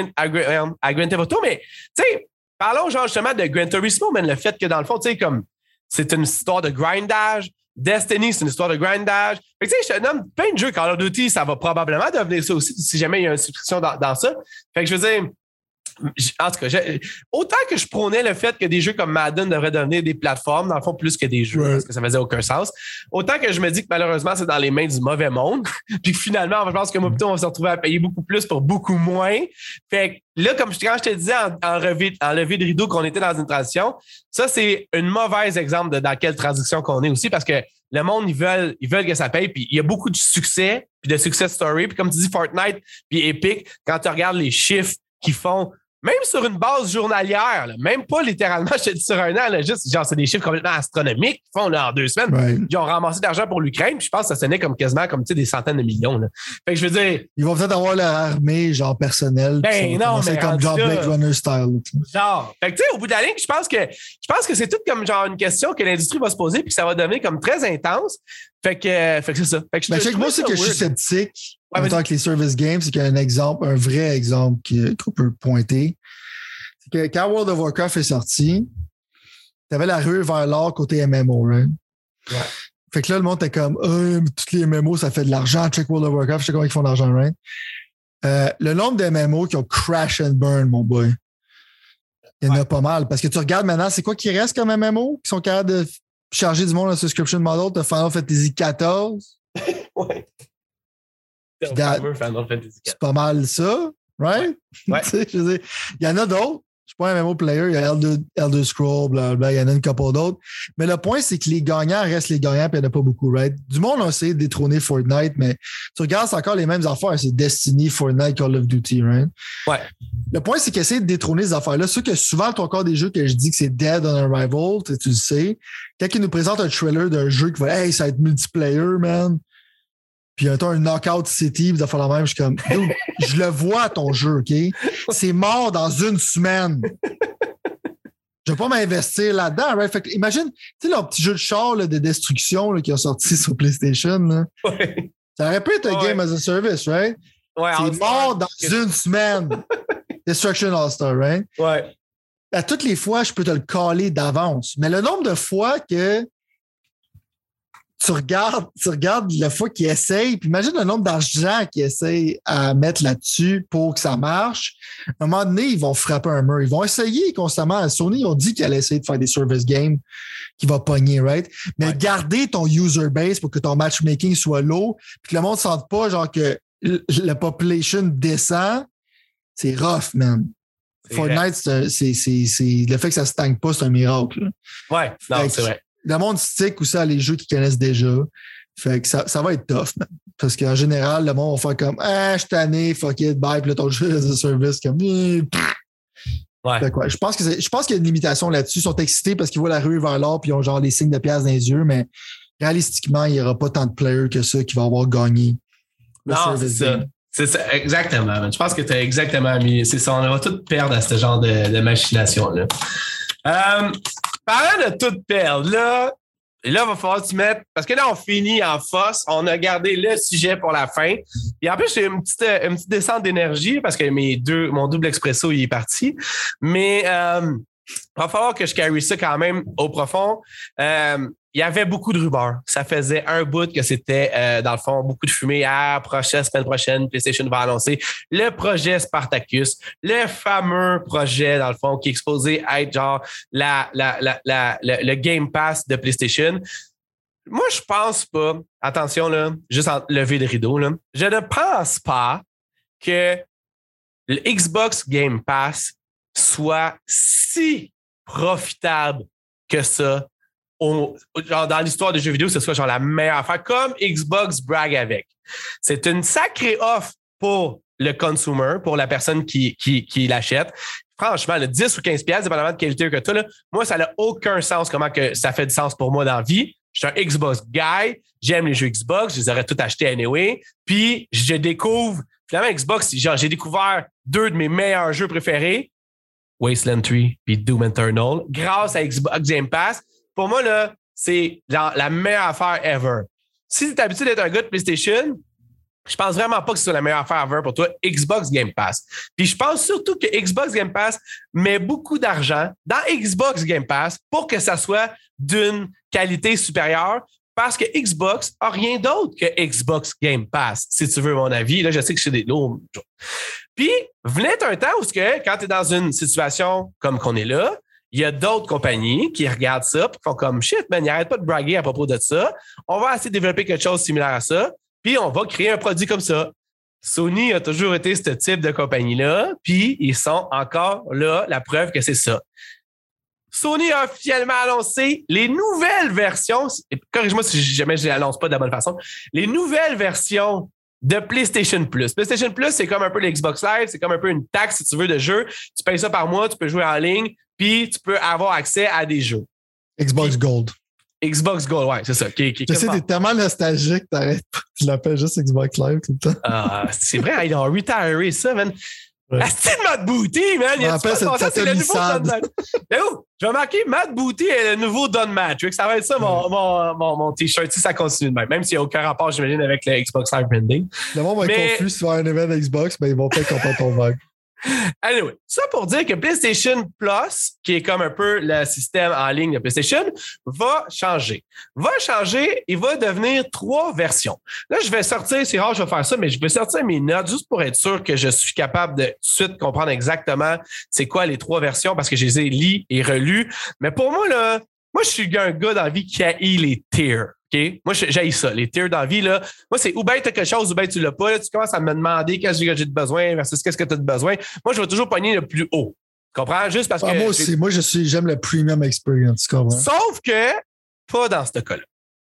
Theft Auto, mais, tu sais, parlons genre justement de Gran Turismo, mais le fait que dans le fond, tu sais, comme c'est une histoire de grindage. Destiny, c'est une histoire de grindage. Fait que tu sais, je te nomme plein de jeux. Call of Duty, ça va probablement devenir ça aussi si jamais il y a une subscription dans ça. Fait que je veux dire, en tout cas, autant que je prônais le fait que des jeux comme Madden devraient devenir des plateformes, dans le fond, plus que des jeux, parce que ça faisait aucun sens, autant que je me dis que malheureusement, c'est dans les mains du mauvais monde, puis que finalement, je pense que moi, plutôt, on va se retrouver à payer beaucoup plus pour beaucoup moins. Fait que là, quand je te disais en levée de rideau qu'on était dans une transition, ça, c'est un mauvais exemple de dans quelle transition qu'on est aussi, parce que le monde, ils veulent que ça paye, puis il y a beaucoup de succès, puis de success story, puis comme tu dis, Fortnite, puis Epic, quand tu regardes les chiffres qu'ils font, même sur une base journalière, là, même pas littéralement, je te dis sur un an, là, juste, genre, c'est des chiffres complètement astronomiques qu'ils font là, en 2 semaines. Ils ont ramassé de l'argent pour l'Ukraine, puis je pense que ça sonnait comme quasiment comme des centaines de millions. Là. Fait que je veux dire. Ils vont peut-être avoir leur armée, genre personnelle. Ben non, mais comme genre Blade Runner style. Genre. Fait que tu sais, au bout de la ligne, je pense que c'est tout comme genre une question que l'industrie va se poser, puis que ça va devenir comme très intense. Fait que c'est ça. Fait que moi, c'est que je suis sceptique. En même temps que les service games, c'est qu'il y a un vrai exemple qu'on peut pointer. C'est que quand World of Warcraft est sorti, tu avais la rue vers l'or côté MMO, right? Ouais. Fait que là, le monde était comme, toutes les MMO, ça fait de l'argent. Check World of Warcraft, je sais comment ils font de l'argent, right? Le nombre de MMO qui ont crash and burn, mon boy. Il y en a pas mal. Parce que tu regardes maintenant, c'est quoi qui reste comme MMO qui sont capables de charger du monde en subscription model? Tu as Final Fantasy XIV. Ouais. C'est pas mal ça, right? Ouais. Je veux dire, il y en a d'autres. Je suis pas un MMO player. Il y a Elder Scrolls, blablabla. Il y en a une couple d'autres. Mais le point, c'est que les gagnants restent les gagnants, puis il n'y en a pas beaucoup, right? Du monde a essayé de détrôner Fortnite, mais tu regardes, c'est encore les mêmes affaires. C'est Destiny, Fortnite, Call of Duty, right? Ouais. Le point, c'est qu'essayer de détrôner ces affaires-là, c'est que souvent, tu as encore des jeux que je dis que c'est dead on arrival, tu le sais. Quand ils nous présentent un trailer d'un jeu qui va, hey, ça va être multiplayer, man. Puis un Knockout City, vous allez faire la même. Je suis comme, je le vois ton jeu, OK? C'est mort dans une semaine. Je vais pas m'investir là-dedans, right? Fait que, imagine, tu sais, leur petit jeu de char là, de destruction là, qui a sorti sur PlayStation. Là. Ouais. Ça aurait pu être un game as a service, right? Ouais, c'est mort dans une semaine. Destruction All-Star, right? Ouais. À toutes les fois, je peux te le caler d'avance. Mais le nombre de fois que tu regardes la fois qu'ils essayent, puis imagine le nombre d'argent qu'ils essayent à mettre là-dessus pour que ça marche. À un moment donné, ils vont frapper un mur. Ils vont essayer constamment. Sony, ils ont dit qu'ils allaient essayer de faire des service games qui vont pogner, right? Mais garder ton user base pour que ton matchmaking soit low, puis que le monde ne sente pas genre que la population descend, c'est rough, man. Fortnite, c'est le fait que ça stagne pas, c'est un miracle. Ouais, non, c'est vrai. Le monde stick ou ça à les jeux qu'ils connaissent déjà. Fait que ça va être tough, man. Parce qu'en général, le monde va faire comme je suis tanné, fuck it, bye, puis là, ton jeu as a service comme ouais. Fait que, ouais. Je pense qu'il y a une limitation là-dessus. Ils sont excités parce qu'ils voient la rue vers l'or puis ils ont genre les signes de pièces dans les yeux, mais réalistiquement, il n'y aura pas tant de players que ça qui vont avoir gagné. Non, c'est ça. C'est ça, exactement. Je pense que tu as exactement mis. C'est ça, on va tout perdre à ce genre de machination-là. Parlant de tout perdre, là, il va falloir que tu mettes. Parce que là, on finit en fosse. On a gardé le sujet pour la fin. Et en plus, j'ai une petite descente d'énergie parce que mon double expresso, il est parti. Mais il va falloir que je carry ça quand même au profond. Il y avait beaucoup de rumeurs. Ça faisait un bout que c'était, dans le fond, beaucoup de fumée. Semaine prochaine, PlayStation va annoncer le projet Spartacus, le fameux projet, dans le fond, qui est exposé à être genre le Game Pass de PlayStation. moi, je pense pas, attention, là, juste en lever le rideau, là, je ne pense pas que le Xbox Game Pass soit si profitable que ça. Genre dans l'histoire des jeux vidéo, ce soit genre la meilleure affaire, comme Xbox brague avec. C'est une sacrée offre pour le consumer, pour la personne qui l'achète. Franchement, le 10 ou 15$, dépendamment de qualité que tu as, là, moi, ça n'a aucun sens comment que ça fait du sens pour moi dans la vie. Je suis un Xbox guy, j'aime les jeux Xbox, je les aurais tous achetés anyway. Puis, je découvre, finalement, Xbox, genre, j'ai découvert 2 de mes meilleurs jeux préférés, Wasteland 3 puis Doom Eternal, grâce à Xbox Game Pass. Pour moi, là, c'est genre la meilleure affaire ever. Si tu es habitué d'être un gars de PlayStation, je pense vraiment pas que ce soit la meilleure affaire ever pour toi, Xbox Game Pass. Puis je pense surtout que Xbox Game Pass met beaucoup d'argent dans Xbox Game Pass pour que ça soit d'une qualité supérieure parce que Xbox a rien d'autre que Xbox Game Pass, si tu veux mon avis. Là, je sais que je suis des lourds. Puis, venait un temps où quand tu es dans une situation comme qu'on est là, il y a d'autres compagnies qui regardent ça et qui font comme shit, man, ils n'arrêtent pas de braguer à propos de ça. On va essayer de développer quelque chose de similaire à ça. Puis, on va créer un produit comme ça. Sony a toujours été ce type de compagnie-là, puis ils sont encore là, la preuve que c'est ça. Sony a officiellement annoncé les nouvelles versions, corrige-moi si jamais je ne l'annonce pas de la bonne façon, les nouvelles versions de PlayStation Plus. PlayStation Plus, c'est comme un peu l'Xbox Live, c'est comme un peu une taxe, si tu veux, de jeu. Tu payes ça par mois, tu peux jouer en ligne, puis tu peux avoir accès à des jeux. Xbox Gold. Xbox Gold, ouais, c'est ça. Je sais, t'es tellement nostalgique, t'arrêtes pas. Tu l'appelles juste Xbox Live tout le temps. C'est vrai, ils ont retiré ça, man. Ouais. Asti de Matt Booty, man! Il y a c'est le nouveau Don Match. Mais où? Je vais marquer Matt Booty est le nouveau Don Match. Ça va être ça, mon t-shirt, si ça continue de même. Même s'il n'y a aucun rapport, j'imagine, avec le Xbox Live branding. Le monde va être confus sur un événement Xbox, mais ils vont peut-être comprendre ton vague. Anyway, ça pour dire que PlayStation Plus, qui est comme un peu le système en ligne de PlayStation, va changer. Il va devenir 3 versions. Là, je vais sortir, c'est rare, je vais faire ça, mais je vais sortir mes notes juste pour être sûr que je suis capable de tout de suite comprendre exactement c'est quoi les 3 versions parce que je les ai lues et relues. Mais pour moi, là, je suis un gars dans la vie qui haït les tiers. Okay? Moi, j'haïs ça. Les tiers dans la vie, là. Moi, c'est ou bien tu as quelque chose ou bien tu l'as pas. Là, tu commences à me demander qu'est-ce que j'ai de besoin versus qu'est-ce que tu as de besoin. Moi, je vais toujours pogner le plus haut. Tu comprends? Juste parce que. Moi aussi. Moi, j'aime le premium experience. Tu comprends? Sauf que, pas dans ce cas-là.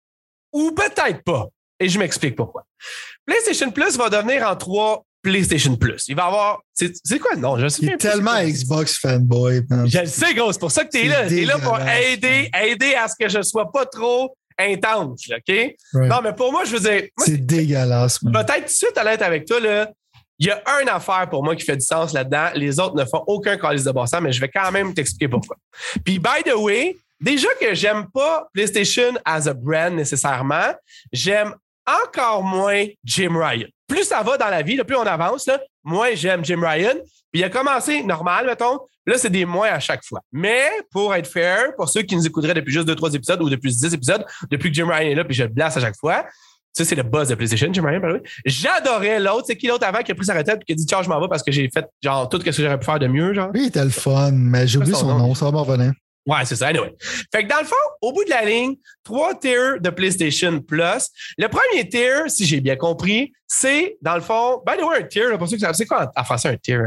Ou peut-être pas. Et je m'explique pourquoi. PlayStation Plus va devenir en 3 PlayStation Plus. Il va avoir. C'est quoi? Non, je sais pas. Il est tellement Xbox fanboy. Man. Je le sais, gros. C'est pour ça que tu es là. Tu es là pour aider à ce que je sois pas trop intense, là, OK? Right. Non, mais pour moi, je veux dire... C'est dégueulasse, man. Peut-être tout de suite honnête avec toi, là, il y a une affaire pour moi qui fait du sens là-dedans. Les autres ne font aucun calice de bon sens, mais je vais quand même t'expliquer pourquoi. Puis, by the way, déjà que j'aime pas PlayStation as a brand nécessairement, j'aime encore moins Jim Ryan. Plus ça va dans la vie, là, plus on avance, là, moins j'aime Jim Ryan. Puis il a commencé normal, mettons. Là, c'est des moins à chaque fois. Mais pour être fair, pour ceux qui nous écouteraient depuis juste 2-3 épisodes ou depuis 10 épisodes, depuis que Jim Ryan est là, puis je le blasse à chaque fois. Ça, c'est le buzz de PlayStation, Jim Ryan, par exemple. J'adorais l'autre. C'est qui l'autre avant qui a pris sa retraite et qui a dit « Ciao, je m'en vais parce que j'ai fait genre tout ce que j'aurais pu faire de mieux. » genre. Oui, il était le fun, mais j'ai oublié son nom. Ça va m'en revenir. Ouais, c'est ça. Anyway. Fait que dans le fond, au bout de la ligne, 3 tiers de PlayStation Plus. Le premier tier, si j'ai bien compris, c'est, dans le fond, by the way, un tier, là, pour ceux qui savent, c'est quoi en français un tier?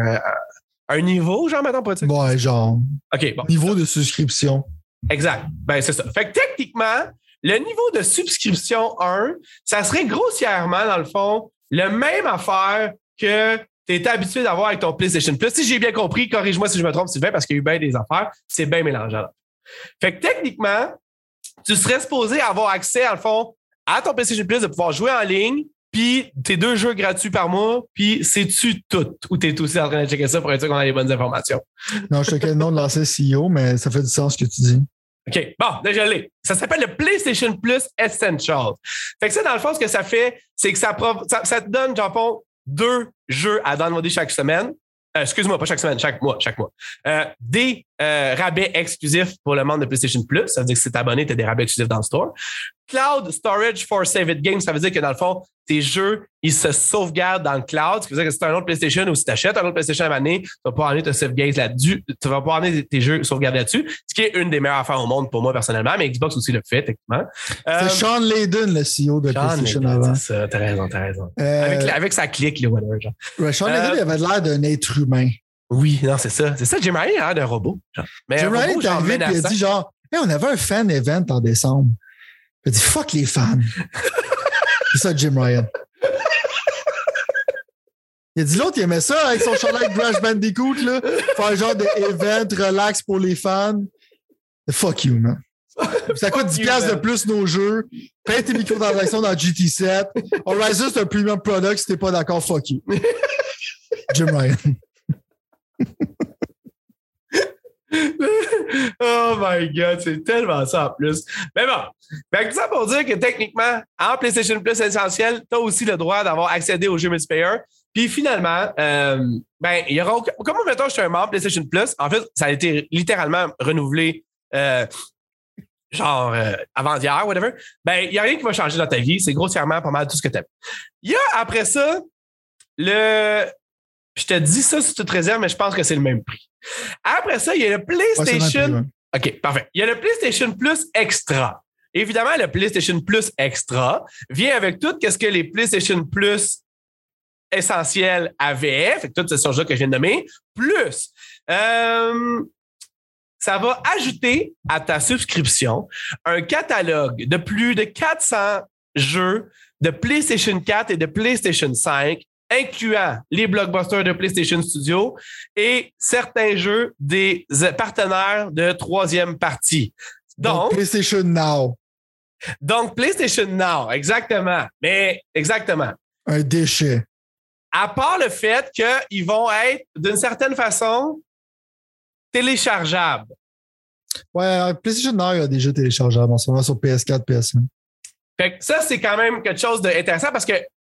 Un niveau, genre, mettons, pas de ça? Ouais, genre. OK, bon. Niveau de souscription. Exact. Ben, c'est ça. Fait que techniquement, le niveau de subscription 1, ça serait grossièrement, dans le fond, le même affaire que tu es habitué d'avoir avec ton PlayStation Plus. Si j'ai bien compris, corrige-moi si je me trompe, Sylvain, parce qu'il y a eu bien des affaires. C'est bien mélangeant. Fait que techniquement, tu serais supposé avoir accès, dans le fond, à ton PlayStation Plus, de pouvoir jouer en ligne, puis tes 2 jeux gratuits par mois, puis sais-tu tout? Ou t'es aussi en train de checker ça pour être sûr qu'on a les bonnes informations? Non, je checkais le nom de l'ancien CEO, mais ça fait du sens ce que tu dis. OK. Bon, déjà l'ai. Ça s'appelle le PlayStation Plus Essential. Fait que ça, dans le fond, ce que ça fait, c'est que ça te donne, genre, 2 jeux à downloader chaque semaine. Excuse-moi, pas chaque semaine, chaque mois. Des rabais exclusifs pour le membre de PlayStation Plus. Ça veut dire que si t'es abonné, t'as des rabais exclusifs dans le store. Cloud Storage for Saved Games, ça veut dire que dans le fond, tes jeux, ils se sauvegardent dans le cloud. Ce qui veut dire que si tu as un autre PlayStation ou si tu achètes un autre PlayStation à l'année, tu vas pouvoir amener tes save games là-dessus. Tu vas pouvoir amener tes jeux sauvegardés là-dessus, ce qui est une des meilleures affaires au monde pour moi personnellement, mais Xbox aussi le fait, techniquement. C'est Sean Layden, le CEO de PlayStation avant. C'est ça, t'as raison. Avec sa clique, le whatever. Genre. Ouais, Sean Layden, il avait l'air d'un être humain. Oui, non, c'est ça. C'est ça, Jim Ryan a l'air d'un robot. Genre. Mais Jim Ryan est arrivé et il a dit genre, hey, on avait un fan event en décembre. Il a dit fuck les fans. C'est ça, Jim Ryan. Il a dit l'autre, il aimait ça avec son chandail Crash Bandicoot, là. Faire un genre d'event relax pour les fans. Fuck you, man. Ça coûte 10$ de plus nos jeux. Paye tes microtransactions dans GT7. Horizon, c'est un premium product. Si t'es pas d'accord, fuck you. Jim Ryan. Oh my God, c'est tellement ça en plus. Mais bon, tout ça pour dire que techniquement, en PlayStation Plus Essentiel, tu as aussi le droit d'avoir accédé aux jeux multiplayer. Puis finalement, il y aura comme mettons, je suis un membre PlayStation Plus. En fait, ça a été littéralement renouvelé avant-hier, whatever. Il n'y a rien qui va changer dans ta vie. C'est grossièrement pas mal tout ce que tu aimes. Il y a après ça, je te dis ça sous toute réserve, mais je pense que c'est le même prix. Après ça, il y a le PlayStation. Ouais. OK, parfait. Il y a le PlayStation Plus Extra. Évidemment, le PlayStation Plus Extra vient avec tout ce que les PlayStation Plus essentiels avaient. Fait que toutes ces choses-là que je viens de nommer. Plus, ça va ajouter à ta subscription un catalogue de plus de 400 jeux de PlayStation 4 et de PlayStation 5, incluant les blockbusters de PlayStation Studios et certains jeux des partenaires de troisième partie. Donc PlayStation Now. Donc, PlayStation Now, exactement. Mais, exactement. Un déchet. À part le fait qu'ils vont être, d'une certaine façon, téléchargeables. Ouais, PlayStation Now, il y a des jeux téléchargeables en ce moment sur PS4, PS5. Fait que ça, c'est quand même quelque chose d'intéressant parce que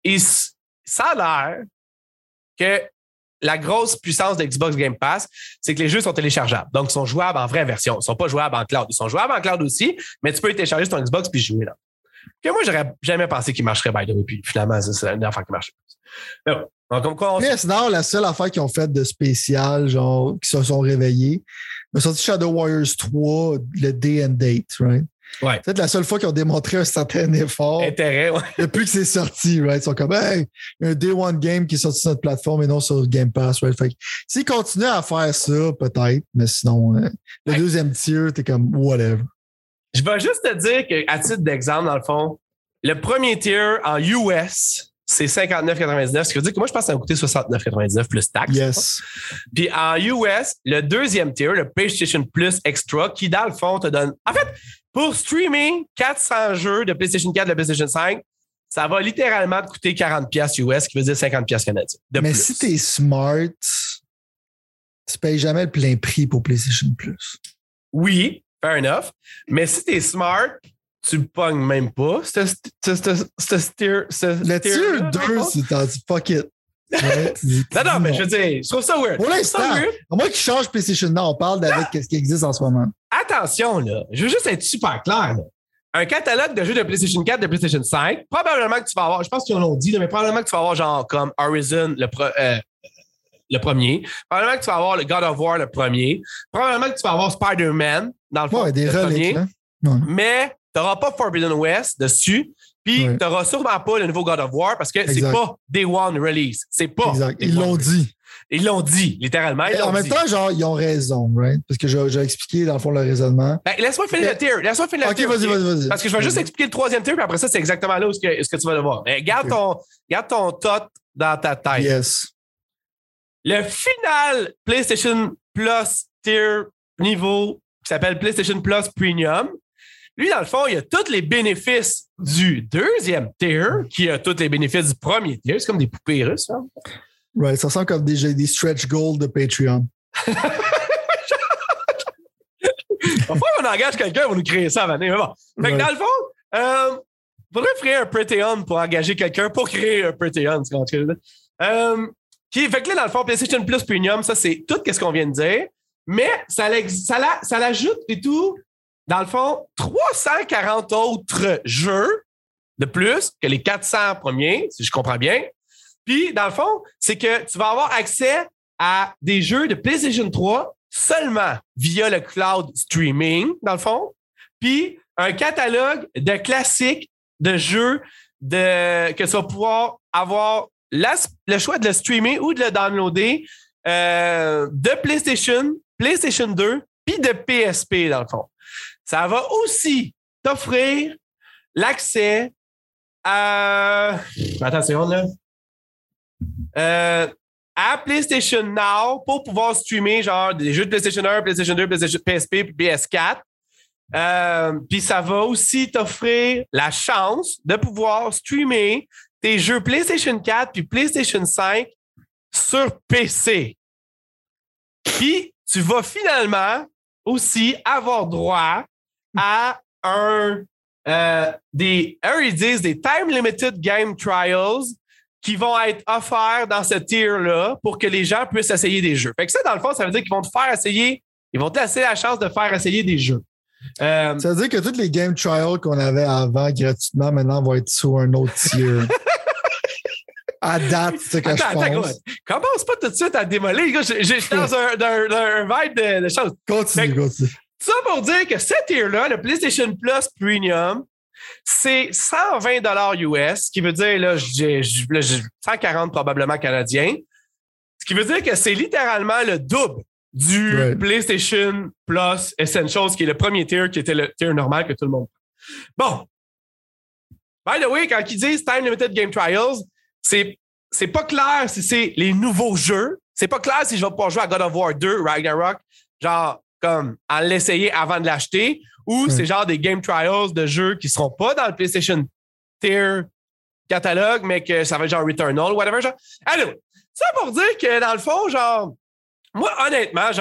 ça a l'air que la grosse puissance de Xbox Game Pass, c'est que les jeux sont téléchargeables. Donc, ils sont jouables en vraie version. Ils ne sont pas jouables en cloud. Ils sont jouables en cloud aussi, mais tu peux les télécharger sur ton Xbox puis jouer là. Que moi, j'aurais jamais pensé qu'il marcherait by the way. Puis finalement, c'est une affaire qui marche. Mais bon. Donc, comme quoi, PS Now, la seule affaire qu'ils ont faite de spécial, genre, qui se sont réveillés, ils ont sorti Shadow Warriors 3, le day and date, right? Ouais. C'est peut-être la seule fois qu'ils ont démontré un certain effort. Intérêt, ouais. Depuis que c'est sorti, right? Ils sont comme, hey, il y a un Day One game qui est sorti sur notre plateforme et non sur Game Pass, right? Fait que s'ils continuent à faire ça, peut-être, mais sinon, le deuxième tier, t'es comme, whatever. Je vais juste te dire qu'à titre d'exemple, dans le fond, le premier tier en US, c'est 59,99. Ce qui veut dire que moi, je pense que ça va coûter 69,99 plus taxes. Yes. Puis en US, le deuxième tier, le PlayStation Plus Extra, qui dans le fond te donne... En fait, pour streaming 400 jeux de PlayStation 4 de PlayStation 5, ça va littéralement te coûter 40$ US, qui veut dire 50$ canadiens. Mais si t'es smart, tu payes jamais le plein prix pour PlayStation Plus. Oui, fair enough. Mais si t'es smart... Tu le pognes même pas. Le tier 2, c'est t'en dis fuck it. Ouais, non, mais je veux dire, je trouve ça weird. Pour l'instant, à moins qu'ils changent PlayStation Now, on parle d'avec ce qui existe en ce moment. Attention, là. Je veux juste être super clair, là. Un catalogue de jeux de PlayStation 4, de PlayStation 5, probablement que tu vas avoir, je pense qu'ils l'ont dit, mais probablement que tu vas avoir genre comme Horizon, le premier. Probablement que tu vas avoir le God of War, le premier. Probablement que tu vas avoir Spider-Man, dans le fond, ouais, des le reliques, premier. Ouais. Mais tu n'auras pas Forbidden West dessus. Puis, tu n'auras sûrement pas le nouveau God of War parce que c'est pas Day One Release. C'est pas. Exact. Ils l'ont dit. Ils l'ont dit, littéralement. En même temps, genre, ils ont raison, right? Parce que j'ai expliqué, dans le fond, le raisonnement. Laisse-moi finir le tier. OK, vas-y. Parce que je vais juste expliquer le troisième tier, puis après ça, c'est exactement là où ce que tu vas le voir. Mais garde ton tot dans ta tête. Yes. Le final PlayStation Plus tier niveau qui s'appelle PlayStation Plus Premium, lui, dans le fond, il a tous les bénéfices du deuxième tier, qui a tous les bénéfices du premier tier. C'est comme des poupées russes. Hein? Right, ça sent comme des stretch goals de Patreon. Parfois, on engage quelqu'un pour nous créer ça à l'année. Mais bon. Fait que dans le fond, il faudrait créer un Patreon pour engager quelqu'un pour créer un Patreon. Fait que là, dans le fond, PlayStation Plus Premium, ça, c'est tout ce qu'on vient de dire. Mais ça l'ajoute et tout, dans le fond, 340 autres jeux de plus que les 400 premiers, si je comprends bien. Puis, dans le fond, c'est que tu vas avoir accès à des jeux de PlayStation 3 seulement via le cloud streaming, dans le fond. Puis, un catalogue de classiques de jeux que tu vas pouvoir avoir le choix de le streamer ou de le downloader de PlayStation 2 puis de PSP, dans le fond. Ça va aussi t'offrir l'accès à... Attends une seconde, là. À PlayStation Now pour pouvoir streamer genre des jeux de PlayStation 1, PlayStation 2, PlayStation PSP puis PS4. Puis ça va aussi t'offrir la chance de pouvoir streamer tes jeux PlayStation 4 puis PlayStation 5 sur PC. Puis tu vas finalement aussi avoir droit à des Time Limited Game Trials qui vont être offerts dans ce tier-là pour que les gens puissent essayer des jeux. Fait que ça, dans le fond, ça veut dire qu'ils vont te faire essayer, ils vont te laisser la chance de faire essayer des jeux. Ça veut dire que tous les game trials qu'on avait avant gratuitement, maintenant, vont être sur un autre tier. À date, c'est ce que je pense. Commence pas tout de suite à démolir. J'ai dans un vibe de choses. Continue. Ça pour dire que ce tier-là, le PlayStation Plus Premium, c'est 120 $ US, ce qui veut dire, là, 140 probablement canadiens. Ce qui veut dire que c'est littéralement le double du PlayStation Plus Essentials, qui est le premier tier, qui était le tier normal que tout le monde prend. Bon. By the way, quand ils disent Time Limited Game Trials, c'est pas clair si c'est les nouveaux jeux. C'est pas clair si je vais pouvoir jouer à God of War 2, Ragnarok, genre comme en l'essayer avant de l'acheter, ou c'est genre des game trials de jeux qui seront pas dans le PlayStation Tier catalogue, mais que ça va être genre Returnal ou whatever. Genre. Alors, ça pour dire que dans le fond, genre, moi, honnêtement,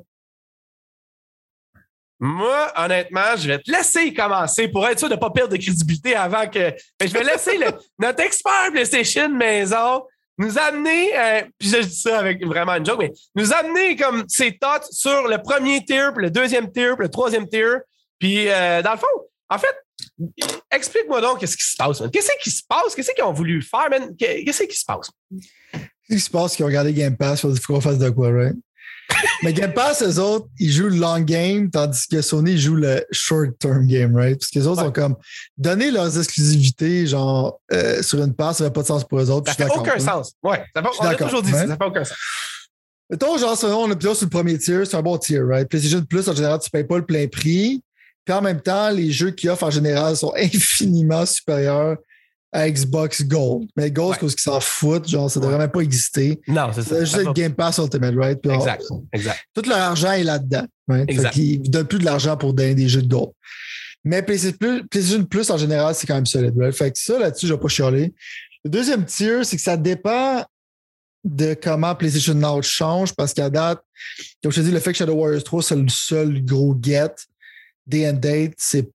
je vais te laisser commencer pour être sûr de ne pas perdre de crédibilité avant que. Je vais laisser notre expert PlayStation maison nous amener, puis je dis ça avec vraiment une joke, mais nous amener comme ses thoughts sur le premier tier, puis le deuxième tier, puis le troisième tier. Puis, dans le fond, en fait, explique-moi donc qu'est-ce qui se passe, man. Qu'est-ce qui se passe? Qu'est-ce qu'ils ont voulu faire, man? Qu'est-ce qui se passe? Qu'est-ce qui se passe? Qu'ils ont regardé Game Pass, il faut qu'on fasse de quoi, right? Mais Game Pass, eux autres, ils jouent le long game, tandis que Sony joue le short-term game, right? Parce que les autres sont comme donner leurs exclusivités, genre, sur une passe, ça n'a pas de sens pour eux autres. Ça fait aucun sens. Ouais, on a toujours dit ça, ça fait aucun sens. Mettons, genre, on est plutôt sur le premier tier, c'est un bon tier, right? PlayStation Plus, en général, tu ne payes pas le plein prix. Puis en même temps, les jeux qu'ils offrent en général sont infiniment supérieurs à Xbox Gold. Mais Gold, c'est parce qu'ils s'en foutent. Genre, ça ne devrait même pas exister. Non, c'est ça. C'est juste le Game Pass Ultimate, right? Puis exact. Tout leur argent est là-dedans. Right? Fait qu'ils ne donnent plus de l'argent pour donner des jeux de Gold. Mais PlayStation Plus, en général, c'est quand même solide, right? Fait que ça, là-dessus, je ne vais pas chialer. Le deuxième tier, c'est que ça dépend de comment PlayStation Now change, parce qu'à date, comme je te dis, le fait que Shadow Warriors 3, c'est le seul gros get. Day and date, c'est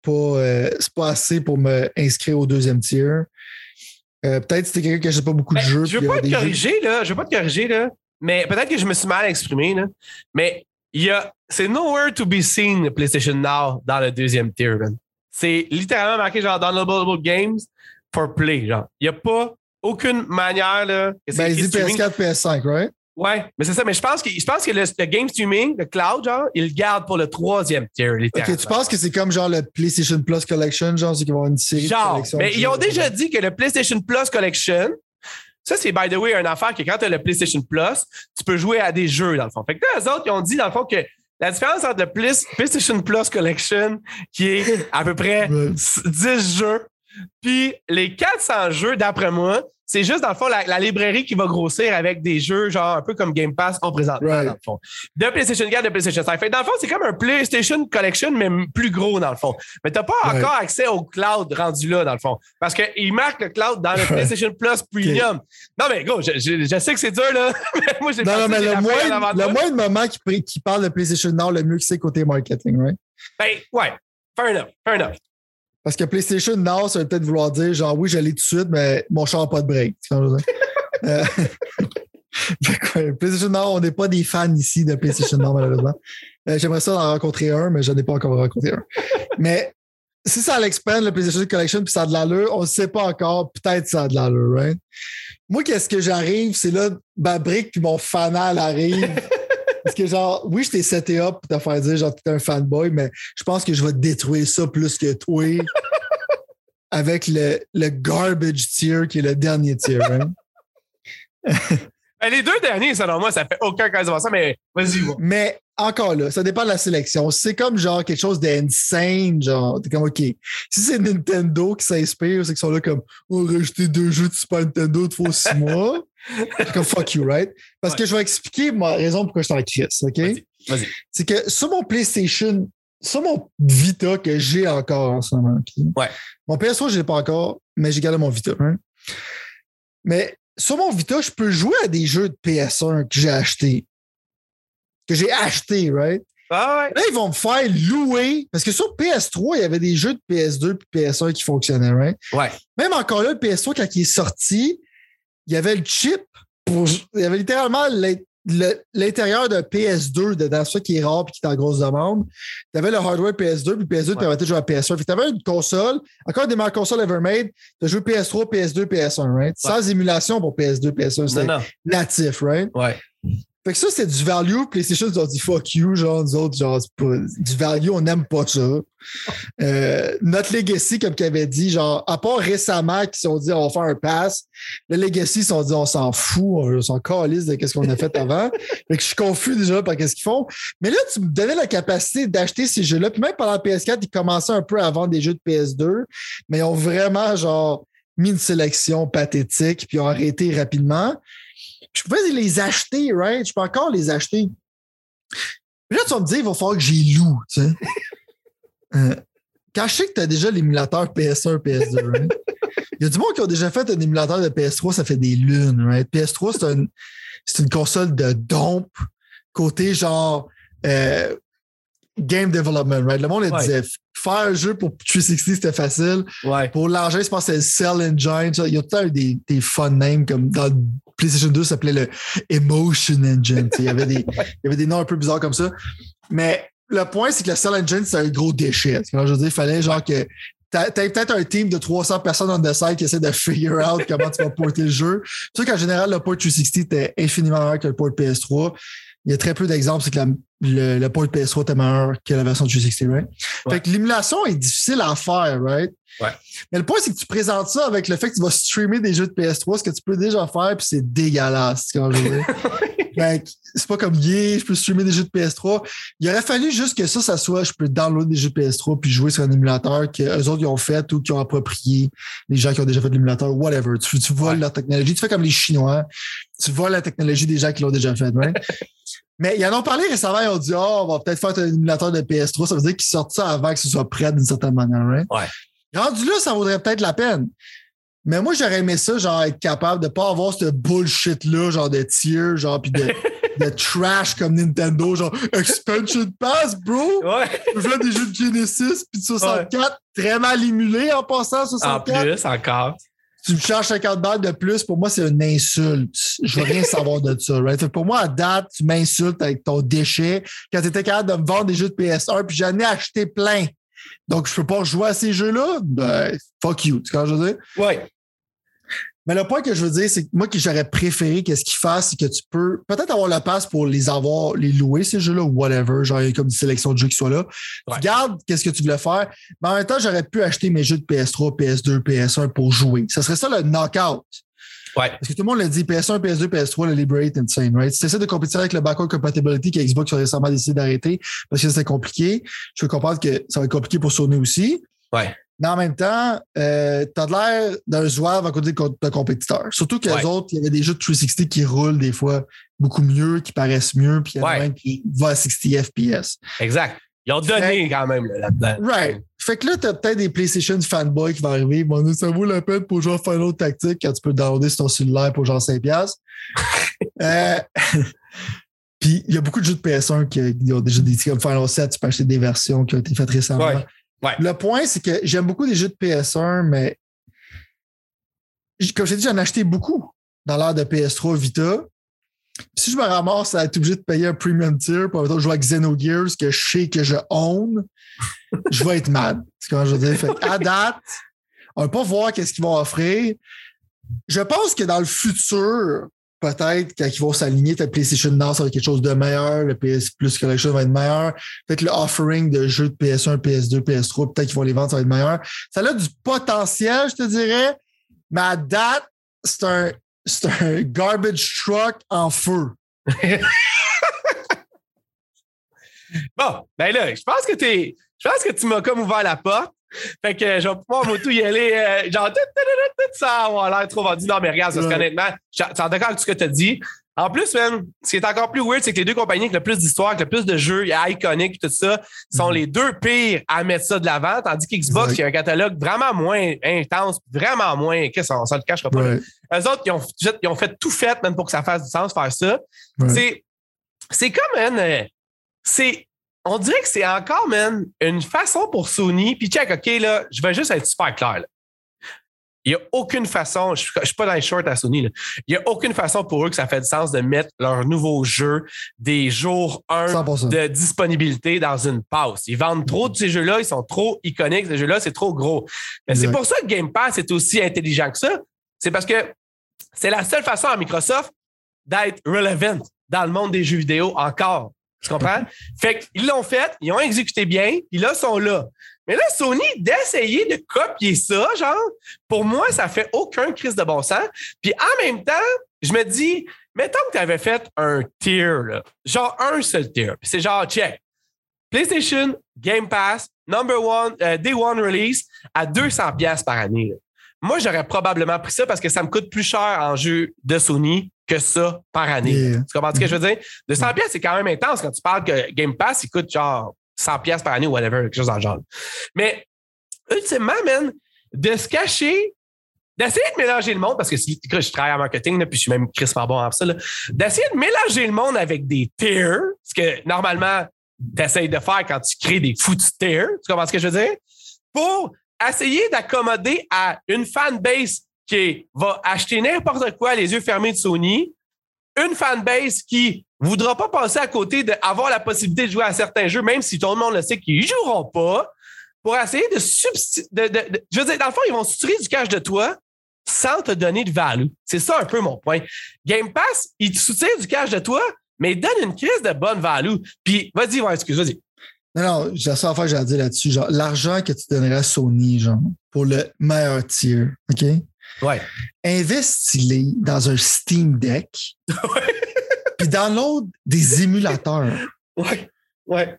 pas assez pour me inscrire au deuxième tier. Peut-être si t'es quelqu'un qui n'achète pas beaucoup de jeux. Je veux pas te corriger, là. Mais peut-être que je me suis mal exprimé, là. Mais c'est nowhere to be seen PlayStation Now dans le deuxième tier, man. C'est littéralement marqué genre Downloadable Games for Play, genre. Il n'y a pas aucune manière, là. Il dit PS4, PS5, right? Ouais, mais c'est ça. Mais je pense que le game streaming, le cloud, genre, il le garde pour le troisième tier, littéralement. OK, tu penses que c'est comme genre le PlayStation Plus Collection, genre, c'est qu'ils vont avoir une série de collections? Mais ils ont déjà dit que le PlayStation Plus Collection, ça, c'est, by the way, une affaire que quand tu as le PlayStation Plus, tu peux jouer à des jeux, dans le fond. Fait que là, eux autres, ils ont dit, dans le fond, que la différence entre le PlayStation Plus Collection, qui est à peu près 10 jeux, puis les 400 jeux, d'après moi, c'est juste, dans le fond, la librairie qui va grossir avec des jeux, genre un peu comme Game Pass, on présente dans le fond. De PlayStation 4, de PlayStation 5. Fait que dans le fond, c'est comme un PlayStation Collection, mais plus gros, dans le fond. Mais t'as pas encore accès au cloud rendu là, dans le fond. Parce qu'il marque le cloud dans le PlayStation Plus Premium. Okay. Non, mais gros, je sais que c'est dur, là. Mais moi, j'ai pas mais le moins de moments qui parle de PlayStation Now, le mieux que c'est côté marketing, right? Ben, ouais. Fair enough. Parce que PlayStation Now, ça veut peut-être vouloir dire, genre, oui, j'allais tout de suite, mais mon char n'a pas de break. PlayStation Nord, on n'est pas des fans ici de PlayStation Nord, malheureusement. J'aimerais ça en rencontrer un, mais je n'en ai pas encore rencontré un. Mais si ça l'expand, le PlayStation Collection, puis ça a de l'allure, on ne sait pas encore. Peut-être ça a de l'allure, right? Moi, qu'est-ce que j'arrive, c'est là, ma brique puis mon fanal arrive. Parce que genre, oui, je t'ai seté up pour te faire dire genre t'es un fanboy, mais je pense que je vais détruire ça plus que toi avec le garbage tier qui est le dernier tier, hein? Les deux derniers, selon moi, ça fait aucun cas de ça, mais vas-y. Bon. Mais encore là, ça dépend de la sélection. C'est comme genre quelque chose d'insane, genre, t'es comme OK. Si c'est Nintendo qui s'inspire, c'est qu'ils sont là comme on va rajouter 2 jeux de Super Nintendo de fois 6 mois. C'est comme fuck you, right? Parce que je vais expliquer ma raison pourquoi je suis en crise, OK? Vas-y. C'est que sur mon PlayStation, sur mon Vita que j'ai encore en ce moment, okay? Ouais. Mon PS3, je l'ai pas encore, mais j'ai gardé mon Vita. Hein? Mais sur mon Vita, je peux jouer à des jeux de PS1 que j'ai achetés. Right? Ah ouais. Là, ils vont me faire louer. Parce que sur PS3, il y avait des jeux de PS2 et PS1 qui fonctionnaient, right? Ouais. Même encore là, le PS3, quand il est sorti, il y avait le chip il y avait littéralement l'intérieur de PS2 dedans, ça qui est rare et qui est en grosse demande. Tu avais le hardware PS2, puis PS2 te permettait de jouer à PS1. Tu avais une console, encore des meilleures consoles ever made, tu as joué PS3, PS2, PS1, right? Ouais. Sans émulation pour PS2, PS1. C'était natif, right? Ouais. Fait que ça, c'est du value. PlayStation, ils ont dit fuck you, genre, nous autres, genre, c'est pas du value, on n'aime pas ça. Notre Legacy, comme qu'il avait dit, genre, à part récemment, qui se sont dit on va faire un pass, le Legacy, ils se sont dit on s'en fout, on s'en calisse de ce qu'on a fait avant. Fait que je suis confus déjà par qu'est-ce qu'ils font. Mais là, tu me donnais la capacité d'acheter ces jeux-là. Puis même pendant PS4, ils commençaient un peu à vendre des jeux de PS2, mais ils ont vraiment, genre, mis une sélection pathétique, puis ils ont arrêté rapidement. Je pouvais les acheter, right? Je peux encore les acheter. Mais là, tu vas me dire, il va falloir que j'y loue, tu sais. Quand je sais que tu as déjà l'émulateur PS1, PS2, right? Il y a du monde qui a déjà fait un émulateur de PS3, ça fait des lunes, right? PS3, c'est une console de dompe, côté genre game development, right? Le monde disait, faire un jeu pour 360, c'était facile. Ouais. Pour l'engin, je pense que c'est le Cell Engine. Il y a tout le temps des fun names, comme dans PlayStation 2, ça s'appelait le Emotion Engine. Il y avait des noms un peu bizarres comme ça. Mais le point, c'est que le Cell Engine, c'est un gros déchet. Je veux dire, il fallait genre que t'as peut-être un team de 300 personnes on the side qui essaie de figure out comment tu vas porter le jeu. Tu sais qu'en général, le port 360 était infiniment meilleur que le port PS3. Il y a très peu d'exemples, c'est que le port PS3 était meilleur que la version de 360, right? Ouais. Fait que l'émulation est difficile à faire, right? Ouais. Mais le point, c'est que tu présentes ça avec le fait que tu vas streamer des jeux de PS3, ce que tu peux déjà faire, puis c'est dégueulasse, quand je veux dire. C'est pas comme je peux streamer des jeux de PS3. Il aurait fallu juste que ça soit, je peux downloader des jeux de PS3 puis jouer sur un émulateur qu'eux autres ils ont fait ou qui ont approprié, les gens qui ont déjà fait de l'émulateur, whatever. Tu voles leur technologie. Tu fais comme les Chinois. Tu voles la technologie des gens qui l'ont déjà fait, right? Mais ils en ont parlé récemment, ils ont dit on va peut-être faire un émulateur de PS3. Ça veut dire qu'ils sortent ça avant que ce soit prêt d'une certaine manière, right? Ouais. Rendu là, ça vaudrait peut-être la peine. Mais moi, j'aurais aimé ça, genre, être capable de pas avoir ce bullshit-là, genre, de tier, genre, pis de trash comme Nintendo, genre, Expansion Pass, bro! Ouais. Je joue à des jeux de Genesis, pis de 64, très mal émulé en passant, 64. En plus, encore. Tu me charges 50 balles de plus, pour moi, c'est une insulte. Je veux rien savoir de ça, right? Fait pour moi, à date, tu m'insultes avec ton déchet quand t'étais capable de me vendre des jeux de PS1, puis j'en ai acheté plein. Donc, je peux pas jouer à ces jeux-là? Ben, fuck you. Tu vois ce que je veux dire? Ouais. Mais le point que je veux dire, c'est que moi, que j'aurais préféré qu'est-ce qu'ils fassent, c'est que tu peux peut-être avoir la passe pour les louer, ces jeux-là, ou whatever. Genre, il y a comme une sélection de jeux qui soient là. Ouais. Tu gardes qu'est-ce que tu voulais faire. Mais en même temps, j'aurais pu acheter mes jeux de PS3, PS2, PS1 pour jouer. Ça serait ça le knockout. Ouais. Parce que tout le monde l'a dit, PS1, PS2, PS3, le Liberate Insane, right? Si tu essaies de compétir avec le backward compatibility que Xbox a récemment décidé d'arrêter parce que c'était compliqué, je peux comprendre que ça va être compliqué pour Sony aussi. Ouais. Mais en même temps, t'as l'air d'un zouave à côté de compétiteurs. Surtout que les autres, il y avait des jeux de 360 qui roulent des fois beaucoup mieux, qui paraissent mieux, puis il y en a même qui vont à 60 FPS. Exact. Ils ont donné quand même là-dedans. Right. Fait que là, t'as peut-être des PlayStation fanboys qui vont arriver. Bon, ça vaut la peine pour genre Final Tactics quand tu peux downloader sur ton cellulaire pour genre 5$. Puis il y a beaucoup de jeux de PS1 qui ont déjà des comme Final 7, tu peux acheter des versions qui ont été faites récemment. Ouais. Ouais. Le point, c'est que j'aime beaucoup des jeux de PS1, mais comme je t'ai dit, j'en ai acheté beaucoup dans l'ère de PS3 Vita. Si je me ramasse à être obligé de payer un premium tier pour jouer à Xenogears que je sais que je own, je vais être mad. C'est comment je veux dire. Fait à date, on va pas voir qu'est-ce qu'ils vont offrir. Je pense que dans le futur, peut-être, quand ils vont s'aligner, peut-être PlayStation Now, ça va être quelque chose de meilleur, le PS Plus Collection va être meilleur, peut-être le offering de jeux de PS1, PS2, PS3, peut-être qu'ils vont les vendre, ça va être meilleur. Ça a du potentiel, je te dirais, mais à date, c'est un garbage truck en feu. Bon, ben là, je pense que tu m'as comme ouvert la porte. Fait que je vais pouvoir moto y aller, genre, tout ça avoir l'air trop vendu. Non, mais regarde, ça, honnêtement, je suis d'accord avec tout ce que tu as dit. En plus, man, ce qui est encore plus weird, c'est que les deux compagnies avec le plus d'histoire, avec le plus de jeux iconiques et tout ça, sont les deux pires à mettre ça de l'avant, tandis qu'Xbox, il y a un catalogue vraiment moins intense, vraiment moins. Qu'est-ce qu'on ne le cachera pas. Eux autres, ils ont fait tout fait, même pour que ça fasse du sens, faire ça. C'est comme, man, on dirait que c'est encore, man, une façon pour Sony. Puis check, OK, là, je vais juste être super clair, là. Il n'y a aucune façon, je ne suis pas dans les shorts à Sony, là. Il n'y a aucune façon pour eux que ça fait du sens de mettre leur nouveau jeu des jours 1 100%. De disponibilité dans une passe. Ils vendent trop de ces jeux-là, ils sont trop iconiques, ces jeux-là, c'est trop gros. Mais c'est pour ça que Game Pass est aussi intelligent que ça. C'est parce que c'est la seule façon à Microsoft d'être relevant dans le monde des jeux vidéo encore. Tu comprends? Fait qu'ils l'ont fait, ils ont exécuté bien, puis là, ils sont là. Mais là, Sony, d'essayer de copier ça, genre, pour moi, ça fait aucun crise de bon sens. Puis en même temps, je me dis, mettons que tu avais fait un tier, là, genre un seul tier. Puis c'est genre, check, PlayStation, Game Pass, Day One Release à 200$ par année. Là. Moi, j'aurais probablement pris ça parce que ça me coûte plus cher en jeu de Sony que ça par année. Yeah. Tu comprends ce que je veux dire? 200$, c'est quand même intense quand tu parles que Game Pass, il coûte genre 100$ par année ou whatever, quelque chose dans le genre. Mais, ultimement, man, de se cacher, d'essayer de mélanger le monde, parce que je travaille en marketing, là, puis je suis même crispement bon en ça, là, d'essayer de mélanger le monde avec des tiers, ce que normalement, tu essaies de faire quand tu crées des foutus tiers, tu comprends ce que je veux dire? Pour essayer d'accommoder à une fanbase qui va acheter n'importe quoi les yeux fermés de Sony, une fanbase qui ne voudra pas passer à côté d'avoir la possibilité de jouer à certains jeux, même si tout le monde le sait qu'ils ne joueront pas, pour essayer de substituer. Je veux dire, dans le fond, ils vont soutirer du cash de toi sans te donner de value. C'est ça un peu mon point. Game Pass, ils te soutirent du cash de toi, mais ils donnent une crise de bonne value. Puis, vas-y, vas-y. Non, j'ai la seule affaire que j'ai à dire là-dessus. Genre, l'argent que tu donnerais à Sony, genre, pour le meilleur tier, OK? Ouais. Investis-les dans un Steam Deck. Puis download des émulateurs. Ouais.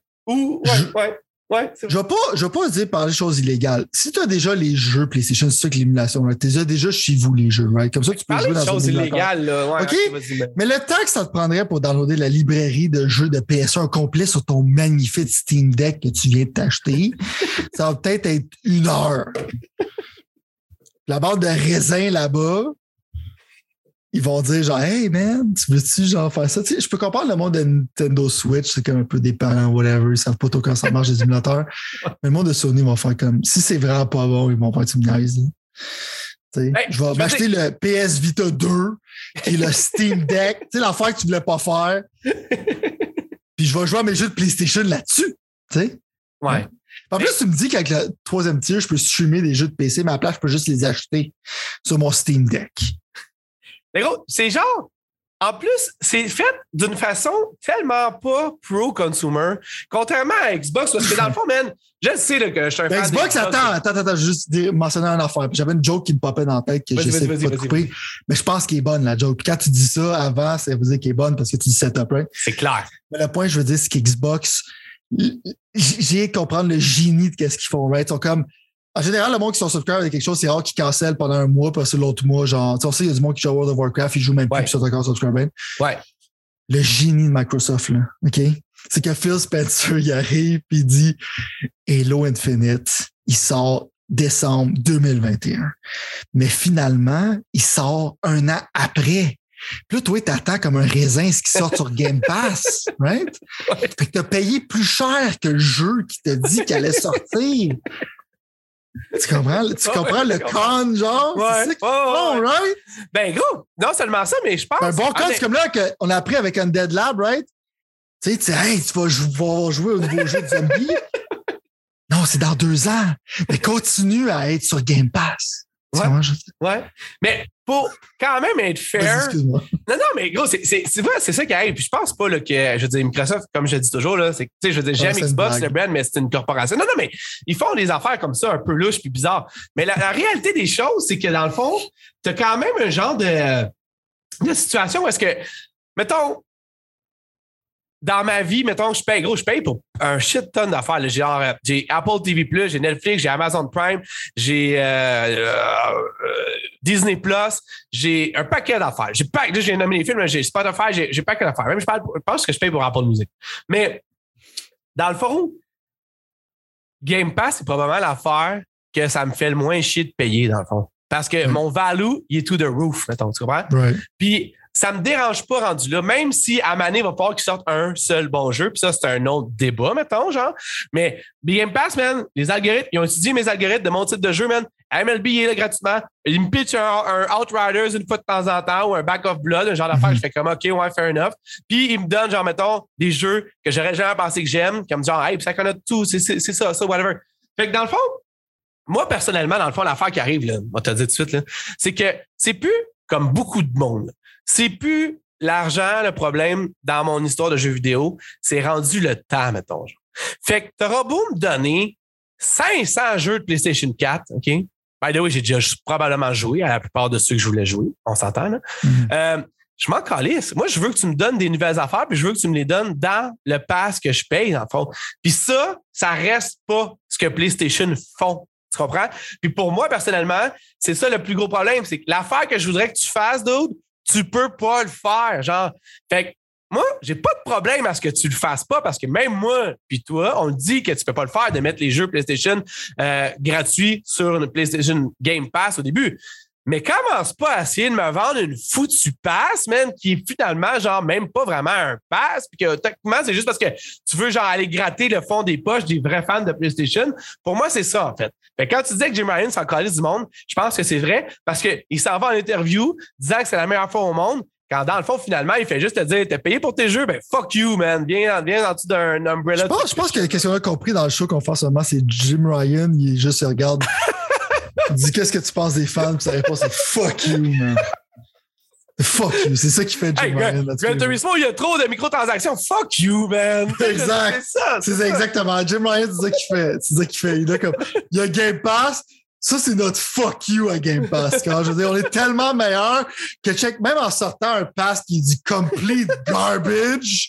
Je vais pas dire parler de choses illégales. Si tu as déjà les jeux PlayStation, c'est ça que l'émulation, tu as déjà chez vous les jeux, right? Comme ça, tu peux jouer dans choses illégales, là. Ouais, OK? Mais le temps que ça te prendrait pour downloader la librairie de jeux de PS1 complet sur ton magnifique Steam Deck que tu viens de t'acheter, ça va peut-être être 1 heure. La bande de raisin là-bas, ils vont dire genre, hey man, tu veux-tu genre faire ça? Tu sais, je peux comprendre le monde de Nintendo Switch, c'est comme un peu des parents, whatever, ils savent pas trop quand ça marche les émulateurs. Mais le monde de Sony va faire comme, si c'est vraiment pas bon, ils vont faire une niaise. Hey, je vais m'acheter le PS Vita 2 et le Steam Deck, tu sais, l'affaire que tu voulais pas faire. Puis je vais jouer à mes jeux de PlayStation là-dessus. Tu sais? Ouais. En plus, tu me dis qu'avec le 3e tier, je peux streamer des jeux de PC, mais à la place, je peux juste les acheter sur mon Steam Deck. Mais gros, c'est genre, en plus, c'est fait d'une façon tellement pas pro-consumer, contrairement à Xbox, parce que dans le fond, man, je sais là, que je suis un fan Xbox, attends, juste mentionner une affaire. J'avais une joke qui me popait dans la tête que j'essaie de pas couper, mais je pense qu'elle est bonne, la joke. Puis quand tu dis ça avant, ça veut dire qu'elle est bonne parce que tu dis setup, right? C'est clair. Mais le point, je veux dire, c'est qu'Xbox, j'ai à comprendre le génie de qu'est-ce qu'ils font, right? Ils sont comme, en général, le monde qui sont subscribe avec quelque chose, c'est rare qu'ils cancellent pendant un mois, parce que l'autre mois, genre, tu sais, on sait, il y a du monde qui joue à World of Warcraft, ils jouent même plus, puis ils sont encore subscribés. Ouais. Le génie de Microsoft, là, OK? C'est que Phil Spencer, il arrive, puis il dit Halo Infinite, il sort décembre 2021. Mais finalement, il sort 1 an après. Puis là, toi, t'attends comme un raisin ce qui sort sur Game Pass, right? Fait que t'as payé plus cher que le jeu qui te dit qu'il allait sortir. Tu comprends le con, genre? Ouais. C'est ça qu'ils font, right? Ben, gros, non seulement ça, mais je pense. Un bon con, c'est comme là qu'on a appris avec Undead Lab, right? Tu sais, hey, tu vas jouer au nouveau jeu de zombie. Non, c'est dans 2 ans. Mais continue à être sur Game Pass. Ouais. Mais pour quand même être fair. Excuse-moi. Non, mais gros, c'est vrai, c'est ça qui arrive. Puis je pense pas là, que, je veux dire, Microsoft, comme je dis toujours, là, c'est que, tu sais, je veux dire, j'aime Xbox, le brand, mais c'est une corporation. Non, mais ils font des affaires comme ça, un peu louches puis bizarres. Mais la réalité des choses, c'est que dans le fond, t'as quand même un genre de situation où est-ce que, mettons, dans ma vie, mettons, je paye pour un shit ton d'affaires. Là. J'ai Apple TV+, j'ai Netflix, j'ai Amazon Prime, j'ai Disney+, j'ai un paquet d'affaires. Là, j'ai nommé les films, j'ai Spotify, j'ai paquet d'affaires. Même je pense que je paye pour Apple Music. Mais dans le fond, Game Pass, c'est probablement l'affaire que ça me fait le moins chier de payer, dans le fond. Parce que mon value, il est to the roof, mettons, tu comprends? Right. Puis, ça me dérange pas rendu là, même si à Mané, il va falloir qu'il sorte un seul bon jeu, puis ça, c'est un autre débat, mettons, genre. Mais Game Pass, man, les algorithmes, ils ont étudié mes algorithmes de mon type de jeu, man. MLB, il est là gratuitement. Il me pitch un Outriders une fois de temps en temps ou un Back of Blood, un genre d'affaire, je fais comme, OK, ouais, fair enough. Puis, il me donne, genre, mettons, des jeux que j'aurais jamais pensé que j'aime, comme genre, hey, puis ça connaît tout, c'est ça, whatever. Fait que dans le fond, moi, personnellement, dans le fond, l'affaire qui arrive, là, on t'a dit tout de suite, là, c'est que c'est plus comme beaucoup de monde. C'est plus l'argent, le problème dans mon histoire de jeux vidéo. C'est rendu le temps, mettons. Fait que t'auras beau me donner 500 jeux de PlayStation 4, OK? By the way, j'ai déjà probablement joué à la plupart de ceux que je voulais jouer. On s'entend, là? Je m'en calisse. Moi, je veux que tu me donnes des nouvelles affaires, puis je veux que tu me les donnes dans le pass que je paye, dans le fond. Puis ça reste pas ce que PlayStation font. Tu comprends? Puis pour moi, personnellement, c'est ça le plus gros problème. C'est que l'affaire que je voudrais que tu fasses, dude, tu peux pas le faire. Genre, fait que moi, j'ai pas de problème à ce que tu le fasses pas parce que même moi puis toi, on dit que tu peux pas le faire de mettre les jeux PlayStation gratuits sur une PlayStation Game Pass au début. Mais commence pas à essayer de me vendre une foutue pass, man, qui est finalement, genre, même pas vraiment un pass, puis que techniquement, c'est juste parce que tu veux, genre, aller gratter le fond des poches des vrais fans de PlayStation. Pour moi, c'est ça, en fait. Fait que quand tu disais que Jim Ryan s'en calisse du monde, je pense que c'est vrai, parce qu'il s'en va en interview disant que c'est la meilleure fois au monde, quand dans le fond, finalement, il fait juste te dire, t'es payé pour tes jeux, ben fuck you, man. Viens en dessous d'un umbrella. Je pense que la question qu'on a compris dans le show qu'on fait en ce moment, c'est Jim Ryan, il est juste, il regarde... Dis qu'est-ce que tu penses des fans, puis sa réponse c'est fuck you, man. Fuck you, c'est ça qui fait Jim Ryan. Gran Turismo, il y a trop de microtransactions. Fuck you, man. Exact. C'est ça, exactement. Jim Ryan, c'est ça qu'il fait. C'est ça qu'il fait. Il y a Game Pass. Ça, c'est notre fuck you à Game Pass. Quand je veux dire, on est tellement meilleur que check, même en sortant un pass qui est du complete garbage,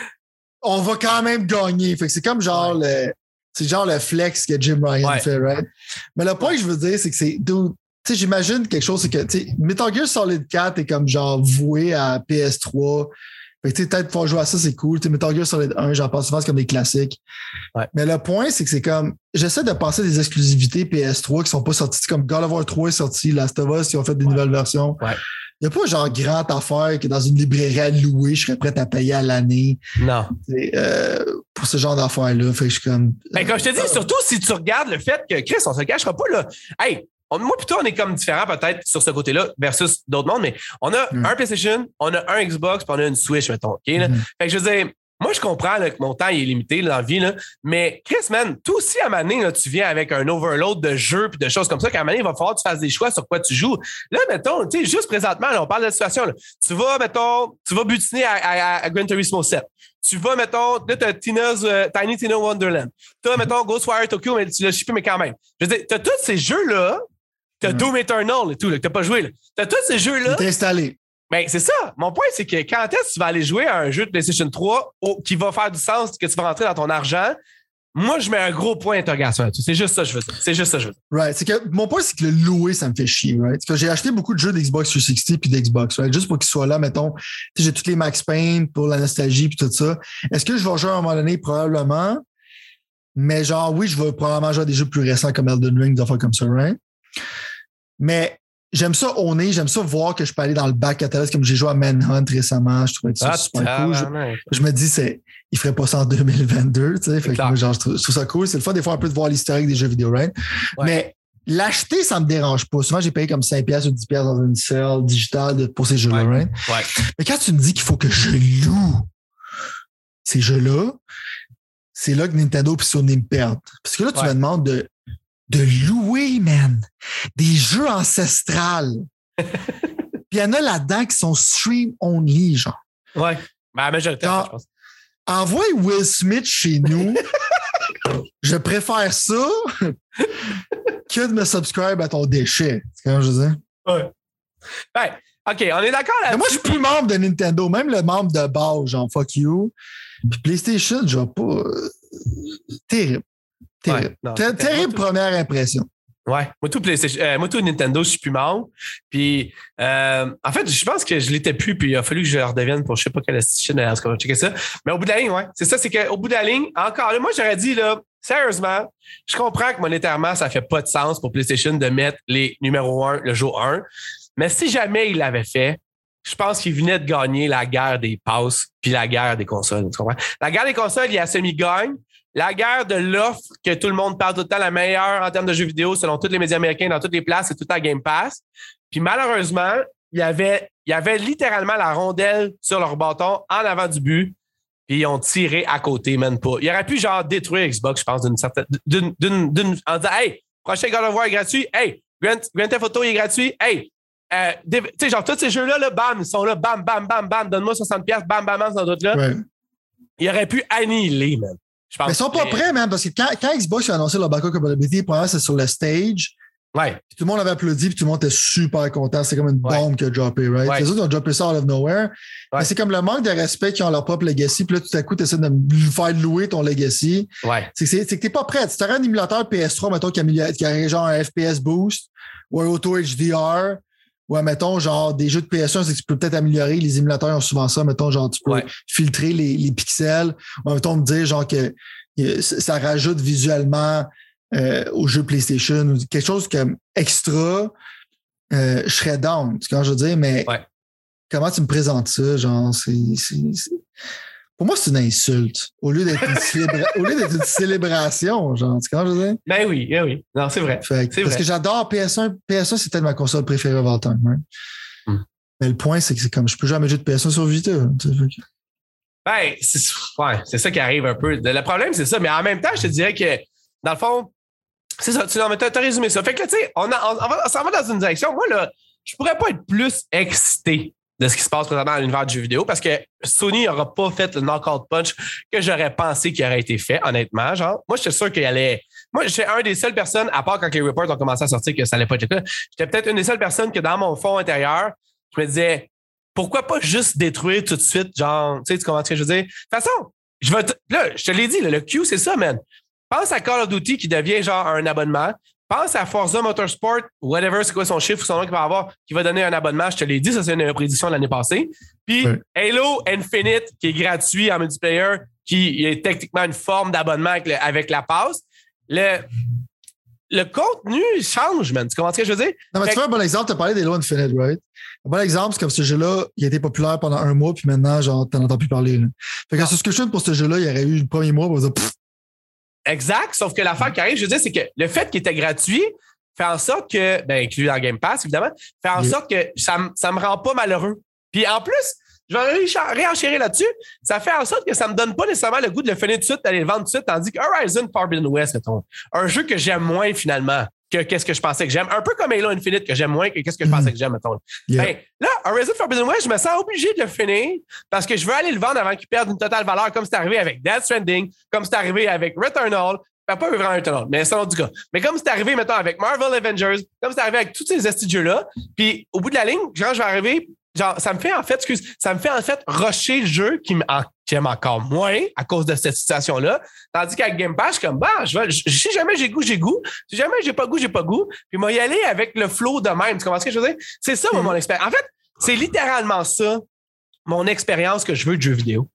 on va quand même gagner. Fait que c'est comme genre c'est genre le flex que Jim Ryan fait, right? Mais le point que je veux dire, c'est que c'est... Tu sais, j'imagine quelque chose, c'est que, tu sais, Metal Gear Solid 4 est comme genre voué à PS3. Fait que, tu sais, peut-être pouvoir jouer à ça, c'est cool. Tu sais, Metal Gear Solid 1, j'en pense souvent, c'est comme des classiques. Ouais. Mais le point, c'est que c'est comme... J'essaie de penser des exclusivités PS3 qui sont pas sorties. Comme God of War 3 est sorti, Last of Us, ils ont fait des nouvelles versions. Ouais. Il n'y a pas genre grande affaire que dans une librairie à louer, je serais prêt à payer à l'année. Non. Pour ce genre d'affaires-là. Fait que je suis comme. Ben, comme je te dis, surtout si tu regardes le fait que, Chris, on se cachera pas, là. Hey, moi, plutôt, on est comme différents peut-être sur ce côté-là versus d'autres mondes, mais on a un PlayStation, on a un Xbox, puis on a une Switch, mettons. OK, là? Fait que je veux dire, moi, je comprends là, que mon temps il est limité là, dans la vie, là, mais Chris, man, toi aussi, à un moment donné, là, tu viens avec un overload de jeux et de choses comme ça, qu'à un moment donné, il va falloir que tu fasses des choix sur quoi tu joues. Là, mettons, tu sais, juste présentement, là, on parle de la situation. Là. Tu vas butiner à Gran Turismo 7. Tu vas, mettons, là, t'as Tiny Tina Wonderland. T'as, mettons, Ghostwire Tokyo, mais tu l'as shippé, mais quand même. Je veux dire, t'as tous ces jeux-là, t'as Doom Eternal et tout, là, que t'as pas joué, là. T'as tous ces jeux-là. T'es installé. Ben, c'est ça. Mon point, c'est que quand est-ce que tu vas aller jouer à un jeu de PlayStation 3 qui va faire du sens, que tu vas rentrer dans ton argent, moi, je mets un gros point d'interrogation là-dessus. C'est juste ça que je veux dire. C'est juste ça que je veux dire. Right. C'est que mon point, c'est que le louer, ça me fait chier, right? C'est que j'ai acheté beaucoup de jeux d'Xbox 360 puis d'Xbox, right? Juste pour qu'ils soient là, mettons. J'ai toutes les Max Payne pour la nostalgie puis tout ça. Est-ce que je vais jouer à un moment donné? Probablement. Mais genre, oui, je vais probablement jouer à des jeux plus récents comme Elden Ring, des affaires comme ça, right? Mais j'aime ça j'aime ça voir que je peux aller dans le back catalogue comme j'ai joué à Manhunt récemment. Je trouvais ça super cool. Je me dis, il ferait pas ça en 2022, tu sais. Fait que moi, genre, je trouve ça cool. C'est le fun des fois un peu de voir l'historique des jeux vidéo, right? Ouais. Mais l'acheter, ça me dérange pas. Souvent, j'ai payé comme 5$ ou 10$ dans une salle digitale pour ces jeux-là, right? Ouais. Mais quand tu me dis qu'il faut que je loue ces jeux-là, c'est là que Nintendo et Sony me perdent. Parce que là, tu me demandes de louer, man, des jeux ancestrales. Puis il y en a là-dedans qui sont stream only, genre. Ouais. Ben, la majorité, je pense. Envoie Will Smith chez nous. Je préfère ça que de me subscribe à ton déchet. C'est comment je veux dire? Ouais. Ben, OK, on est d'accord là-dessus. Mais moi, je suis plus membre de Nintendo, même le membre de base, genre fuck you. Puis PlayStation, je vais pas. Terrible. Terrible. Ouais, non, terrible première impression. Ouais. Moi, tout Nintendo, je suis plus membre. Puis, en fait, je pense que je l'étais plus, puis il a fallu que je le redevienne pour je sais pas quelle institution, en tout cas, checker ça. Mais au bout de la ligne, ouais. C'est ça, c'est qu'au bout de la ligne, encore là, moi, j'aurais dit, là, sérieusement, je comprends que monétairement, ça fait pas de sens pour PlayStation de mettre les numéros 1 le jour 1. Mais si jamais il l'avait fait, je pense qu'il venait de gagner la guerre des passes puis la guerre des consoles. Tu comprends? La guerre des consoles, il y a semi-gagne. La guerre de l'offre que tout le monde parle tout le temps, la meilleure en termes de jeux vidéo selon tous les médias américains dans toutes les places, c'est tout le temps Game Pass. Puis malheureusement, il y avait littéralement la rondelle sur leur bâton en avant du but. Puis ils ont tiré à côté, même pas. Il aurait pu genre détruire Xbox, je pense, en disant hey, prochain God of War est gratuit. Hey, Grand Theft Auto est gratuit. Hey, tu sais, genre tous ces jeux-là, là, bam, ils sont là, bam, bam, bam, bam, donne-moi 60$, bam, bam, bam, dans d'autres là. Ouais. Il aurait pu annihiler, man. Mais ils sont pas prêts, man, parce que quand Xbox a annoncé leur backup compatibility, premièrement, c'est sur le stage. Ouais. Puis tout le monde avait applaudi, puis tout le monde était super content. C'est comme une bombe qui a droppé, right? Ouais. C'est sûr qu'ils ont droppé ça out of nowhere. Ouais. Mais c'est comme le manque de respect qu'ils ont leur propre legacy, puis là, tout à coup, tu essaies de faire louer ton legacy. Ouais. C'est que t'es pas prêt. Si t'aurais un émulateur PS3, mettons, qui a genre un FPS boost, ou un Auto HDR, ou mettons, genre, des jeux de PS1, c'est que tu peux peut-être améliorer. Les émulateurs ont souvent ça. Mettons, genre, tu peux filtrer les pixels. Ou mettons, me dire, genre, que ça rajoute visuellement au jeu PlayStation ou quelque chose comme extra, je serais down, tu vois ce que je veux dire, mais comment tu me présentes ça? Genre, pour moi, c'est une insulte. Au lieu d'être une célébration, genre, tu vois ce que je veux dire? Ben oui, ben oui. Non, c'est vrai. Parce que j'adore PS1. PS1, c'est peut-être ma console préférée of all time. Right? Mais le point, c'est que c'est comme je peux jamais jouer de PS1 sur Vita. Ben, c'est ça qui arrive un peu. Le problème, c'est ça. Mais en même temps, je te dirais que, dans le fond, c'est ça. Tu as résumé ça. Fait que là, tu sais, on s'en va dans une direction. Moi, là, je pourrais pas être plus excité de ce qui se passe présentement dans l'univers du jeu vidéo parce que Sony n'aura pas fait le knockout punch que j'aurais pensé qu'il aurait été fait, honnêtement. Genre, moi, j'étais sûr qu'il allait. Moi, j'étais un des seules personnes, à part quand les reports ont commencé à sortir que ça allait pas être le cas, j'étais peut-être une des seules personnes que dans mon fond intérieur, je me disais, pourquoi pas juste détruire tout de suite, genre, tu sais, tu comprends ce que je veux dire? De toute façon, là, je te l'ai dit, là, le Q, c'est ça, man. Pense à Call of Duty qui devient genre un abonnement. Pense à Forza Motorsport, whatever, c'est quoi son chiffre ou son nom qu'il va avoir, qui va donner un abonnement. Je te l'ai dit, ça, c'est une prédiction de l'année passée. Puis Halo Infinite, qui est gratuit en multiplayer, qui est techniquement une forme d'abonnement avec la passe. Le contenu change, man. Tu comprends ce que je veux dire? Non, mais tu fais un bon exemple. Tu as parlé d'Halo Infinite, right? Un bon exemple, c'est comme ce jeu-là, il a été populaire pendant 1 mois, puis maintenant, genre, t'en entends plus parler. Là. Fait que ce que je fais pour ce jeu-là, il y aurait eu le premier mois, on va dire, exact, sauf que l'affaire qui arrive, je veux dire, c'est que le fait qu'il était gratuit fait en sorte que, ben, inclus dans Game Pass, évidemment, fait en sorte que ça me rend pas malheureux. Puis en plus, je vais réenchérir là-dessus, ça fait en sorte que ça me donne pas nécessairement le goût de le finir tout de suite, d'aller le vendre tout de suite, tandis que Horizon Forbidden West, mettons, un jeu que j'aime moins finalement que qu'est-ce que je pensais que j'aime. Un peu comme Halo Infinite que j'aime moins que qu'est-ce que je pensais que j'aime, mettons. Ben, là, Horizon Forbidden West, je me sens obligé de le finir parce que je veux aller le vendre avant qu'il perde une totale valeur, comme c'est arrivé avec Death Stranding, comme c'est arrivé avec Returnal, pas vraiment Returnal, mais c'est l'autre du cas. Mais comme c'est arrivé, mettons, avec Marvel Avengers, comme c'est arrivé avec tous ces estis de jeux-là, puis au bout de la ligne, genre, je vais arriver, genre, ça me fait en fait rusher le jeu qui j'aime encore moins à cause de cette situation-là. Tandis qu'avec Game Pass, je suis comme, si jamais j'ai goût, j'ai goût. Si jamais j'ai pas goût, j'ai pas goût. Puis moi, y aller avec le flow de même. Tu comprends ce que je veux dire? C'est ça, mon expérience. En fait, c'est littéralement ça, mon expérience que je veux de jeu vidéo.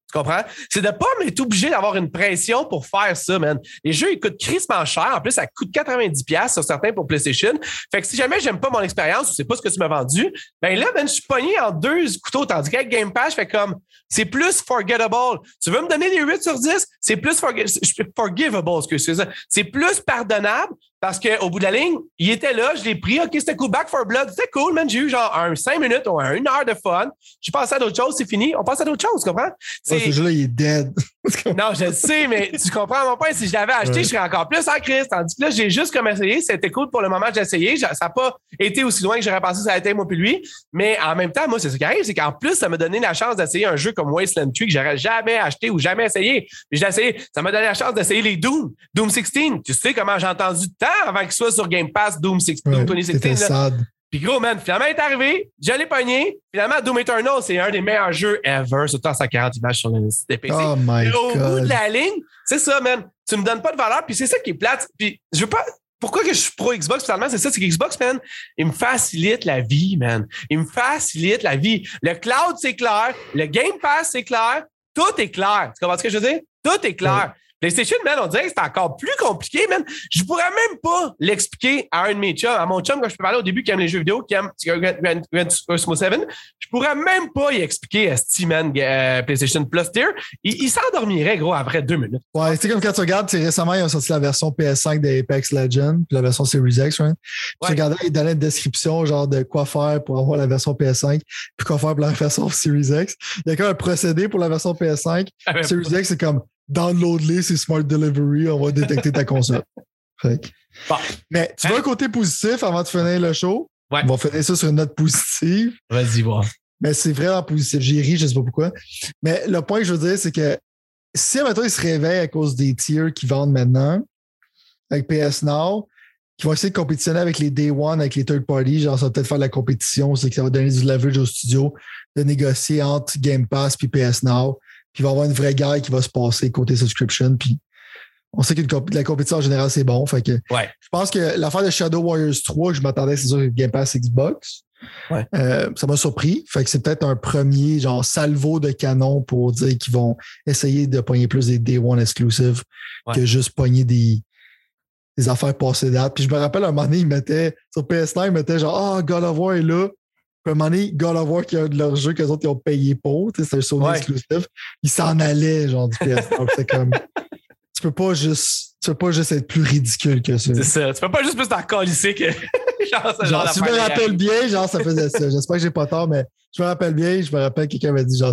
Tu comprends? C'est de pas m'être obligé d'avoir une pression pour faire ça, man. Les jeux, ils coûtent crissement cher. En plus, ça coûte 90$ sur certains pour PlayStation. Fait que si jamais j'aime pas mon expérience ou c'est pas ce que tu m'as vendu, ben là, man, je suis pogné en 2 couteaux. Tandis qu'avec Game Pass, je fais comme, c'est plus forgettable. Tu veux me donner des 8 sur 10? C'est plus forgivable, excusez-moi. C'est plus pardonnable. Parce qu'au bout de la ligne, il était là, je l'ai pris, OK, c'était cool, Back 4 Blood, c'était cool, man, j'ai eu genre 5 minutes ou 1 heure de fun. J'ai passé à d'autres choses, c'est fini, on passe à d'autres choses, tu comprends? Ce jeu-là, il est dead. Non, je le sais, mais tu comprends mon point, si je l'avais acheté, je serais encore plus en crise, tandis que là, j'ai juste comme essayé, c'était cool pour le moment, j'ai essayé, ça n'a pas été aussi loin que j'aurais pensé que ça allait être moi puis lui, mais en même temps, moi, c'est ce qui arrive, c'est qu'en plus, ça m'a donné la chance d'essayer un jeu comme Wasteland 3 que j'aurais jamais acheté ou jamais essayé. Puis j'ai essayé, ça m'a donné la chance d'essayer les Doom 16. Tu sais comment j'ai entendu tant avant qu'il soit sur Game Pass Doom 2016. Puis gros, man, finalement, il est arrivé, je l'ai pogné. Finalement, Doom Eternal, c'est un des meilleurs jeux ever, surtout en 140 images sur le PC. Oh my Au God. bout de la ligne, c'est ça, man. Tu me donnes pas de valeur, puis c'est ça qui est plate. Puis je veux pas... Pourquoi que je suis pro Xbox, finalement, c'est ça, c'est que Xbox, man, il me facilite la vie, man. Il me facilite la vie. Le cloud, c'est clair. Le Game Pass, c'est clair. Tout est clair. Tu comprends ce que je veux dire? Tout est clair. Ouais. PlayStation, man, on dirait que c'est encore plus compliqué, man. Je pourrais même pas l'expliquer à un de mes chums, à mon chum, quand je peux parler au début, qui aime les jeux vidéo, qui aime Gran Turismo 7. Je pourrais même pas y expliquer à Steam, PlayStation Plus Tier. Il s'endormirait, gros, après 2 minutes. Ouais, c'est comme quand tu regardes, récemment, ils ont sorti la version PS5 d'Apex Legends, puis la version Series X, right? Tu regardais, ils donnaient une description, genre, de quoi faire pour avoir la version PS5, puis quoi faire pour la version Series X. Il y a quand même un procédé pour la version PS5. Series X, c'est comme, download-les, c'est Smart Delivery, on va détecter ta console. Bon. Mais tu veux un côté positif avant de finir le show? Ouais. On va finir ça sur une note positive. Vas-y, voir. Mais c'est vraiment positif. J'ai ri, je sais pas pourquoi. Mais le point que je veux dire, c'est que si, maintenant, ils se réveillent à cause des tiers qu'ils vendent maintenant, avec PS Now, qui vont essayer de compétitionner avec les Day One, avec les third parties, genre, ça va peut-être faire de la compétition, c'est que ça va donner du leverage au studio de négocier entre Game Pass puis PS Now. Puis il va y avoir une vraie guerre qui va se passer côté subscription. Puis on sait que la compétition en général, c'est bon. Fait que je pense que l'affaire de Shadow Warriors 3, je m'attendais, c'est sûr, Game Pass Xbox. Ouais. Ça m'a surpris. Fait que c'est peut-être un premier genre salvo de canon pour dire qu'ils vont essayer de pogner plus des Day One exclusives que juste pogner des affaires passées date. Puis je me rappelle, un moment donné, ils mettaient sur PS9, ils mettaient genre God of War est là. Puis à un moment donné, God of War, qui est un de leurs jeux qu'eux autres, ils ont payé pour. C'est un Sony exclusif. Ils s'en allaient, genre, du PS. Donc, c'est comme... Tu peux pas juste être plus ridicule que ça. C'est ça. Tu peux pas juste plus t'en calisser que... genre, si je me rappelle bien, genre, ça faisait ça. J'espère que j'ai pas tort, mais je me rappelle bien. Je me rappelle que quelqu'un m'a dit, genre,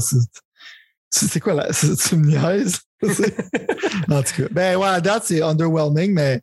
c'est quoi là? Tu me niaises? En tout cas. Ben ouais, à date, c'est underwhelming, mais...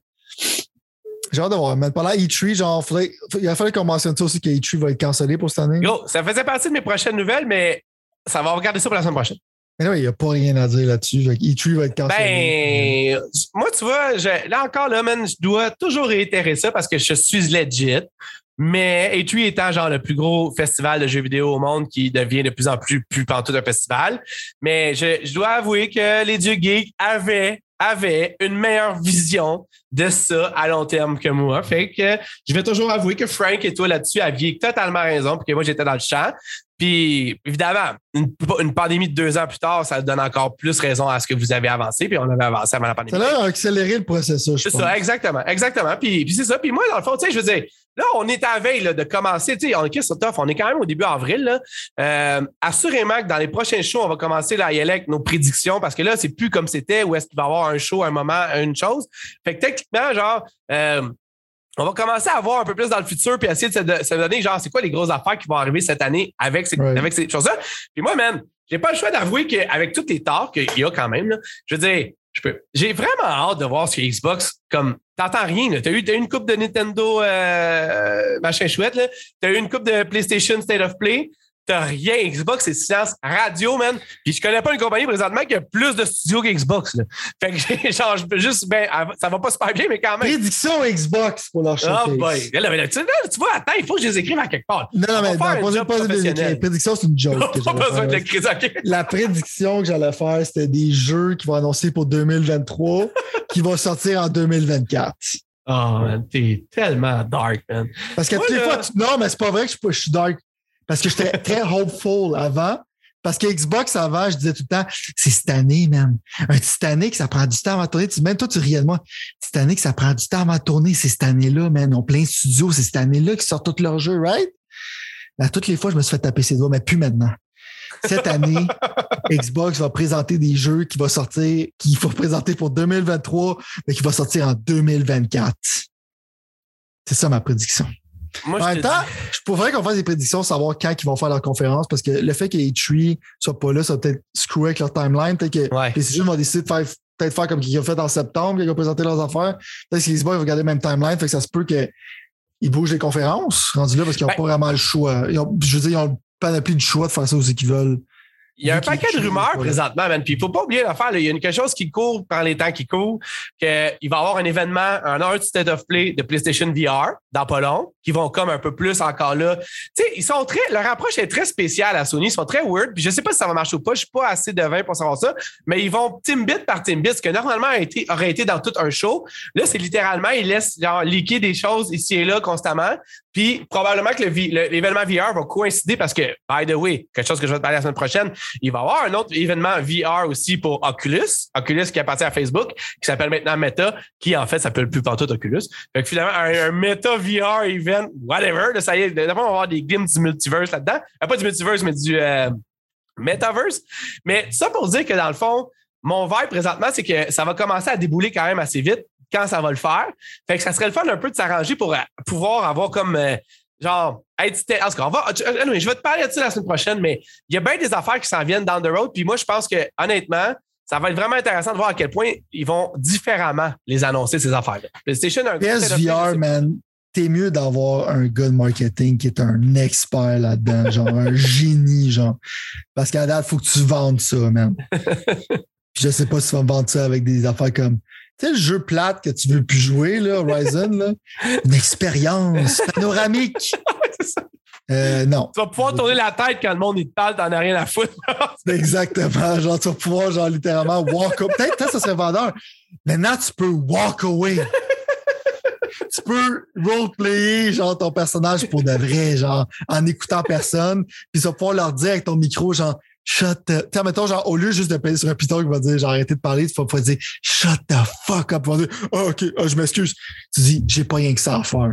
J'ai hâte de voir. Mais pendant E3, genre, il a fallu qu'on mentionne ça aussi que E3 va être cancellé pour cette année. Yo, ça faisait partie de mes prochaines nouvelles, mais ça va regarder ça pour la semaine prochaine. Mais oui, il n'y a pas rien à dire là-dessus. E3 va être cancellé. Ben, moi, tu vois, là encore, là, man, je dois toujours réitérer ça parce que je suis legit. Mais E3 étant genre le plus gros festival de jeux vidéo au monde qui devient de plus en plus pantoute un festival. Mais je dois avouer que les dieux geeks avaient une meilleure vision de ça à long terme que moi. Fait que je vais toujours avouer que Frank et toi là-dessus aviez totalement raison puis que moi j'étais dans le champ. Puis évidemment, une pandémie de 2 ans plus tard, ça donne encore plus raison à ce que vous avez avancé. Puis on avait avancé avant la pandémie. Ça a accéléré le processus, je pense. C'est ça, exactement. Puis c'est ça. Puis moi, dans le fond, tu sais, je veux dire, là, on est à la veille là, de commencer. Tu sais, on est quand même au début avril. Là. Assurément que dans les prochains shows, on va commencer là, à y aller avec nos prédictions parce que là, c'est plus comme c'était où est-ce qu'il va y avoir un show, un moment, une chose. Fait que techniquement, genre, on va commencer à voir un peu plus dans le futur puis essayer de se donner, genre, c'est quoi les grosses affaires qui vont arriver cette année avec ces choses-là. Puis moi, man, j'ai pas le choix d'avouer qu'avec toutes les torts qu'il y a quand même, là, je veux dire, j'ai vraiment hâte de voir ce que Xbox, comme, t'entends rien, là. T'as eu une coupe de Nintendo machin chouette, là. T'as eu une coupe de PlayStation State of Play. T'as rien. Xbox, c'est silence radio, man. Puis je connais pas une compagnie présentement qui a plus de studios que Xbox, là. Fait que genre, je peux juste, ça va pas super bien, mais quand même. Prédiction Xbox pour leur showcase. Oh boy. Là, tu vois, attends, il faut que je les écrive à quelque part. Non, mais pas de prédiction, c'est une joke. Pas besoin de l'écrire, OK. La prédiction que j'allais faire, c'était des jeux qui vont annoncer pour 2023 qui vont sortir en 2024. Oh, man, t'es tellement dark, man. Parce que toutes les fois, non, mais c'est pas vrai que je suis dark. Parce que j'étais très hopeful avant. Parce que Xbox, avant, je disais tout le temps, c'est cette année, man. Un Titanic, ça prend du temps avant de tourner. Même toi, tu riais de moi. Titanic, ça prend du temps avant de tourner. C'est cette année-là, man. Ils ont plein de studios. C'est cette année-là qu'ils sortent tous leurs jeux, right? Là, toutes les fois, je me suis fait taper ses doigts, mais plus maintenant. Cette année, Xbox va présenter des jeux qui vont sortir, qu'il faut présenter pour 2023, mais qui vont sortir en 2024. C'est ça ma prédiction. Moi, en même temps, je pourrais qu'on fasse des prédictions, savoir quand ils vont faire leur conférence, parce que le fait que E3 soit pas là, ça va peut-être screwer avec leur timeline. Peut-être que PlayStation va décider de faire comme ils ont fait en septembre, quand ils ont présenté leurs affaires. Peut-être que Xbox va regarder le même timeline, fait que ça se peut qu'ils bougent les conférences rendus là parce qu'ils n'ont pas vraiment le choix. Ils ont une panoplie de choix de faire ça aussi qu'ils veulent. Il y a un paquet de rumeurs présentement, man. Puis il ne faut pas oublier l'affaire. Il y a quelque chose qui court par les temps qui courent, qu'il va y avoir un événement, un Art State of Play de PlayStation VR dans pas long, qui vont comme un peu plus encore là. Tu sais, leur approche est très spéciale à Sony. Ils sont très weird. Puis je ne sais pas si ça va marcher ou pas. Je ne suis pas assez devin pour savoir ça. Mais ils vont Timbit par Timbit, ce que normalement aurait été dans tout un show. Là, c'est littéralement, ils laissent leaker des choses ici et là constamment. Puis probablement que l'événement VR va coïncider parce que, by the way, quelque chose que je vais te parler la semaine prochaine, il va y avoir un autre événement VR aussi pour Oculus qui appartient à Facebook, qui s'appelle maintenant Meta, qui en fait s'appelle plus partout Oculus. Fait que finalement, un Meta VR event, whatever, là, ça y est, d'abord on va avoir des glimpses du multiverse là-dedans. Pas du multiverse, mais du metaverse. Mais ça pour dire que dans le fond, mon vibe présentement, c'est que ça va commencer à débouler quand même assez vite quand ça va le faire. Fait que ça serait le fun un peu de s'arranger pour pouvoir avoir comme genre être... En tout cas, je vais te parler de ça la semaine prochaine, mais il y a bien des affaires qui s'en viennent down the road. Puis moi, je pense que honnêtement, ça va être vraiment intéressant de voir à quel point ils vont différemment les annoncer, ces affaires-là. PlayStation a un PSVR, man, t'es mieux d'avoir un gars de marketing qui est un expert là-dedans, genre un génie, genre. Parce qu'à date, il faut que tu vendes ça, man. Puis je sais pas si tu vas me vendre ça avec des affaires comme tu sais, le jeu plate que tu veux plus jouer, là, Horizon, là, une expérience panoramique. C'est ça. Non. Tu vas pouvoir tourner la tête quand le monde il te parle, t'en as rien à foutre. Exactement. Genre, tu vas pouvoir, genre, littéralement walk away. Peut-être ça serait vendeur. Maintenant, tu peux walk away. Tu peux roleplayer, genre, ton personnage pour de vrai, genre, en écoutant personne. Puis tu vas pouvoir leur dire avec ton micro, genre, shut up. Tiens, mettons, genre, au lieu juste de payer sur un piton qui va dire, genre, arrêtez de parler, tu vas pouvoir dire, shut the fuck up. Tu vas dire, OK, je m'excuse. Tu dis, j'ai pas rien que ça à faire.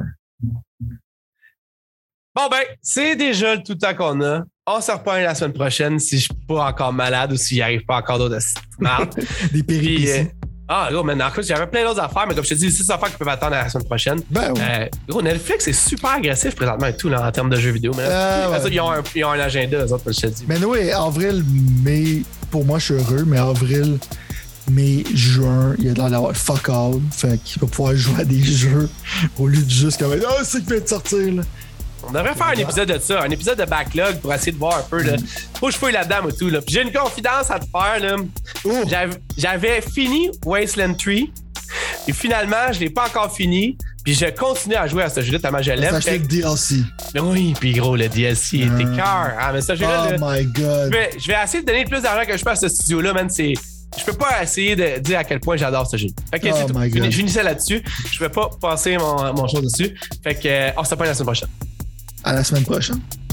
Bon, ben, c'est déjà tout le temps qu'on a. On se reprend la semaine prochaine si je suis pas encore malade ou s'il n'y arrive pas encore d'autres marde. Des péripéties. Gros, maintenant, j'avais plein d'autres affaires, mais comme je te dis, c'est des affaires qui peuvent attendre à la semaine prochaine. Ben oui. Gros, Netflix est super agressif présentement et tout là, en termes de jeux vidéo. Mais ouais. Ils ont un agenda, eux autres, je te dis. Mais oui, avril, mai, pour moi, je suis heureux, mais avril, mai, juin, il y a de l'air d'avoir fuck all. Fait qu'il va pouvoir jouer à des jeux au lieu de juste comme c'est qui vient de sortir, là. On devrait faire un épisode de ça, un épisode de backlog pour essayer de voir un peu. Là. Faut que je fouille là-dedans et tout. Là. Puis j'ai une confidence à te faire. Là. J'avais fini Wasteland 3. Et finalement, je l'ai pas encore fini. Puis je continue à jouer à ce jeu-là tellement je l'aime. Ça acheté le DLC. Oui, puis gros, le DLC était cœur. Ah, mais ça, jeu-là. Oh my God. Je vais essayer de donner le plus d'argent que je peux à ce studio-là, man. Je peux pas essayer de dire à quel point j'adore ce jeu. Fait que je finissais là-dessus. Je vais pas passer mon chose dessus. Fait que on se reprend la semaine prochaine. À la semaine prochaine.